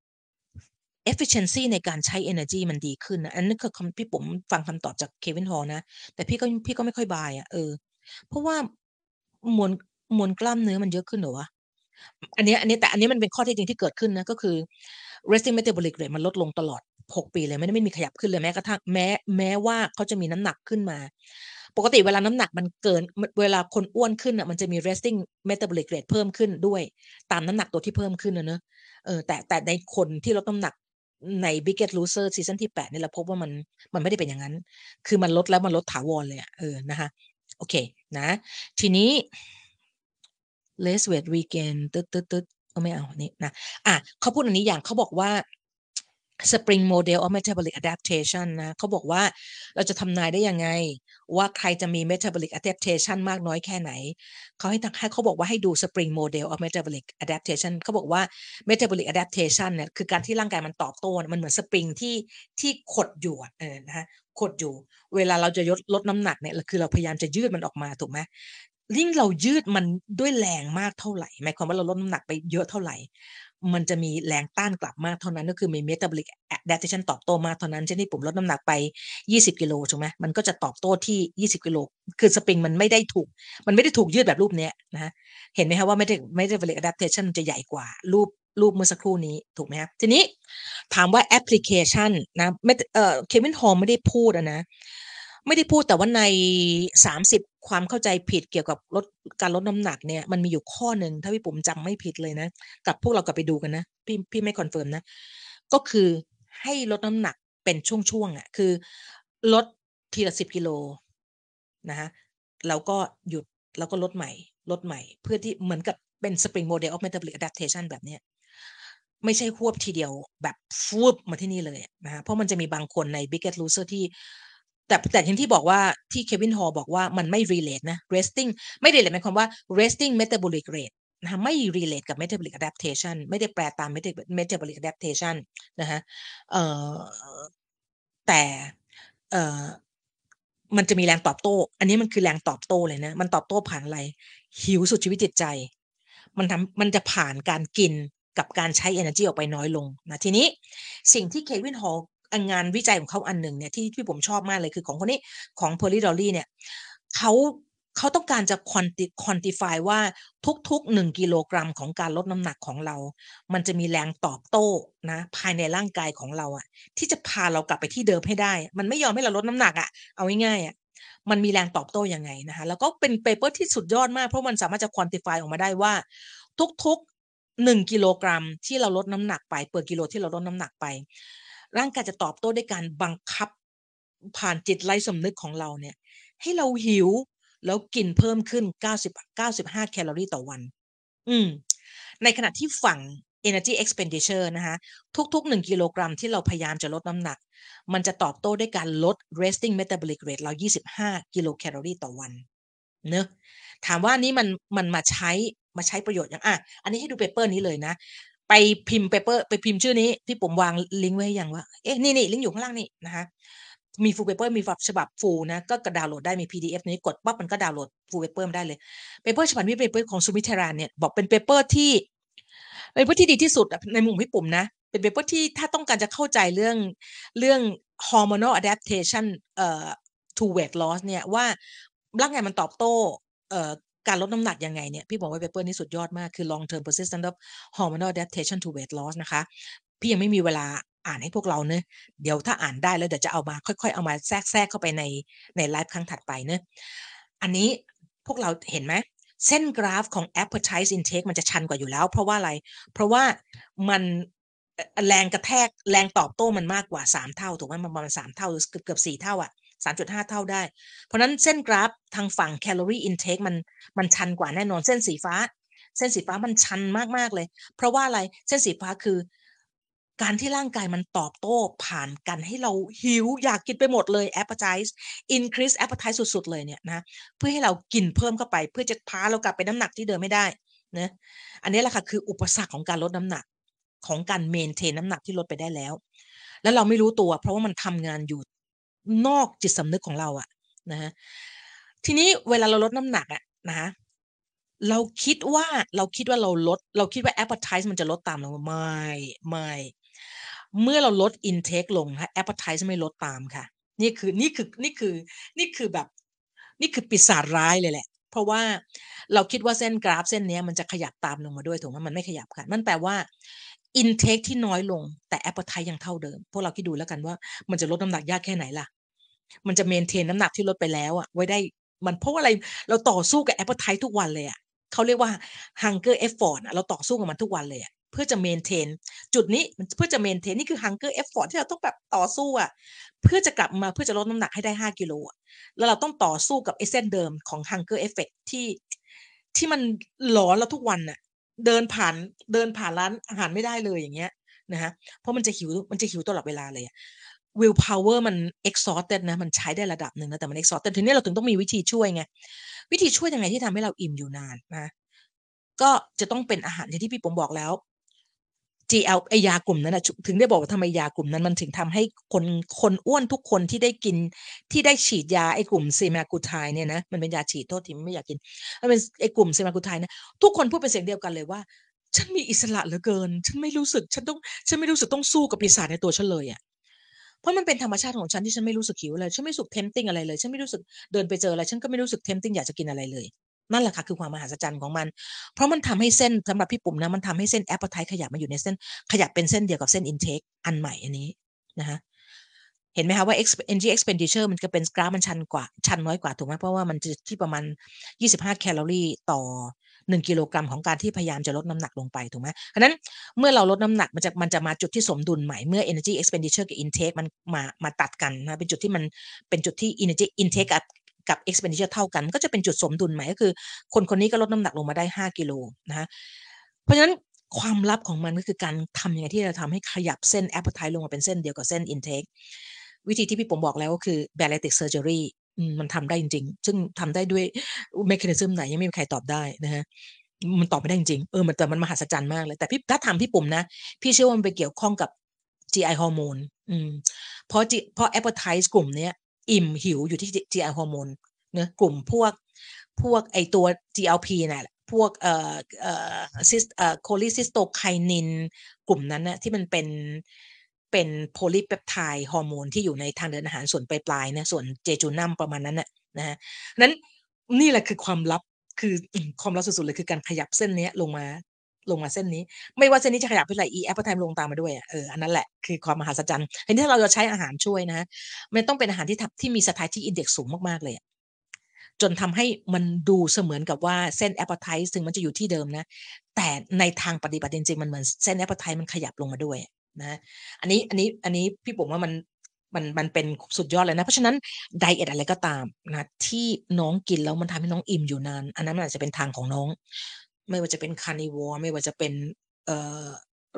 A: efficiency ในการใช้ energy มันดีขึ้นนะอันนี้คือคำพี่ผมฟังคำตอบจากเควินฮอลนะแต่พี่ก็พี่ก็ไม่ค่อยบายอ่ะเออเพราะว่ามวลมวลกล้ามเนื้อมันเยอะขึ้นเหรอวะอันนี้อันนี้แต่อันนี้มันเป็นข้อเท็จจริงที่เกิดขึ้นนะก็คือ resting metabolic rate มันลดลงตลอดหกปีเลยไม่ได้ไม่มีขยับขึ้นเลยแม้กระทั่งแม้แม้ว่าเขาจะมีน้ำหนักขึ้นมาปกติเวลาน้ำหนักมันเกินเวลาคนอ้วนขึ้นอ่ะมันจะมี resting metabolic rate เพิ่มขึ้นด้วยตามน้ำหนักตัวที่เพิ่มขึ้นนะเนอะเออแต่แต่ในคนที่ลดน้ำหนักใน Biggest Loser ซีซั่นที่แปดนี่เราพบว่ามันมันไม่ได้เป็นอย่างนั้นคือมันลดแล้วมันลดถาวรเลยอ่ะเออนะคะโอเคนะทีนี้ less weight regain ตึ๊ดตึ๊ดตึ๊ดก็ไม่เอานี่นะอ่ะเขาพูดอันนี้อย่างเขาบอกว่า Spring Model of Metabolic Adaptation นะเขาบอกว่าเราจะทำนายได้ยังไงว่าใครจะมี Metabolic Adaptation มากน้อยแค่ไหนเขาให้ให้เขาบอกว่าให้ดู Spring Model of Metabolic Adaptation เขาบอกว่า Metabolic Adaptation เนี่ยคือการที่ร่างกายมันตอบโต้มันเหมือนสปริงที่ที่ขดอยู่เออนะฮะขดอยู่เวลาเราจะลดลดน้ำหนักเนี่ยคือเราพยายามจะยืดมันออกมาถูกไหมยิ่งเรายืดมันด้วยแรงมากเท่าไหร่หมายความว่าเราลดน้ำหนักไปเยอะเท่าไหร่มันจะมีแรงต้านกลับมากเท่านั้นก็คือมี metabolic adaptation ตอบโต้มากเท่านั้นเช่นที่ผมลดน้ำหนักไปยี่สิบกิโลถูกไหมมันก็จะตอบโต้ที่ยี่สิบกิโลคือสปริงมันไม่ได้ถูกมันไม่ได้ถูกยืดแบบรูปนี้นะฮะเห็นไหมคะว่า metabolic adaptation จะใหญ่กว่ารูปรูปเมื่อสักครู่นี้ถูกไหมครับทีนี้ถามว่าแอปพลิเคชันนะเอ่อเควินฮอลไม่ได้พูดนะไม่ได้พูดแต่ว่าในสามสิบความเข้าใจผิดเกี่ยวกับลดการลดน้ำหนักเนี่ยมันมีอยู่ข้อหนึ่งถ้าพี่ปุ๋มจำไม่ผิดเลยนะกับพวกเรากลับไปดูกันนะพี่พี่ไม่คอนเฟิร์มนะก็คือให้ลดน้ำหนักเป็นช่วงๆอ่ะคือลดทีละสิบกิโลนะคะแล้วก็หยุดแล้วก็ลดใหม่ลดใหม่เพื่อที่เหมือนกับเป็น Spring Model of Metabolic Adaptation แบบเนี้ยไม่ใช่ควบทีเดียวแบบฟูบมาที่นี่เลยนะคะเพราะมันจะมีบางคนใน Biggest Loser ที่แต่แต่อย่างที่บอกว่าที่เควินฮอลบอกว่ามันไม่ relate นะ resting ไม่ relate หมายความว่า resting metabolic rate นะคะไม่ relate กับ metabolic adaptation ไม่ได้แปลตาม metabolic adaptation นะคะเอ่อแต่เอ่อมันจะมีแรงตอบโต้อันนี้มันคือแรงตอบโต้เลยนะมันตอบโต้ผ่านอะไรหิวสุดชีวิตจิตใจมันทำมันจะผ่านการกินกับการใช้ energy ออกไปน้อยลงนะทีนี้สิ่งที่เควินฮอลงานวิจัยของเขาอันหนึ่งเนี่ยที่ที่ผมชอบมากเลยคือของคนนี้ของ Polly Dolly เนี่ยเขาเขาต้องการจะ quantify ว่าทุกๆหนึ่งกิโลกรัมของการลดน้ำหนักของเรามันจะมีแรงตอบโต้นะภายในร่างกายของเราอะที่จะพาเรากลับไปที่เดิมให้ได้มันไม่ยอมให้เราลดน้ำหนักอะเอาง่ายๆอะมันมีแรงตอบโต้ยังไงนะคะแล้วก็เป็นเปเปอร์ที่สุดยอดมากเพราะมันสามารถจะ quantify ออกมาได้ว่าทุกๆหนึ่งกิโลกรัมที่เราลดน้ำหนักไปเปอร์กิโลที่เราลดน้ำหนักไปร่างกายจะตอบโต้ด้วยการบังคับผ่านจิตไร้สำนึกของเราเนี่ยให้เราหิวแล้วกินเพิ่มขึ้นเก้าสิบ เก้าสิบห้าแคลอรี่ต่อวันอืมในขณะที่ฝั่ง energy expenditure นะคะทุกๆหนึ่งกิโลกรัมที่เราพยายามจะลดน้ำหนักมันจะตอบโต้ด้วยการลด resting metabolic rate เรายี่สิบห้ากิโลแคลอรี่ต่อวันเนอะถามว่านี้มันมันมาใช้มาใช้ประโยชน์อย่างอ่ะอันนี้ให้ดูเปเปอร์นี้เลยนะไปพิมพ์เปเปอร์ไปพิมพ์ชื่อนี้ที่ผมวางลิงก์ไว้ให้ยังว่าเอ๊ะนี่นี่ลิงก์อยู่ข้างล่างนี่นะคะมีฟูลเปเปอร์มีฉบับฟูลนะก็ดาวน์โหลดได้มี พี ดี เอฟ นี้กดปั๊บมันก็ดาวน์โหลดฟูลเปเปอร์ได้เลยเปเปอร์ฉบับนี้เปเปอร์ของซูมิเทรานเนี่ยบอกเป็นเปเปอร์ที่เป็นเปเปอร์ที่ดีที่สุดในมุมพี่ปุ่มนะเป็นเปเปอร์ที่ถ้าต้องการจะเข้าใจเรื่องเรื่อง hormonal adaptation เอ่อ to weight loss เนี่ยว่าร่างกายมันตอบโต้เอ่อการลดน้ำหนักยังไงเนี่ยพี่บอกว่าเปเปอร์นี้สุดยอดมากคือ long term persistent of hormonal adaptation to weight loss นะคะพี่ยังไม่มีเวลาอ่านให้พวกเราเนอะเดี๋ยวถ้าอ่านได้แล้วเดี๋ยวจะเอามาค่อยๆเอามาแทรกแทรกเข้าไปในในไลฟ์ครั้งถัดไปเนอะอันนี้พวกเราเห็นไหมเส้นกราฟของ appetite intake มันจะชันกว่าอยู่แล้วเพราะว่าอะไรเพราะว่ามันแรงกระแทกแรงตอบโต้มันมากกว่าสามเท่าถูกไหมมันประมาณสามเท่าหรือเกือบเกือบสี่เท่าอ่ะ สามจุดห้า เท่าได้เพราะนั้นเส้นกราฟทางฝั่ง calorie intake มันมันชันกว่าแน่นอนเส้นสีฟ้าเส้นสีฟ้ามันชันมากๆเลยเพราะว่าอะไรเส้นสีฟ้าคือการที่ร่างกายมันตอบโต้ผ่านกันให้เราหิวอยากกินไปหมดเลย appetite increase appetite สุดๆเลยเนี่ยนะเพื่อให้เรากินเพิ่มเข้าไปเพื่อจะพาเรากลับไปน้ำหนักที่เดิมไม่ได้นะอันนี้แหละค่ะคืออุปสรรคของการลดน้ำหนักของการ maintain น้ำหนักที่ลดไปได้แล้วแล้วเราไม่รู้ตัวเพราะว่ามันทำงานอยู่นอกจิตสำนึกของเราอะนะฮะทีนี้เวลาเราลดน้ำหนักอะนะคะเราคิดว่าเราคิดว่าเราลดเราคิดว่า appetite มันจะลดตามเราไม่ไม่เมื่อเราลด intake ลงฮะ appetite ไม่ลดตามค่ะนี่คือนี่คือนี่คือนี่คือแบบนี่คือปีศาจร้ายเลยแหละเพราะว่าเราคิดว่าเส้นกราฟเส้นนี้มันจะขยับตามลงมาด้วยถูกไหมมันไม่ขยับค่ะนั่นแปลว่า intake ที่น้อยลงแต่ appetite ยังเท่าเดิมพวกเราคิดดูแล้วกันว่ามันจะลดน้ำหนักยากแค่ไหนล่ะมันจะ maintain น้ำหนักที่ลดไปแล้วอะไว้ได้มันเพราะอะไรเราต่อสู้กับ appetite ทุกวันเลยอะเขาเรียกว่า hunger effort เราต่อสู้กับมันทุกวันเลยอะเพื่อจะ maintain จุดนี้เพื่อจะ maintain นี่คือ hunger effort ที่เราต้องแบบต่อสู้อะเพื่อจะกลับมาเพื่อจะลดน้ำหนักให้ได้ห้ากิโลอะแล้วเราต้องต่อสู้กับไอ้เส้นเดิมของ hunger effect ที่ที่มันหลอนเราทุกวันน่ะเดินผ่านเดินผ่านร้านอาหารไม่ได้เลยอย่างเงี้ยนะคะเพราะมันจะหิวมันจะหิวตลอดเวลาเลยอะ will power มัน exhausted นะมันใช้ได้ระดับหนึ่งนะแต่มัน exhausted ทีนี้เราถึงต้องมีวิธีช่วยไงวิธีช่วยยังไงที่ทำให้เราอิ่มอยู่นานนะก็จะต้องเป็นอาหารอย่างที่พี่ผมบอกแล้ว จี แอล ไอยากลุ่มนั้นนะถึงได้บอกว่าทำไมยากลุ่มนั้นมันถึงทำให้คนคนอ้วนทุกคนที่ได้กินที่ได้ฉีดยาไอ้กลุ่มเซมากูไทเนี่ยนะมันเป็นยาฉีดโทษทีไม่อยากกินมันเป็นไอ้กลุ่มเซมากูไทนะทุกคนพูดเป็นเสียงเดียวกันเลยว่าฉันมีอิสระเหลือเกินฉันไม่รู้สึกฉันต้องฉันไม่รู้สึกต้องสู้กับปีศาจในตัวฉันเลยอ่ะเพราะมันเป็นธรรมชาติของฉันที่ฉันไม่รู้สึกหิวเลยฉันไม่รู้สึก tempting อะไรเลยฉันไม่รู้สึกเดินไปเจออะไรฉันก็ไม่รู้สึก tempting อยากจะกินอะไรเลยนั่นแหละค่ะคือความมหัศจรรย์ของมันเพราะมันทำให้เส้นสำหรับพี่ปุ่มนะมันทำให้เส้น appetite ขยับมาอยู่ในเส้นขยับเป็นเส้นเดียวกับเส้น intake อันใหม่อันนี้นะคะเห็นไหมคะว่า energy expenditure มันจะเป็นกราฟมันชันกว่าชันน้อยกว่าถูกไหมเพราะว่ามันจะที่ประมาณยี่สิบห้าแคลอรี่ต่อหนึ่งกิโลกรัมของการที่พยายามจะลดน้ำหนักลงไปถูกไหมเพราะนั้นเมื่อเราลดน้ำหนักมันจะมันจะมาจุดที่สมดุลใหม่เมื่อ energy expenditure กับ intake มันมามาตัดกันนะเป็นจุดที่มันเป็นจุดที่ energy intake กับกับ expenditure เท่ากันก็จะเป็นจุดสมดุลใหม่ก็คือคนคนนี้ก็ลดน้ำหนักลงมาได้ห้ากิโลนะคะเพราะฉะนั้นความลับของมันก็คือการทำยังไงที่จะทำให้ขยับเส้น appetite ลงมาเป็นเส้นเดียวกับเส้น intake วิธีที่พี่ผมบอกแล้วก็คือ bariatric surgery มันทำได้จริงๆซึ่งทำได้ด้วย mechanism ไหนยังไม่มีใครตอบได้นะฮะมันตอบไม่ได้จริงๆเออมันแต่มันมหัศจรรย์มากเลยแต่พี่ถ้าถามพี่ปุ่มนะพี่เชื่อว่ามันไปเกี่ยวข้องกับ จี ไอ ฮอร์โมนอืมเพราะ G เพราะ appetite กลุ่มเนี้ยอิ่มหิวอยู่ที่ จี ไอ ฮอร์โมนเนะกลุ่มพวกพวกไอตัว จี แอล พี น่ะพวกเอ่อเอ่อซิสเอ่อโคลิซิสโตไคนินกลุ่มนั้นนะที่มันเป็นเป็นโพลีเปปไทด์ฮอร์โมนที่อยู่ในทางเดินอาหารส่วนปลายๆนะส่วนเจจูนัมประมาณนั้นน่ะนะฮะนั้นนี่แหละคือความลับคือความลับสุดๆเลยคือการขยับเส้นนี้ลงมาลงมาเส้นนี้ไม่ว่าเส้นนี้จะขยับเท่าไหร่อีแอปเปิลไทม์ลงตามมาด้วยอ่ะเอออันนั้นแหละคือความมหัศจรรย์ทีนี้ถ้าเราจะใช้อาหารช่วยนะมันต้องเป็นอาหารที่ที่มี satiety index สูงมากๆเลยจนทำให้มันดูเสมือนกับว่าเส้น appetite ถึงมันจะอยู่ที่เดิมนะแต่ในทางปฏิบัติจริงๆมันเหมือนเส้น appetite มันขยับลงมาด้วยนะอันนี้อันนี้อันนี้พี่ผมว่ามันมันมันเป็นสุดยอดเลยนะเพราะฉะนั้นไดเอทอะไรก็ตามนะที่น้องกินแล้วมันทำให้น้องอิ่มอยู่นานอันนั้นมันอาจจะเป็นทางของน้องไม่ว่าจะเป็น carnivore ไม่ว่าจะเป็นเอ่อ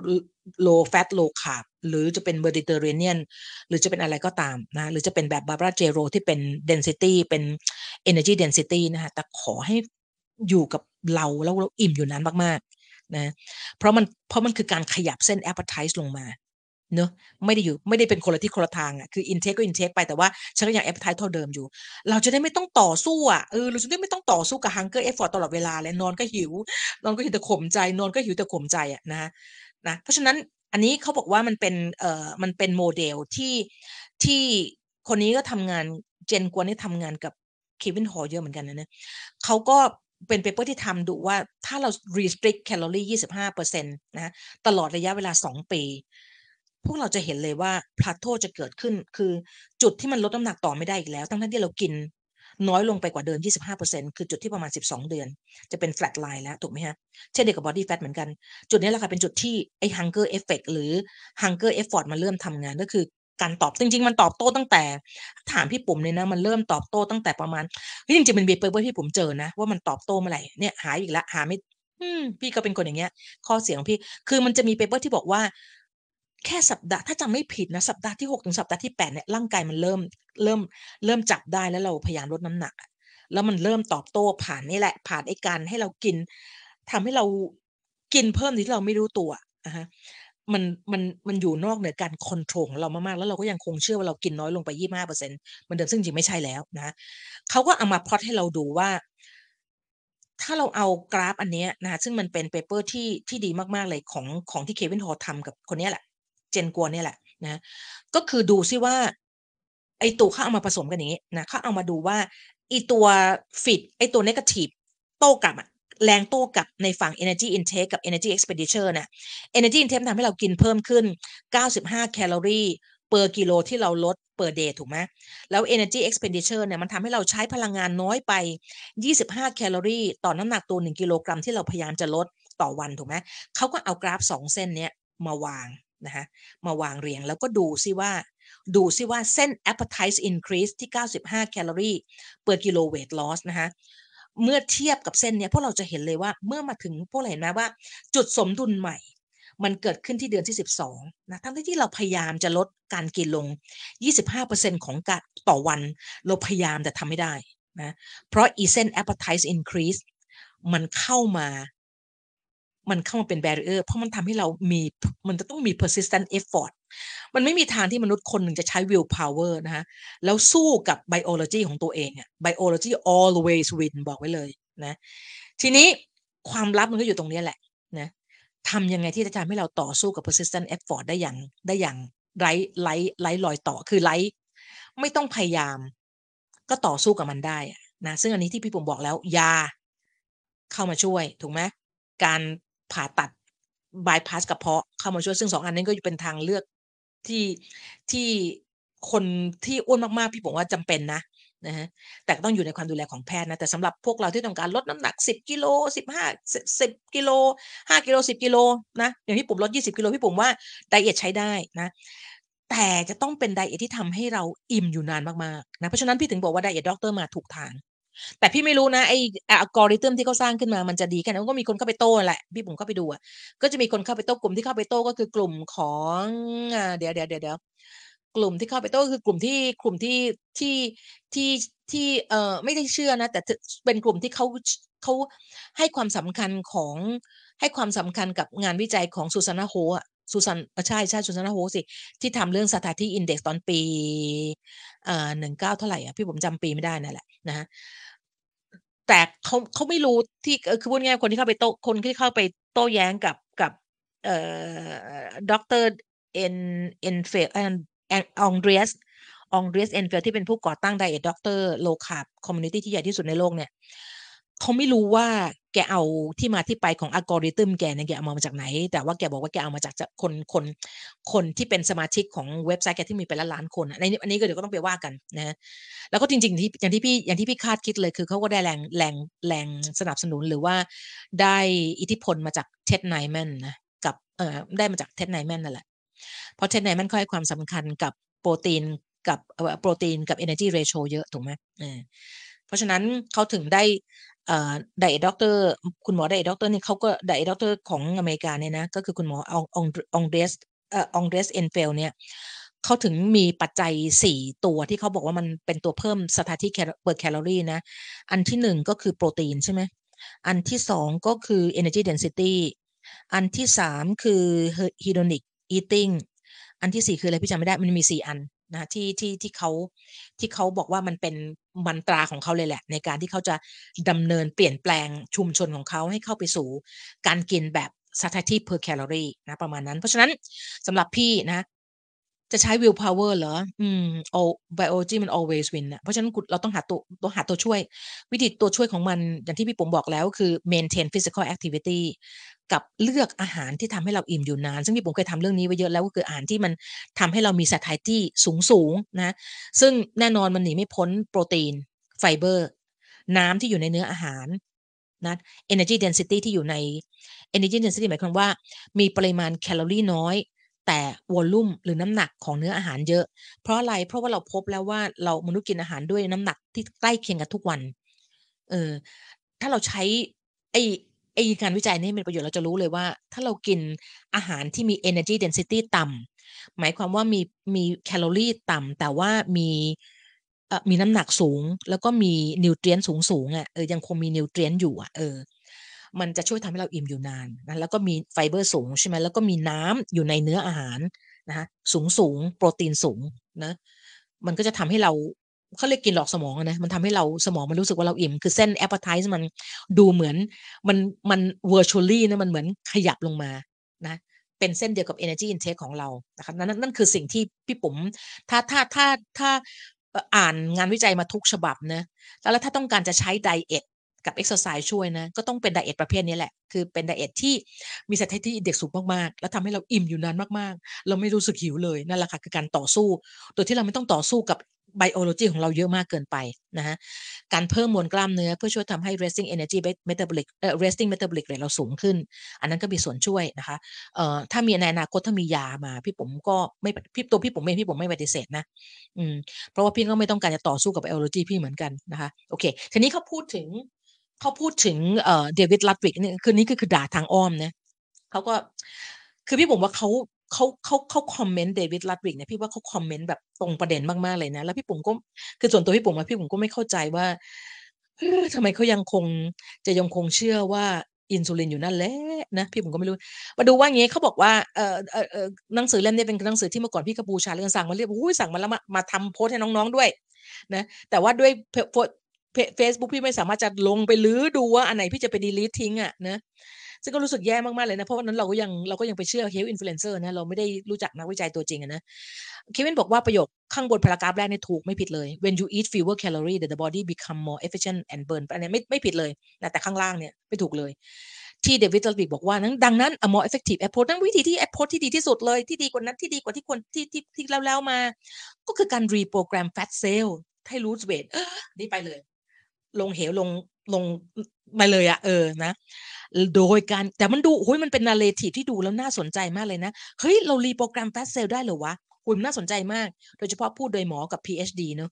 A: low fat low carb หรือจะเป็น Mediterranean หรือจะเป็นอะไรก็ตามนะหรือจะเป็นแบบ Barbara Jero ที่เป็น density เป็น energy density นะคะแต่ขอให้อยู่กับเราแล้วเราอิ่มอยู่นานมากๆนะเพราะมันเพราะมันคือการขยับเส้น appetite ลงมาเนอะไม่ได้อยู่ไม่ได้เป็นคนละที่คนละทางอ่ะคือ intake ก็ intake ไปแต่ว่าฉันก็ยัง appetite เท่าเดิมอยู่เราจะได้ไม่ต้องต่อสู้อ่ะเออเราจะได้ไม่ต้องต่อสู้กับ hunger effort ตลอดเวลาเลยนอนก็หิวนอนก็หิวแต่ข่มใจนอนก็หิวแต่ข่มใจอ่ะนะนะเพราะฉะนั้นอันนี้เขาบอกว่ามันเป็นเอ่อมันเป็นโมเดลที่ที่คนนี้ก็ทำงานเจนกวนนี่ทำงานกับเควินฮอลเยอะเหมือนกันนะเนี่ยเขาก็เป็นเปเปอร์ที่ทำดูว่าถ้าเรา restrict แคลอรี่ ยี่สิบห้าเปอร์เซ็นต์ นะตลอดระยะเวลาสองปีพวกเราจะเห็นเลยว่าพลาโตจะเกิดขึ้นคือจุดที่มันลดน้ำหนักต่อไม่ได้อีกแล้วทั้งที่เรากินน้อยลงไปกว่าเดิม ยี่สิบห้าเปอร์เซ็นต์ คือจุดที่ประมาณสิบสองเดือนจะเป็น flat line แล้วถูกไหมฮะเช่นเดียวกับ body fat เหมือนกันจุดนี้แหละค่ะเป็นจุดที่ไอ้ hunger effect หรือ hunger effort มันเริ่มทำงานก็คือการตอบจริงๆมันตอบโต้ตั้งแต่ถามพี่ปุ๋มเลยนะมันเริ่มตอบโต้ตั้งแต่ประมาณจริงๆมันมีเปเปอร์ที่ผมเจอนะว่ามันตอบโต้เมื่อไหร่เนี่ยหาอีกแล้วหาไม่พี่ก็เป็นคนอย่างเงี้ยข้อเสียของพี่คือมันจะมีเปเปอร์ที่บอกว่าแค่สัปดาห์ถ้าจำไม่ผิดนะสัปดาห์ที่หกถึงสัปดาห์ที่แปดเนี่ยร่างกายมันเริ่มเริ่มเริ่มจับได้แล้วเราพยายามลดน้ำหนักแล้วมันเริ่มตอบโต้ผ่านนี่แหละผ่านไอ้การให้เรากินทำให้เรากินเพิ่มที่เราไม่รู้ตัวนะฮะมันมันมันอยู่นอกเหนือการคอนโทรลของเรามากๆแล้วเราก็ยังคงเชื่อว่าเรากินน้อยลงไป ยี่สิบห้าเปอร์เซ็นต์ เหมือนเดิมซึ่งจริงไม่ใช่แล้วนะเขาก็เอามาพลอตให้เราดูว่าถ้าเราเอากราฟอันนี้นะคะซึ่งมันเป็นเปเปอร์ที่ที่ดีมากๆเลยของของที่เควินฮอลทำกับคนนี้แหละเจนกัวเนี่ยแหละนะก็คือดูซิว่าไอตัวเขาเอามาผสมกันอย่างนี้นะเขาเอามาดูว่าไอตัวฟิตไอตัว negative โต้กลับอะแรงโต้กลับในฝั่ง energy intake กับ energy expenditure น่ะ energy intake ทำให้เรากินเพิ่มขึ้นเก้าสิบห้าแคลอรี่ per กิโลที่เราลด per day ถูกไหมแล้ว energy expenditure เนี่ยมันทำให้เราใช้พลังงานน้อยไปยี่สิบห้าแคลอรี่ต่อน้ำหนักตัวหนึ่งกิโลกรัมที่เราพยายามจะลดต่อวันถูกไหมเขาก็เอากราฟสองเส้นเนี้ยมาวางนะคะมาวางเรียงแล้วก็ดูซิว่าดูซิว่าเส้น appetite increase ที่เก้าสิบห้าแคลอรี่ per kilo weight loss นะคะเมื่อเทียบกับเส้นเนี้ยพวกเราจะเห็นเลยว่าเมื่อมาถึงพวกเราเห็นไหมว่าจุดสมดุลใหม่มันเกิดขึ้นที่เดือนที่สิบสองนะทั้งที่เราพยายามจะลดการกินลง ยี่สิบห้าเปอร์เซ็นต์ ของกะต่อวันเราพยายามแต่ทำไม่ได้นะเพราะ eccentric appetite increase มันเข้ามามันเข้ามาเป็น barrier เพราะมันทำให้เรามีมันจะต้องมี persistent effort มันไม่มีทางที่มนุษย์คนหนึ่งจะใช้ will power นะคะแล้วสู้กับ biology ของตัวเองอะ biology always win บอกไว้เลยนะทีนี้ความลับมันก็อยู่ตรงนี้แหละนะทำยังไงที่จะทำให้เราต่อสู้กับ persistent effort ได้อย่างได้อย่างไร้ไร้ไร้รอยต่อคือไร้ไม่ต้องพยายามก็ต่อสู้กับมันได้นะซึ่งอันนี้ที่พี่ผมบอกแล้วยาเข้ามาช่วยถูกไหมการผ่าตัดบายพาสกระเพาะเข้ามาช่วยซึ่งสองอันนี้ก็จะเป็นทางเลือกที่ที่คนที่อ้วนมากๆพี่ผมว่าจำเป็นนะนะฮะแต่ต้องอยู่ในความดูแลของแพทย์นะแต่สำหรับพวกเราที่ต้องการลดน้ำหนักสิบกิโลสิบห้าสิบกิโลห้ากิโลสิบกิโลนะอย่างที่ผมลดยี่สิบกิโลพี่ผมว่าไดเอทใช้ได้นะแต่จะต้องเป็นไดเอทที่ทำให้เราอิ่มอยู่นานมากๆนะเพราะฉะนั้นพี่ถึงบอกว่าไดเอทด็อกเตอร์มาถูกทางแต่พี่ไม่รู้นะไอ้อัลกอริทึมที่เขาสร้างขึ้นมามันจะดีแค่ไหนก็มีคนเข้าไปโต้แหละพี่ผมเข้าไปดูอ่ะก็จะมีคนเข้าไปโต้กลุ่มที่เข้าไปโต้ก็คือกลุ่มของอ่าเดี๋ยวเดี๋ยวเดี๋ยวเดี๋ยวกลุ่มที่เข้าไปโต้ก็คือกลุ่มที่กลุ่มที่ที่ที่ที่เอ่อไม่ได้เชื่อนะแต่เป็นกลุ่มที่เขาเขาให้ความสำคัญของให้ความสำคัญกับงานวิจัยของซูซานาโฮอ่ะซูซานใช่ใช่ซูซานาโฮสิที่ทำเรื่อง Satiety Index ตอนปีเอ่อหนึ่งเก้าเท่าไหร่อ่ะพี่ผมจำปีไม่ได้นั่นแหละนะฮะแต่เขาเขาไม่รู้ที่คือพูดง่ายคนที่เข้าไปโต้คนที่เข้าไปโต้แย้งกับกับเอ่อด็อกเตอร์เอ็นเอ็นเฟลองเดรียสองเดรียสเอ็นเฟลที่เป็นผู้ก่อตั้งไดเอทด็อกเตอร์โลคาร์บคอมมูนิตี้ที่ใหญ่ที่สุดในโลกเนี่ยเขาไม่รู้ว่าแกเอาที่มาที่ไปของอัลกอริทึมแกเนี่ยแกเอามาจากไหนแต่ว่าแกบอกว่าแกเอามาจากคนคนคนที่เป็นสมาชิกของเว็บไซต์แกที่มีเป็นล้านล้านคนอันนี้อันนี้ก็เดี๋ยวก็ต้องไปว่ากันนะแล้วก็จริงๆที่อย่างที่พี่อย่างที่พี่คาดคิดเลยคือเขาก็ได้แรงแรงแรงสนับสนุนหรือว่าได้อิทธิพลมาจากเท็ดไนแมนนะกับเอ่อได้มาจากเท็ดไนแมนนั่นแหละเพราะเท็ดไนแมนเขาให้ความสำคัญกับโปรตีนกับโปรตีนกับ energy ratio เยอะถูกไหมเออเพราะฉะนั้นเขาถึงได้ไดเอทด็อกเตอร์คุณหมอไดเอทด็อกเตอร์นี่เขาก็ไดเอทด็อกเตอร์ของอเมริกาเนี่ยนะก็คือคุณหมอองององเดรสเอ่อองเดรสเอ็นเฟลเนี่ยเขาถึงมีปัจจัยสี่ตัวที่เขาบอกว่ามันเป็นตัวเพิ่มสถาที่เปิดแคลอรี่นะอันที่หนึ่งก็คือโปรตีนใช่ไหมอันที่สองก็คือ energy density อันที่สามคือ hedonic eating อันที่สี่คืออะไรพี่จำไม่ได้มันมีสี่อันนะที่ที่ที่เขาที่เขาบอกว่ามันเป็นมันตราของเขาเลยแหละในการที่เขาจะดำเนินเปลี่ยนแปลงชุมชนของเขาให้เข้าไปสู่การกินแบบ satiety per calorie นะประมาณนั้นเพราะฉะนั้นสำหรับพี่นะจะใช้ will power เหรออืม all biology มัน always win นะเพราะฉะนั้นเราต้องหาตัวต้องหาตัวช่วยวิธีตัวช่วยของมันอย่างที่พี่ผมบอกแล้วคือ maintain physical activity กับเลือกอาหารที่ทำให้เราอิ่มอยู่นานซึ่งพี่ผมเคยทำเรื่องนี้ไว้เยอะแล้วก็คืออาหารที่มันทำให้เรามี satiety สูงสูงนะซึ่งแน่นอนมันหนีไม่พ้นโปรตีนไฟเบอร์น้ำที่อยู่ในเนื้ออาหารนะ energy density ที่อยู่ใน energy density หมายความว่ามีปริมาณแคลอรี่น้อยแต่วอลลุ่มหรือน้ำหนักของเนื้ออาหารเยอะเพราะอะไรเพราะว่าเราพบแล้วว่าเรามนุษย์กินอาหารด้วยน้ำหนักที่ใกล้เคียงกันทุกวันเออถ้าเราใช้ไอไองานวิจัยนี้เป็นประโยชน์เราจะรู้เลยว่าถ้าเรากินอาหารที่มี energy density ต่ำหมายความว่ามีมีแคลอรี่ต่ำแต่ว่ามีเอ่อมีน้ำหนักสูงแล้วก็มีนิวเทรียนสูงสูงอ่ะเออยังคงมีนิวเทรียนอยู่อ่ะเออมันจะช่วยทำให้เราอิ่มอยู่นานนะแล้วก็มีไฟเบอร์สูงใช่ไหมแล้วก็มีน้ำอยู่ในเนื้ออาหารนะคะสูงสูงโปรตีนสูงนะมันก็จะทำให้เราเขาเรียกกินหลอกสมองนะมันทำให้เราสมองมันรู้สึกว่าเราอิ่มคือเส้น appetite มันดูเหมือนมันมัน virtually นะมันเหมือนขยับลงมานะเป็นเส้นเดียวกับ energy intake ของเรานะครับนั่นนั่นคือสิ่งที่พี่ปุ๋มถ้าถ้าถ้าถ้าอ่านงานวิจัยมาทุกฉบับนะแล้วถ้าต้องการจะใช้ไดเอทกับเอ็กซ์ไซส์ช่วยนะก็ต้องเป็นไดเอทประเภทนี้แหละคือเป็นไดเอทที่มีสถิติเด็กสูงมากๆแล้วทำให้เราอิ่มอยู่นานมากๆเราไม่รู้สึกหิวเลยนั่นแหละค่ะคือการต่อสู้โดยที่เราไม่ต้องต่อสู้กับไบโอโลจีของเราเยอะมากเกินไปนะฮะการเพิ่มมวลกล้ามเนื้อเพื่อช่วยทำให้ resting energy metabolic เอ่อ resting metabolic rate เราสูงขึ้นอันนั้นก็มีส่วนช่วยนะคะเอ่อถ้ามีในอนาคตถ้ามียามาพี่ผมก็ไม่พี่ตัวพี่ผมเองพี่ผมไม่ปฏิเสธนะอืมเพราะว่าพี่ก็ไม่ต้องการจะต่อสู้กับไบโอโลจีพี่เหมือนกันนะคะโอเคทีนี้เขาพูดถึงเขาพูดถึงเอ่อเดวิดลัดวิกเนี่ยคือนี้ก็คือด่าทางอ้อมนะเขาก็คือพี่ผมว่าเขาเขาเขาเขาคอมเมนต์เดวิดลัดวิกเนี่ยพี่ว่าเขาคอมเมนต์แบบตรงประเด็นมากๆเลยนะแล้วพี่ผมก็คือส่วนตัวพี่ผมอะพี่ผมก็ไม่เข้าใจว่าเออทำไมเขายังคงจะยังคงเชื่อว่าอินซูลินอยู่นั่นแหละนะพี่ผมก็ไม่รู้มาดูว่าอย่างงี้เขาบอกว่าเออเออเออหนังสือเล่มนี้เป็นหนังสือที่เมื่อก่อนพี่ก็บูชาเรื่องสั่งมาเรียบอุ้ยสั่งมาแล้วมามาทำโพสให้น้องๆด้วยนะแต่ว่าด้วยเฟซบุ๊กพี่ไม่สามารถจะลงไปลื้อดูว่าอันไหนพี่จะไปดีลีททิ้งอ่ะนะ ซึ่งก็รู้สึกแย่มากๆเลยนะเพราะว่านั้นเราก็ยังเราก็ยังไปเชื่อ health influencer นะเราไม่ได้รู้จักนักวิจัยตัวจริงอะนะเควินบอกว่าประโยคข้างบนพารากราฟแรกนี่ถูกไม่ผิดเลย when you eat fewer calorie the body become more efficient and burn อันนี้ไม่ไม่ผิดเลยนะแต่ข้างล่างเนี่ยไม่ถูกเลยที่เดวิด ลบิกบอกว่านั้นดังนั้น a more effective approach นั้นวิธีที่ approach ที่ดีที่สุดเลยที่ดีกว่านั้นที่ดีกว่าที่คนที่ที่ที่แล้วแล้วมาก็คือการ reprogram fat cell ให้ lose weight นี่ไปเลยลงเหวลงลงมาเลยอะเออนะโดยการแต่มันดูโอ้ยมันเป็นนาเรทีฟที่ดูแล้วน่าสนใจมากเลยนะเฮ้ยเรารีโปรแกรมแฟตเซลล์ได้เหรอวะคุณน่าสนใจมากโดยเฉพาะพูดโดยหมอกับ พี เอช ดี เนอะ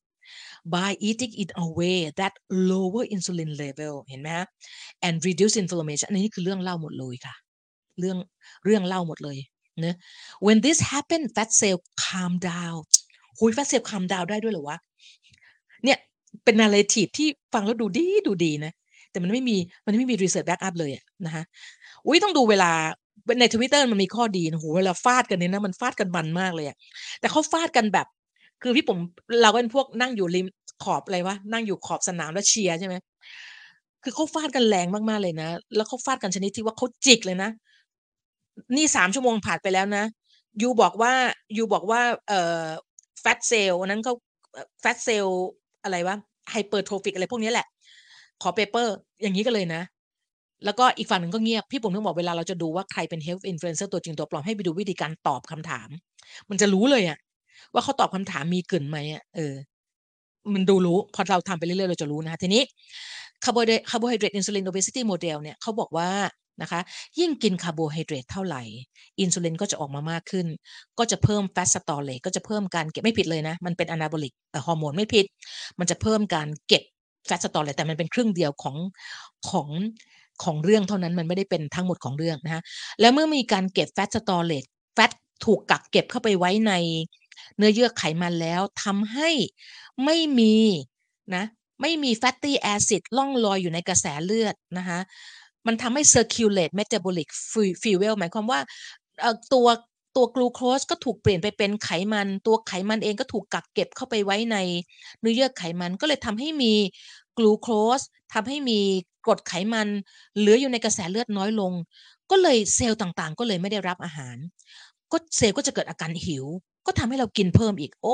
A: by eating it a way that lower insulin level เห็นไหมฮะ and reduce inflammation อันนี้คือเรื่องเล่าหมดเลยค่ะเรื่องเรื่องเล่าหมดเลยเนะ when this happen fat cell calm down หุย fat cell calm down ได้ด้วยเหรอวะเนี่ยเป็นนาเรทีฟที่ฟังแล้วดูดีดูดีนะแต่มันไม่มีมันไม่มี research back up เลยอะนะคะอุ้ยต้องดูเวลาใน Twitter มันมีข้อดีนะโหเวลาฟาดกันเนี่ยนะมันฟาดกันมันมากเลยอะแต่เขาฟาดกันแบบคือพี่ผมเราก็เป็นพวกนั่งอยู่ริมขอบอะไรวะนั่งอยู่ขอบสนามแล้วเชียร์ใช่ไหมคือเขาฟาดกันแรงมากๆเลยนะแล้วเขาฟาดกันชนิดที่ว่าเขาจิกเลยนะนี่สามชั่วโมงผ่านไปแล้วนะยูบอกว่ายูบอกว่าเอ่อแฟตเซลล์นั้นเขาแฟตเซลล์อะไรวะไฮเปอร์โทฟิกอะไรพวกนี้แหละขอเปเปอร์อย่างนี้กันเลยนะแล้วก็อีกฝั่งหนึ่งก็เงียบพี่ผมถึงบอกเวลาเราจะดูว่าใครเป็น health influencer ตัวจริงตัวปลอมให้ไปดูวิธีการตอบคำถามมันจะรู้เลยอะว่าเขาตอบคำถามมีกลิ่นไหมอะเออมันดูรู้พอเราทำไปเรื่อยๆเราจะรู้นะคะทีนี้ carbohydrate carbohydrate insulin obesity model เนี่ยเขาบอกว่านะคะยิ่งกินคาร์โบไฮเดรตเท่าไหร่อินซูลินก็จะออกมามากขึ้นก็จะเพิ่ม fat storage ก็จะเพิ่มการเก็บไม่ผิดเลยนะมันเป็น anabolic ฮอร์โมนไม่ผิดมันจะเพิ่มการเก็บ fat storage แต่มันเป็นครึ่งเดียวของของของเรื่องเท่านั้นมันไม่ได้เป็นทั้งหมดของเรื่องนะคะแล้วเมื่อมีการเก็บ fat storage fat ถูกกักเก็บเข้าไปไว้ในเนื้อเยื่อไขมันแล้วทำให้ไม่มีนะไม่มี fatty acid ล่องลอยอยู่ในกระแสเลือดนะคะมันทำให้ circulate metabolic fuel หมายความว่าตัวตัวกลูโคสก็ถูกเปลี่ยนไปเป็นไขมันตัวไขมันเองก็ถูกกักเก็บเข้าไปไว้ในเนื้อเยื่อไขมันก็เลยทำให้มีกลูโคสทำให้มีกรดไขมันเหลืออยู่ในกระแสเลือดน้อยลงก็เลยเซลล์ต่างๆก็เลยไม่ได้รับอาหารก็เซลล์ก็จะเกิดอาการหิวก็ทำให้เรากินเพิ่มอีกโอ้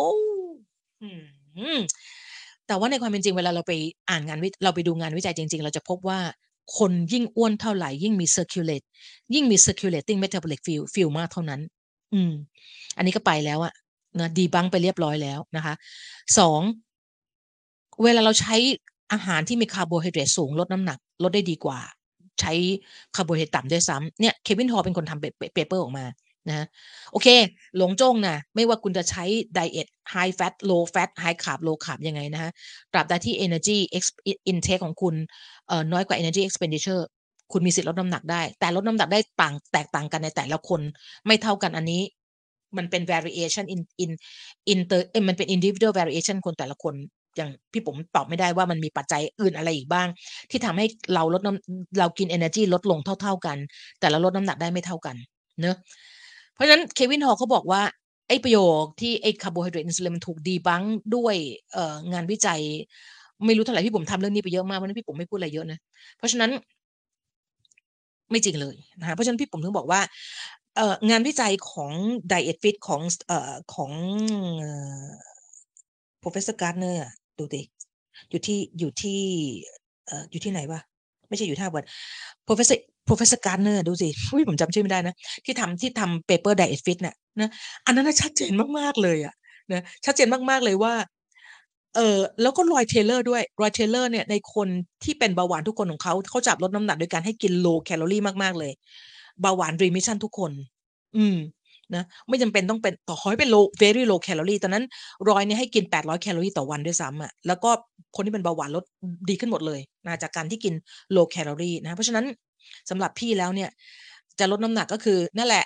A: แต่ว่าในความเป็นจริงเวลาเราไปอ่านงานวิเราไปดูงานวิจัยจริงๆเราจะพบว่าคนยิ่งอ้วนเท่าไหร่ยิ่งมี circulate ยิ่งมี circulating metabolic fuel fuel มากเท่านั้นอืมอันนี้ก็ไปแล้วอะนะดีบังไปเรียบร้อยแล้วนะคะสองเวลาเราใช้อาหารที่มีคาร์โบไฮเดรตสูงลดน้ำหนักลดได้ดีกว่าใช้คาร์โบไฮเดรตต่ำด้วยซ้ำเนี่ยเควินฮอลเป็นคนทำเปเปอร์ออกมานะโอเคหลงจ้งนะไม่ว่าคุณจะใช้ไดเอท high fat low fat high carb low carb ยังไงนะฮะตราบใดที่ energy intake ของคุณเอ่อน้อยกว่า energy expenditure คุณมีสิทธิ์ลดน้ำหนักได้แต่ลดน้ำหนักได้ต่างแตกต่างกันในแต่ละคนไม่เท่ากันอันนี้มันเป็น variation in in inter เอ้ยมันเป็น individual variation คนแต่ละคนอย่างพี่ผมตอบไม่ได้ว่ามันมีปัจจัยอื่นอะไรอีกบ้างที่ทำให้เราลดน้ำเรากิน energy ลดลงเท่าๆกันแต่เราลดน้ำหนักได้ไม่เท่ากันเนอะเพราะฉะนั้นเควินฮอลเขาบอกว่าไอ้ประโยคที่ไอ้คาร์โบไฮเดรตอินซูลินมันถูกดีบังด้วยเอ่องานวิจัยไม่รู้เท่าไหร่พี่ผมทำเรื่องนี้ไปเยอะมากเพราะนั้นพี่ผมไม่พูดอะไรเยอะนะเพราะฉะนั้นไม่จริงเลยนะคะเพราะฉะนั้นพี่ผมถึงบอกว่าเอ่องานวิจัยของ Diet Fit ของเอ่อของเอ่อ professor Gardner ดูดิอยู่ที่อยู่ที่เอ่ออยู่ที่ไหนวะไม่ใช่อยู่ท่าเวิร์ด professor professor Gardner ดูสิอุ้ยผมจำชื่อไม่ได้นะที่ทำที่ทำ paper Diet Fit เนี่ยนะอันนั้นชัดเจนมากๆเลยอะนะชัดเจนมากๆเลยว่าเออแล้วก็รอยเทเลอร์ด้วยรอยเทเลอร์เนี่ยในคนที่เป็นเบาหวานทุกคนของเขาเขาจับลดน้ำหนักโดยการให้กิน low calorie มากๆเลยเบาหวาน remission ทุกคนอืมนะไม่จำเป็นต้องเป็นต่อขอให้เป็น low very low calorie ตอนนั้นรอยเนี่ยให้กินแปดร้อยแคลอรี่ต่อวันด้วยซ้ำอ่ะแล้วก็คนที่เป็นเบาหวานลดดีขึ้นหมดเลยนะจากการที่กิน low calorie นะเพราะฉะนั้นสำหรับพี่แล้วเนี่ยจะลดน้ำหนักก็คือนั่นแหละ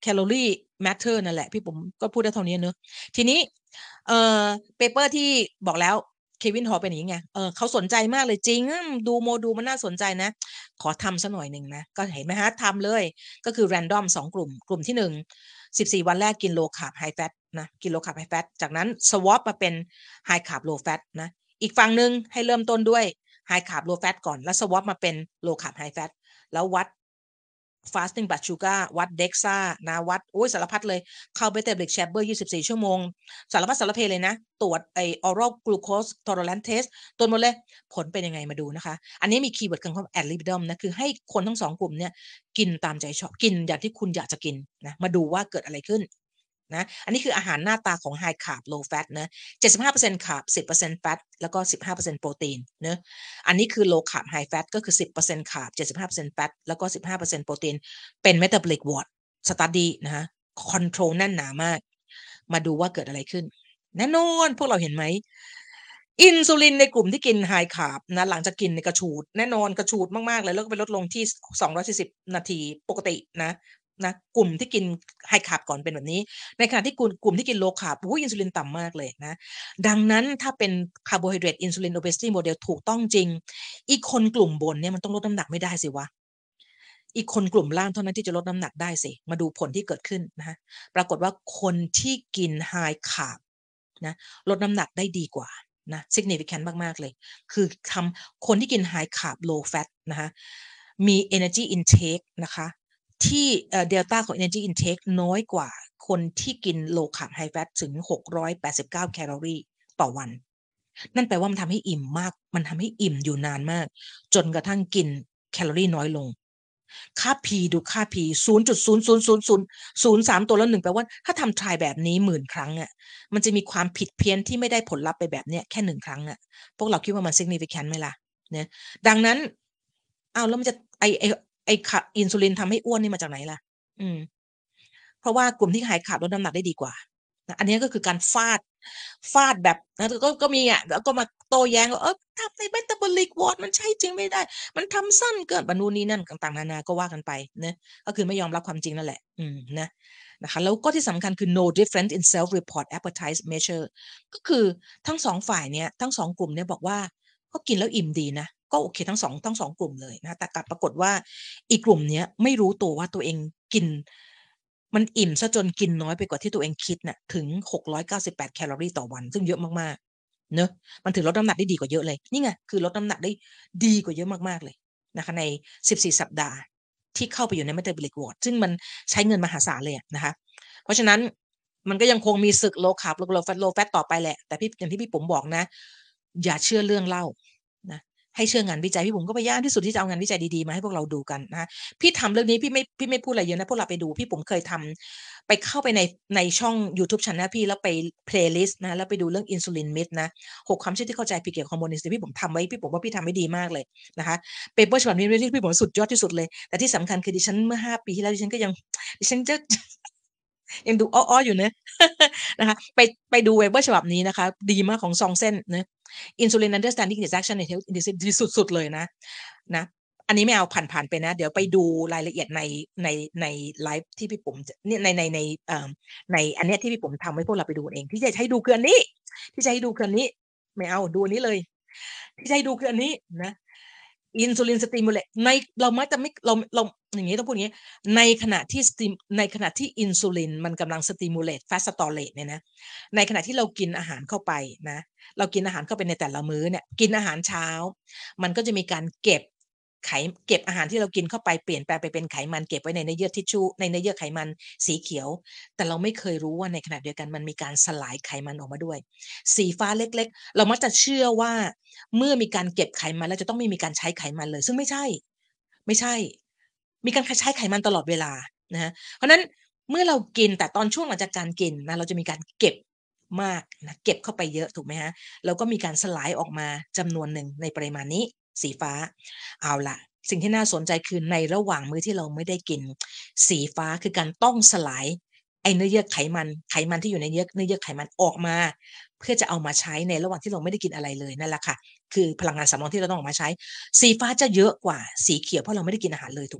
A: calorie matter นั่นแหละพี่ผมก็พูดได้เท่านี้เนอะทีนี้เอ่อเปเปอร์ที่บอกแล้วเควินฮอลเป็นอย่างนี้ไงเออเขาสนใจมากเลยจริงดูโมดูมันน่าสนใจนะขอทำสักหน่อยหนึ่งนะก็เห็นไหมฮะทำเลยก็คือ random สองกลุ่มกลุ่มที่หนึ่งสิบสี่วันแรกกิน low carb high fat นะกิน low carb high fat จากนั้น swap มาเป็น high carb low fat นะอีกฝั่งหนึ่งให้เริ่มต้นด้วย high carb low fat ก่อนแล้ว swap มาเป็น low carb high fat แล้ววัด fasting blood sugar วัด dexa นะวัดโอ้ยสารพัดเลยเข้าไปเต็มเล็กแชมเบอร์ยี่สิบสี่ชั่วโมงสารพัดสารเพเลยนะตรวจไอ oral glucose tolerance test ตรวจหมดเลยผลเป็นยังไงมาดูนะคะอันนี้มีคีย์เวิร์ดคำว่า ad libitum นะคือให้คนทั้งสองกลุ่มเนี่ยกินตามใจชอบกินอย่างที่คุณอยากจะกินนะมาดูว่าเกิดอะไรขึ้นนะอันนี้คืออาหารหน้าตาของ high carb low fat นะ เจ็ดสิบห้าเปอร์เซ็นต์ carb สิบเปอร์เซ็นต์ fat แล้วก็ สิบห้าเปอร์เซ็นต์ โปรตีนเนะอันนี้คือ low carb high fat ก็คือ สิบเปอร์เซ็นต์ carb เจ็ดสิบห้าเปอร์เซ็นต์ fat แล้วก็ สิบห้าเปอร์เซ็นต์ โปรตีนเป็น metabolic ward study นะฮะ control แน่นหนามากมาดูว่าเกิดอะไรขึ้นแน่นอนพวกเราเห็นไหมอินซูลินในกลุ่มที่กินไฮคาร์บนะหลังจากกินในกระชูดแน่นอนกระชูดมากๆเลยแล้วก็ไปลดลงที่สองร้อยสี่สิบนาทีปกตินะนะกลุ่มที่กินไฮคาร์บก่อนเป็นแบบนี้ในขณะที่กลุ่มกลุ่มที่กินโลคาร์บอุ้ยอินซูลินต่ำมากเลยนะดังนั้นถ้าเป็นคาร์โบไฮเดรตอินซูลินโอเบสตี้โมเดลถูกต้องจริงอีกคนกลุ่มบนเนี่ยมันต้องลดน้ำหนักไม่ได้สิวะอีกคนกลุ่มล่างเท่านั้นที่จะลดน้ำหนักได้สิมาดูผลที่เกิดขึ้นนะฮะปรากฏว่าคนที่กินไฮคาร์บนะลดน้ำหนักได้ดีกว่านะ significant มากๆเลยคือทำคนที่กิน high carb low fat นะคะมี energy intake นะคะที่เดลต้าของ energy intake น้อยกว่าคนที่กิน low carb high fat ถึงหกร้อยแปดสิบเก้าแคลอรี่ต่อวันนั่นแปลว่ามันทำให้อิ่มมากมันทำให้อิ่มอยู่นานมากจนกระทั่งกินแคลอรี่น้อยลงค่า P ดูค่า P ศูนย์จุดศูนย์ศูนย์ศูนย์ศูนย์ศูนย์สามตัวละหนึ่งแปลว่าถ้าทำทรายแบบนี้หมื่นครั้งอ่ะมันจะมีความผิดเพี้ยนที่ไม่ได้ผลลัพธ์ไปแบบเนี้ยแค่หนึ่งครั้งอ่ะพวกเราคิดว่ามัน significant ไหมล่ะเนี่ยดังนั้นอ้าวแล้วมันจะไอไอไอขับอินซูลินทำให้อ้วนนี่มาจากไหนล่ะอืมเพราะว่ากลุ่มที่หายขาดลดน้ำหนักได้ดีกว่านะอันนี้ก็คือการฟาดฟาดแบบนะก็ก็มีอ่ะแล้วก็มาโต้แย้งว่าเออทำในเมตาบอลิกวอร์ดมันใช่จริงไม่ได้มันทำสั้นเกินบรรนูนนี้นั่นต่างๆนานาก็ว่ากันไปนะก็คือไม่ยอมรับความจริงนั่นแหละอืมนะนะคะแล้วก็ที่สำคัญคือ no difference in self report appetite measure ก็คือทั้งสองฝ่ายเนี่ยทั้งสองกลุ่มเนี่ยบอกว่าก็กินแล้วอิ่มดีนะก็โอเคทั้งสองทั้งสองกลุ่มเลยนะแต่กลับปรากฏว่าอีกกลุ่มเนี้ยไม่รู้ตัวว่าตัวเองกินมันอิ่มซะจนกินน้อยไปกว่าที่ตัวเองคิดน่ะถึงหกร้อยเก้าสิบแปดแคลอรี่ต่อวันซึ่งเยอะมากๆเนอะมันถือลดน้ำหนักได้ดีกว่าเยอะเลยนี่ไงคือลดน้ำหนักได้ดีกว่าเยอะมากๆเลยนะคะในสิบสี่สัปดาห์ที่เข้าไปอยู่ใน metabolic ward ซึ่งมันใช้เงินมหาศาลเลยนะคะเพราะฉะนั้นมันก็ยังคงมีศึก low carb low fat low fat ต่อไปแหละแต่พี่อย่างที่พี่ปุ๋มบอกนะอย่าเชื่อเรื่องเล่านะให้เชื่องานวิจัยพี่ปุ๋มก็พยายามที่สุดที่จะเอางานวิจัยดีๆมาให้พวกเราดูกันนะพี่ทำเรื่องนี้พี่ไม่พี่ไม่พูดอะไรเยอะนะพวกเราไปดูพี่ปุ๋มเคยทำไปเข้าไปในในช่อง YouTube Channel พี่แล้วไป playlist นะแล้วไปดูเรื่องอินซูลินมิดนะหกความเชื่อที่เข้าใจผิดเกี่ยวกับฮอร์โมนอินซูลินพี่ผมทำไว้พี่ผมว่าพี่ทำไว้ดีมากเลยนะคะเปเปอร์ฉบับนี้ที่พี่ผมสุดยอดที่สุดเลยแต่ที่สำคัญคือดิฉันเมื่อห้าปีที่แล้วดิฉันก็ยังดิฉันจะยังดูอ้อๆอยู่เนะนะคะไปไปดูเว็บฉบับนี้นะคะดีมากของซองเส้นนะ Insulin Understanding Its Action in Health Disease ดีสุดๆเลยนะนะอันนี้ไม่เอาผ่านๆไปนะเดี๋ยวไปดูรายละเอียดในในในไลฟ์ที่พี่ปุ๋มเนี่ยในในในเอ่อในอันเนี้ยที่พี่ปุ๋มทำให้พวกเราไปดูเองที่จะให้ดูคืออันนี้ที่จะให้ดูคืออันนี้ไม่เอาดูอันนี้เลยที่จะให้ดูคืออันนี้นะอินซูลินสติมูเลตในเรามักจะไม่เราเราอย่างนี้ต้องพูดอย่างนี้ในขณะที่ในขณะที่อินซูลินมันกำลังสติมูเลตแฟตสตอเรจเนี่ยนะในขณะที่เรากินอาหารเข้าไปนะเรากินอาหารเข้าไปในแต่ละมื้อเนี่ยกินอาหารเช้ามันก็จะมีการเก็บไขเก็บอาหารที่เรากินเข้าไปเปลี่ยนแปลงไปเป็นไขมันเก็บไว้ในเนื้อเยื่อทิชชูในเนื้อเยื่อไขมันสีเขียวแต่เราไม่เคยรู้ว่าในขณะเดียวกันมันมีการสลายไขมันออกมาด้วยสีฟ้าเล็กๆเรามักจะเชื่อว่าเมื่อมีการเก็บไขมันแล้วจะต้องไม่มีการใช้ไขมันเลยซึ่งไม่ใช่ไม่ใช่มีการใช้ไขมันตลอดเวลานะฮะเพราะนั้นเมื่อเรากินแต่ตอนช่วงหลังจากการกินนะเราจะมีการเก็บมากนะเก็บเข้าไปเยอะถูกไหมฮะแล้วก็มีการสลายออกมาจำนวนหนึ่งในปริมาณนี้สีฟ้าเอาล่ะสิ่งที่น่าสนใจคือในระหว่างมื้อที่เราไม่ได้กินสีฟ้าคือการต้องสลายไอ้เนื้อเยื่อไขมันไขมันที่อยู่ในเนื้อเนื้อเยื่อไขมันออกมาเพื่อจะเอามาใช้ในระหว่างที่เราไม่ได้กินอะไรเลยนั่นแหละค่ะคือพลังงานสำรองที่เราต้องออกมาใช้สีฟ้าจะเยอะกว่าสีเขียวเพราะเราไม่ได้กินอาหารเลยถูกไหม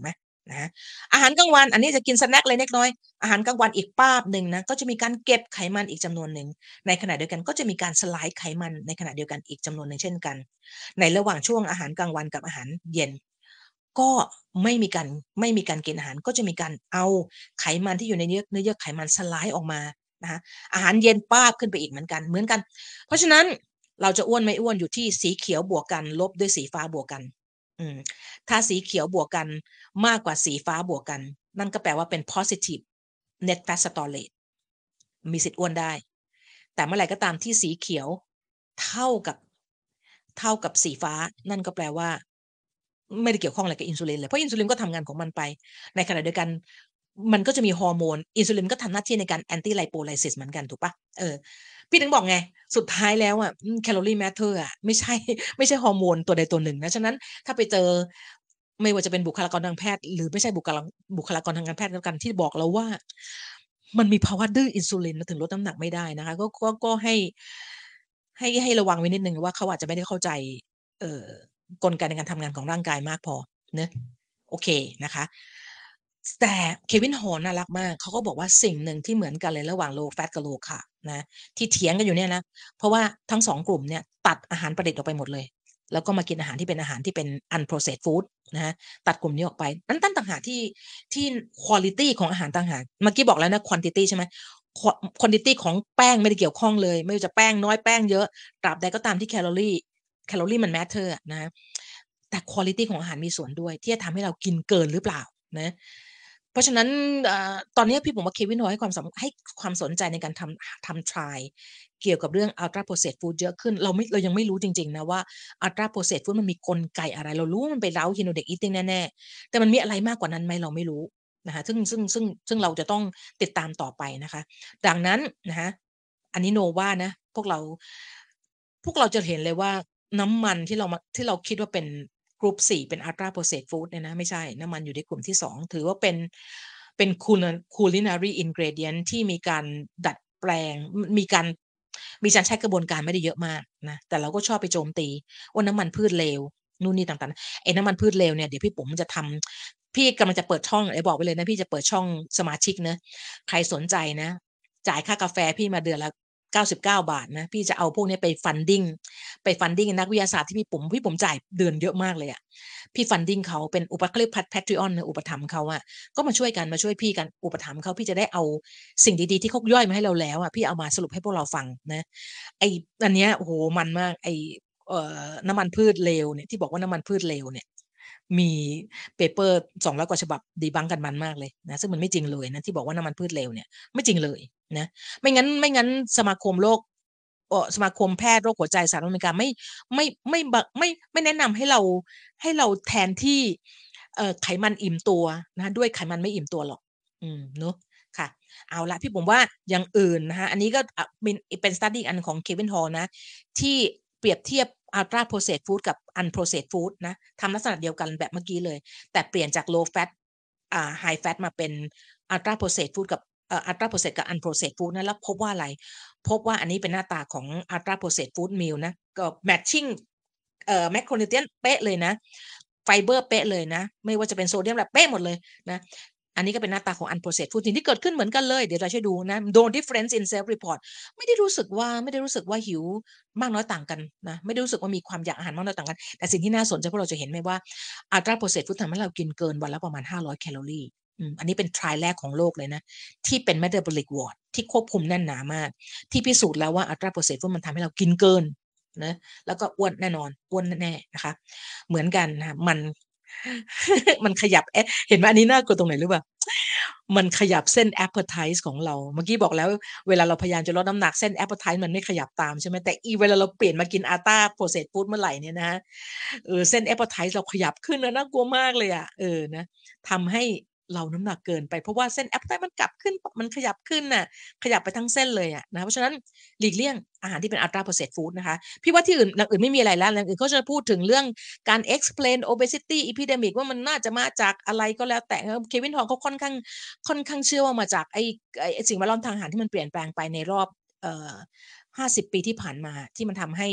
A: นะอาหารกลางวันอันนี้จะกินสแน็คเล็กน้อยอาหารกลางวันอีกป้าบหนึ่งนะก็จะมีการเก็บไขมันอีกจำนวนหนึ่งในขณะเดียวกันก็จะมีการสลายไขมันในขณะเดียวกันอีกจำนวนหนึ่งเช่นกันในระหว่างช่วงอาหารกลางวันกับอาหารเย็นก็ไม่มีการไม่มีการกินอาหารก็จะมีการเอาไขมันที่อยู่ในเนื้อเนื้อเยื่อไขมันสลายออกมานะคะอาหารเย็นป้าบขึ้นไปอีกเหมือนกันเหมือนกันเพราะฉะนั้นเราจะอ้วนไม่อ้วนอยู่ที่สีเขียวบวกกันลบด้วยสีฟ้าบวกกันอืมถ้าสีเขียวบวกกันมากกว่าสีฟ้าบวกกันนั่นก็แปลว่าเป็น positive net fat storage มีสิทธิ์อ้วนได้แต่เมื่อไหร่ก็ตามที่สีเขียวเท่ากับเท่ากับสีฟ้านั่นก็แปลว่าไม่ได้เกี่ยวข้องอะไรกับอินซูลินเลยเพราะอินซูลินก็ทำงานของมันไปในขณะเดียวกันมันก็จะมีฮอร์โมนอินซูลินก็ทำหน้าที่ในการแอนตี้ไลโปไลซิสเหมือนกันถูกปะเออพี่ถึงบอกไงสุดท้ายแล้วอ่ะแคลอรี่แมทเทอร์อ่ะไม่ใช่ไม่ใช่ฮอร์โมนตัวใดตัวหนึ่งนะฉะนั้นถ้าไปเจอไม่ว่าจะเป็นบุคลากรทางแพทย์หรือไม่ใช่บุคลากรบุคลากรทางการแพทย์กันที่บอกเราว่ามันมีภาวะดื้ออินซูลินถึงลดน้ำหนักไม่ได้นะคะก็ก็ก็ให้ให้ให้ระวังไว้นิดนึงว่าเขาอาจจะไม่ได้เข้าใจเอ่อกลไกในการทำงานของร่างกายมากพอเนอะโอเคนะคะแต่เควินฮอร์น่ารักมากเขาก็บอกว่าสิ่งหนึ่งที่เหมือนกันเลยระหว่าง low fat กับ low carb นะที่เถียงกันอยู่เนี่ยนะเพราะว่าทั้งสองกลุ่มเนี่ยตัดอาหารประดิษฐ์ออกไปหมดเลยแล้วก็มากินอาหารที่เป็นอาหารที่เป็น unprocessed food นะฮะตัดกลุ่มนี้ออกไปนั้นตั้งต่างหากที่ที่ quality ของอาหารต่างหากเมื่อกี้บอกแล้วนะ quantity ใช่ไหม quantity ของแป้งไม่ได้เกี่ยวข้องเลยไม่ว่าจะแป้งน้อยแป้งเยอะตราบใดก็ตามที่แคลอรี่แคลอรี่มัน matter นะแต่ quality ของอาหารมีส่วนด้วยที่จะทำให้เรากินเกินหรือเปล่านะเพราะฉะนั้นตอนนี้พี่ผมว่าเควินฮอให้ความให้ความสนใจในการทำทำ try เกี่ยวกับเรื่อง ultra processed food เยอะขึ้นเราไม่เรายังไม่รู้จริงๆนะว่า ultra processed food มันมีกลไกอะไรเรารู้มันไปเล้า Hedonic eating แน่ๆแต่มันมีอะไรมากกว่านั้นไหมเราไม่รู้นะคะซึ่งซึ่งซึ่งซึ่งเราจะต้องติดตามต่อไปนะคะดังนั้นนะคะอันนี้โนว่านะพวกเราพวกเราจะเห็นเลยว่าน้ำมันที่เราที่เราคิดว่าเป็นกลุ่มสี่เป็น ultra processed food เนี่ยนะไม่ใช่น้ำมันอยู่ในกลุ่มที่สองถือว่าเป็นเป็น culinary ingredient ที่มีการดัดแปลงมีการมีการใช้กระบวนการไม่ได้เยอะมากนะแต่เราก็ชอบไปโจมตีว่าน้ำมันพืชเลวนู่นนี่ต่างๆไอ้น้ำมันพืชเลวเนี่ยเดี๋ยวพี่ผมจะทำพี่กำลังจะเปิดช่องไอ้บอกไปเลยนะพี่จะเปิดช่องสมาชิกนะใครสนใจนะจ่ายค่ากาแฟพี่มาเดือนละเก้าสิบเก้าบาทนะพี่จะเอาพวกนี้ไปฟันดิ้งไปฟันดิ้งนักวิทยาศาสตร์ที่พี่ผมพี่ผมจ่ายเดือนเยอะมากเลยอ่ะพี่ฟันดิ้งเขาเป็นอุปเขาเรียกแพทริออนอุปถัมภ์เขาอ่ะก็มาช่วยกันมาช่วยพี่กันอุปถัมภ์เขาพี่จะได้เอาสิ่งดีๆที่เขาย่อยมาให้เราแล้วอ่ะพี่เอามาสรุปให้พวกเราฟังนะไอ้อันเนี้ยโอ้โหมันมากไอ้เอ่อน้ำมันพืชเลวเนี่ยที่บอกว่าน้ำมันพืชเลวเนี่ยมีเปเปอร์สองร้อยกว่าฉบับดีบังกันมันมากเลยนะซึ่งมันไม่จริงเลยนะที่บอกว่าน้ำมันพืชเลวเนี่ยไม่จริงเลยนะไม่งั้นไม่งั้นสมาคมโรคเออสมาคมแพทย์โรคหัวใจสหรัฐอเมริกาไม่ไม่ไม่ไม่ไม่แนะนำให้เราให้เราแทนที่เอ่อไขมันอิ่มตัวนะด้วยไขมันไม่อิ่มตัวหรอกอืมเนาะค่ะเอาละพี่ผมว่าอย่างอื่นนะคะอันนี้ก็เป็นเป็น study อันของเควินฮอลนะที่เปรียบเทียบ ultra processed food กับ unprocessed food นะทำลักษณะเดียวกันแบบเมื่อกี้เลยแต่เปลี่ยนจาก low fat อ่า high fat มาเป็น ultra processed food กับเอ่อ ultra processed กับ unprocessed food นะแล้วพบว่าอะไรพบว่าอันนี้เป็นหน้าตาของ ultra processed food meal นะก็ matching เอ่อ macronutrient เป๊ะเลยนะไฟเบอร์เป๊ะเลยนะไม่ว่าจะเป็นโซเดียมแบบเป๊ะหมดเลยนะอันนี้ก็เป็นหน้าตาของ unprocessed food สิ่งที่เกิดขึ้นเหมือนกันเลยเดี๋ยวเราช่วยดูนะ no difference in self report ไม่ได้รู้สึกว่าไม่ได้รู้สึกว่าหิวมากน้อยต่างกันนะไม่ได้รู้สึกว่ามีความอยากอาหารมากน้อยต่างกันแต่สิ่งที่น่าสนใจพวกเราจะเห็นไหมว่า ultra processed food ทำให้เรากินเกินวันละประมาณห้าร้อยแคลอรี่อันนี้เป็น trial แรกของโลกเลยนะที่เป็น metabolic ward ที่ควบคุมแน่นหนามากที่พิสูจน์แล้วว่า ultra processed food มันทำให้เรากินเกินนะแล้วก็อ้วนแน่นอนอ้วนแน่ๆนะคะเหมือนกันนะมัน มันขยับเอ๊ะเห็นไหมอันนี้น่ากลัวตรงไหนหรือเปล่ามันขยับเส้น appetite ของเราเมื่อกี้บอกแล้วเวลาเราพยายามจะลดน้ำหนักเส้น appetite มันไม่ขยับตามใช่ไหมแต่อีเวลาเราเปลี่ยนมากิน ultra processed food เมื่อไหร่เนี่ยนะเออเส้น appetite เราขยับขึ้นนะน่ากลัวมากเลยอ่ะเออนะทำให้เราน้ำหนักเกินไปเพราะว่าเส้น appetite มันกลับขึ้นมันขยับขึ้นน่ะขยับไปทั้งเส้นเลยอ่ะนะเพราะฉะนั้นหลีกเลี่ยงอาหารที่เป็น ultra processed food นะคะพี่ว่าที่อื่นอย่างอื่นไม่มีอะไรแล้วอย่างอื่นเขาจะพูดถึงเรื่องการ explain obesity epidemic ว่ามันน่าจะมาจากอะไรก็แล้วแต่เควินฮอลเขาค่อนข้างค่อนข้างเชื่อว่ามาจากไอ้ไอ้สิ่งแวดล้อมทางอาหารที่มันเปลี่ยนแปลงไปในรอบเอ่อห้าสิบปีที่ผ่านมาที่มันทำให้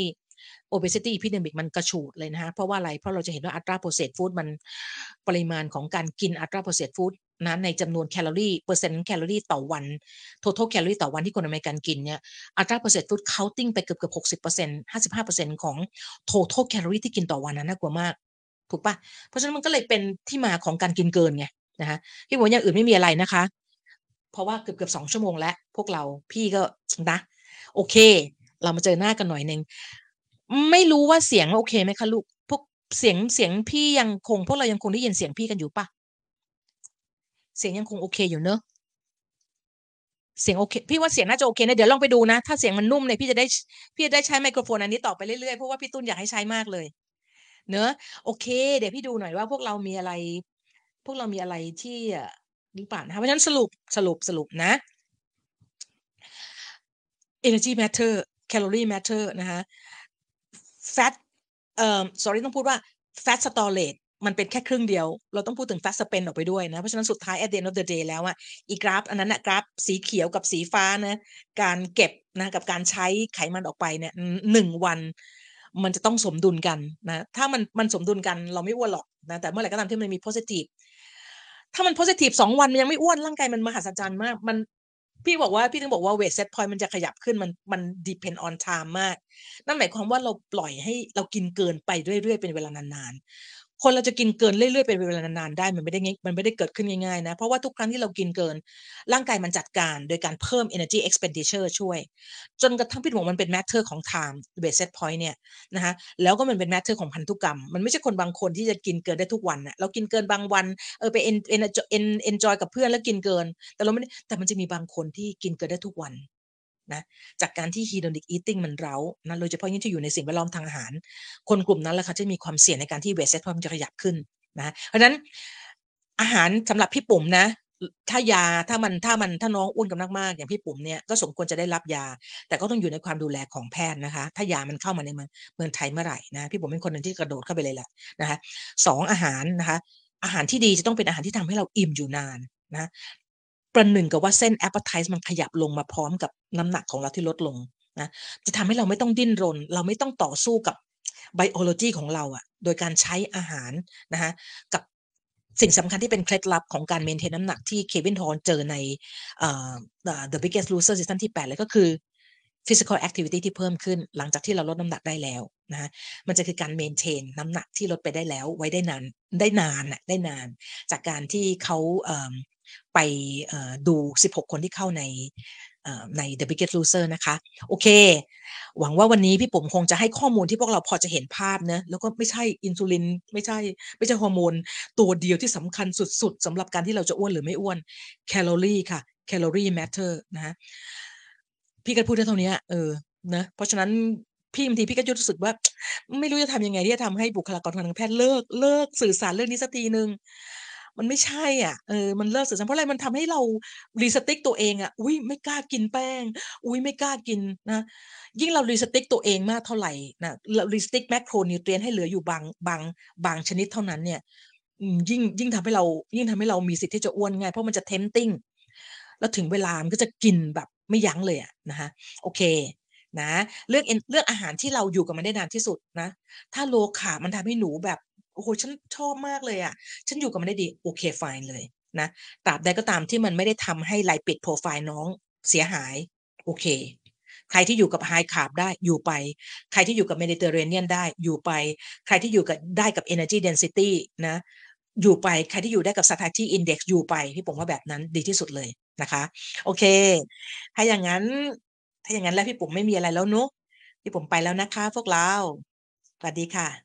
A: obesity epidemic มันกระฉูดเลยนะคะเพราะว่าอะไรเพราะเราจะเห็นว่า ultra processed food มันปริมาณของการกิน ultra processed food นะในจำนวนแคลอรี่เปอร์เซ็นต์แคลอรี่ต่อวัน total แคลอรี่ต่อวันที่คนอเมริกันกินเนี่ย ultra processed food counting ไปเกือบเกือบหกสิบเปอร์เซ็นต์ห้าสิบห้าเปอร์เซ็นต์ของ total แคลอรี่ที่กินต่อวันนะน่ากลัวมากถูกปะเพราะฉะนั้นมันก็เลยเป็นที่มาของการกินเกินไงนะคะพี่บอกอย่างอื่นไม่มีอะไรนะคะเพราะว่าเกือบเกือบสองชั่วโมงแล้วพวกเราพี่ก็นะโอเคเรามาเจอหน้ากันหน่อยนึงไม่รู้ว่าเสียงโอเคไหมคะลูกพวกเสียงเสียงพี่ยังคงพวกเรายังคงได้ยินเสียงพี่กันอยู่ปะเสียงยังคงโอเคอยู่เนอะเสียงโอเคพี่ว่าเสียงน่าจะโอเคนะเดี๋ยวลองไปดูนะถ้าเสียงมันนุ่มเนี่ยพี่จะได้พี่จะได้ใช้ไมโครโฟนอันนี้ต่อไปเรื่อยๆเพราะว่าพี่ตุ้นอยากให้ใช้มากเลยเนอะโอเคเดี๋ยวพี่ดูหน่อยว่าพวกเรามีอะไรพวกเรามีอะไรที่หรือเปล่านะคะเพราะฉะนั้นสรุปสรุปสรุปนะ energy matter calorie matter นะคะ fat เอ่อ sorry ต้องพูดว่า fat storage มันเป็นแค่ครึ่งเดียวเราต้องพูดถึง fat spend ออกไปด้วยนะเพราะฉะนั้นสุดท้าย at the end of the day แล้วอะอีกราฟอันนั้นนะกราฟสีเขียวกับสีฟ้านะการเก็บนะกับการใช้ไขมันออกไปเนี่ยหนึ่งวันมันจะต้องสมดุลกันนะถ้ามันมันสมดุลกันเราไม่อ้วนหรอกนะแต่เมื่อไหร่ก็ตามที่มันมี positive ถ้ามัน positive สองวันมันยังไม่อ้วนร่างกายมันมหัศจรรย์มากมันพี่บอกว่าพี่ถึงบอกว่า weight set point มันจะขยับขึ้นมันมัน depend on time มากนั่นหมายความว่าเราปล่อยให้เรากินเกินไปเรื่อยๆเป็นเวลานานๆคนเราจะกินเกินเรื่อยๆเป็นเวลานานๆได้มันไม่ได้มันไม่ได้เกิดขึ้นง่ายๆนะเพราะว่าทุกครั้งที่เรากินเกินร่างกายมันจัดการโดยการเพิ่ม energy expenditure ช่วยจนกระทั่งพี่บอกมันเป็น matter ของ time weight set point เนี่ยนะคะแล้วก็มันเป็น matter ของพันธุกรรมมันไม่ใช่คนบางคนที่จะกินเกินได้ทุกวันนะเรากินเกินบางวันเออไป en en enjoy กับเพื่อนแล้วกินเกินแต่เราไม่ได้แต่มันจะมีบางคนที่กินเกินได้ทุกวันนะจากการที่ hedonic eating มันเร้านะโดยเฉพาะยิ่งที่อยู่ในสิ่งแวดล้อมทางอาหารคนกลุ่มนั้นแหละค่ะจะมีความเสี่ยงในการที่ weight set point มันจะขยับขึ้นนะเพราะฉะนั้นอาหารสำหรับพี่ปุ๋มนะถ้ายาถ้ามันถ้ามันถ้าน้องอ้วนกันมากๆอย่างพี่ปุ๋มเนี่ยก็สมควรจะได้รับยาแต่ก็ต้องอยู่ในความดูแลของแพทย์นะคะถ้ายามันเข้ามาในเมืองเมืองไทยเมื่อไหร่นะพี่ปุ๋มเป็นคนหนึ่งที่กระโดดเข้าไปเลยแหละนะคะสองอาหารนะคะอาหารที่ดีจะต้องเป็นอาหารที่ทำให้เราอิ่มอยู่นานนะประหนึ่งกับว่าเส้น appetite มันขยับลงมาพร้อมกับน้ำหนักของเราที่ลดลงนะจะทำให้เราไม่ต้องดิ้นรนเราไม่ต้องต่อสู้กับ biology ของเราอะโดยการใช้อาหารนะคะกับสิ่งสำคัญที่เป็นเคล็ดลับของการเมนเทนน้ำหนักที่เควินทอนเจอใน uh, The Biggest Loser ซีซั่นที่แปดเลยก็คือ physical activity ที่เพิ่มขึ้นหลังจากที่เราลดน้ำหนักได้แล้วนะมันจะคือการเมนเทนน้ำหนักที่ลดไปได้แล้วไว้ได้นานได้นานน่ะได้นานจากการที่เขาไปดูสิบหกคนที่เข้าในใน The Biggest Loser นะคะโอเคหวังว่าวันนี้พี่ปุ๋มคงจะให้ข้อมูลที่พวกเราพอจะเห็นภาพนะแล้วก็ไม่ใช่อินซูลินไม่ใช่ไม่ใช่ฮอร์โมนตัวเดียวที่สำคัญสุดๆสำหรับการที่เราจะอ้วนหรือไม่อ้วนแคลอรี่ค่ะแคลอรี่ matter นะฮะพี่ก็พูดได้เท่านี้เออนะเพราะฉะนั้นพี่บางทีพี่ก็รู้สึกว่าไม่รู้จะทำยังไงที่จะทำให้บุคลากรทางการแพทย์เลิกเลิกสื่อสารเรื่องนี้สักทีนึงมันไม่ใช่อ่ะเออมันเลิกสื่อสารเพราะอะไรมันทำให้เรารีสติ๊กตัวเองอ่ะอุ้ยไม่กล้ากินแป้งอุ้ยไม่กล้ากินนะยิ่งเรารีสติ๊กตัวเองมากเท่าไหร่นะเรารีสติ๊กแมคโครนิวเทรียนให้เหลืออยู่บางบางบางชนิดเท่านั้นเนี่ยยิ่งยิ่งทำให้เรายิ่งทำให้เรามีสิทธิ์ที่จะอ้วนง่ายเพราะมันจะเทมติ้งแล้วถึงเวลามันก็จะกินแบบไม่ยั้งเลยอ่ะนะคะโอเคนะเลือกเลือกอาหารที่เราอยู่กับมันได้นานที่สุดนะถ้าโลคาร์บมันทำให้หนูแบบโอ้โหฉันชอบมากเลยอ่ะฉันอยู่กับมันได้ดีโอเคไฟน์เลยนะตราบใดก็ตามที่มันไม่ได้ทำให้ไลปิดโปรไฟล์น้องเสียหายโอเคใครที่อยู่กับไฮคาร์บได้อยู่ไปใครที่อยู่กับเมดิเตอร์เรเนียนได้อยู่ไปใครที่อยู่กับได้กับ energy density นะอยู่ไปใครที่อยู่ได้กับ satiety index อยู่ไปพี่ผมว่าแบบนั้นดีที่สุดเลยนะคะโอเคถ้าอย่างนั้นถ้าอย่างนั้นแล้วพี่ปุ๋มไม่มีอะไรแล้วเนุ๊กพี่ปุ๋มไปแล้วนะคะพวกเราสวัสดีค่ะ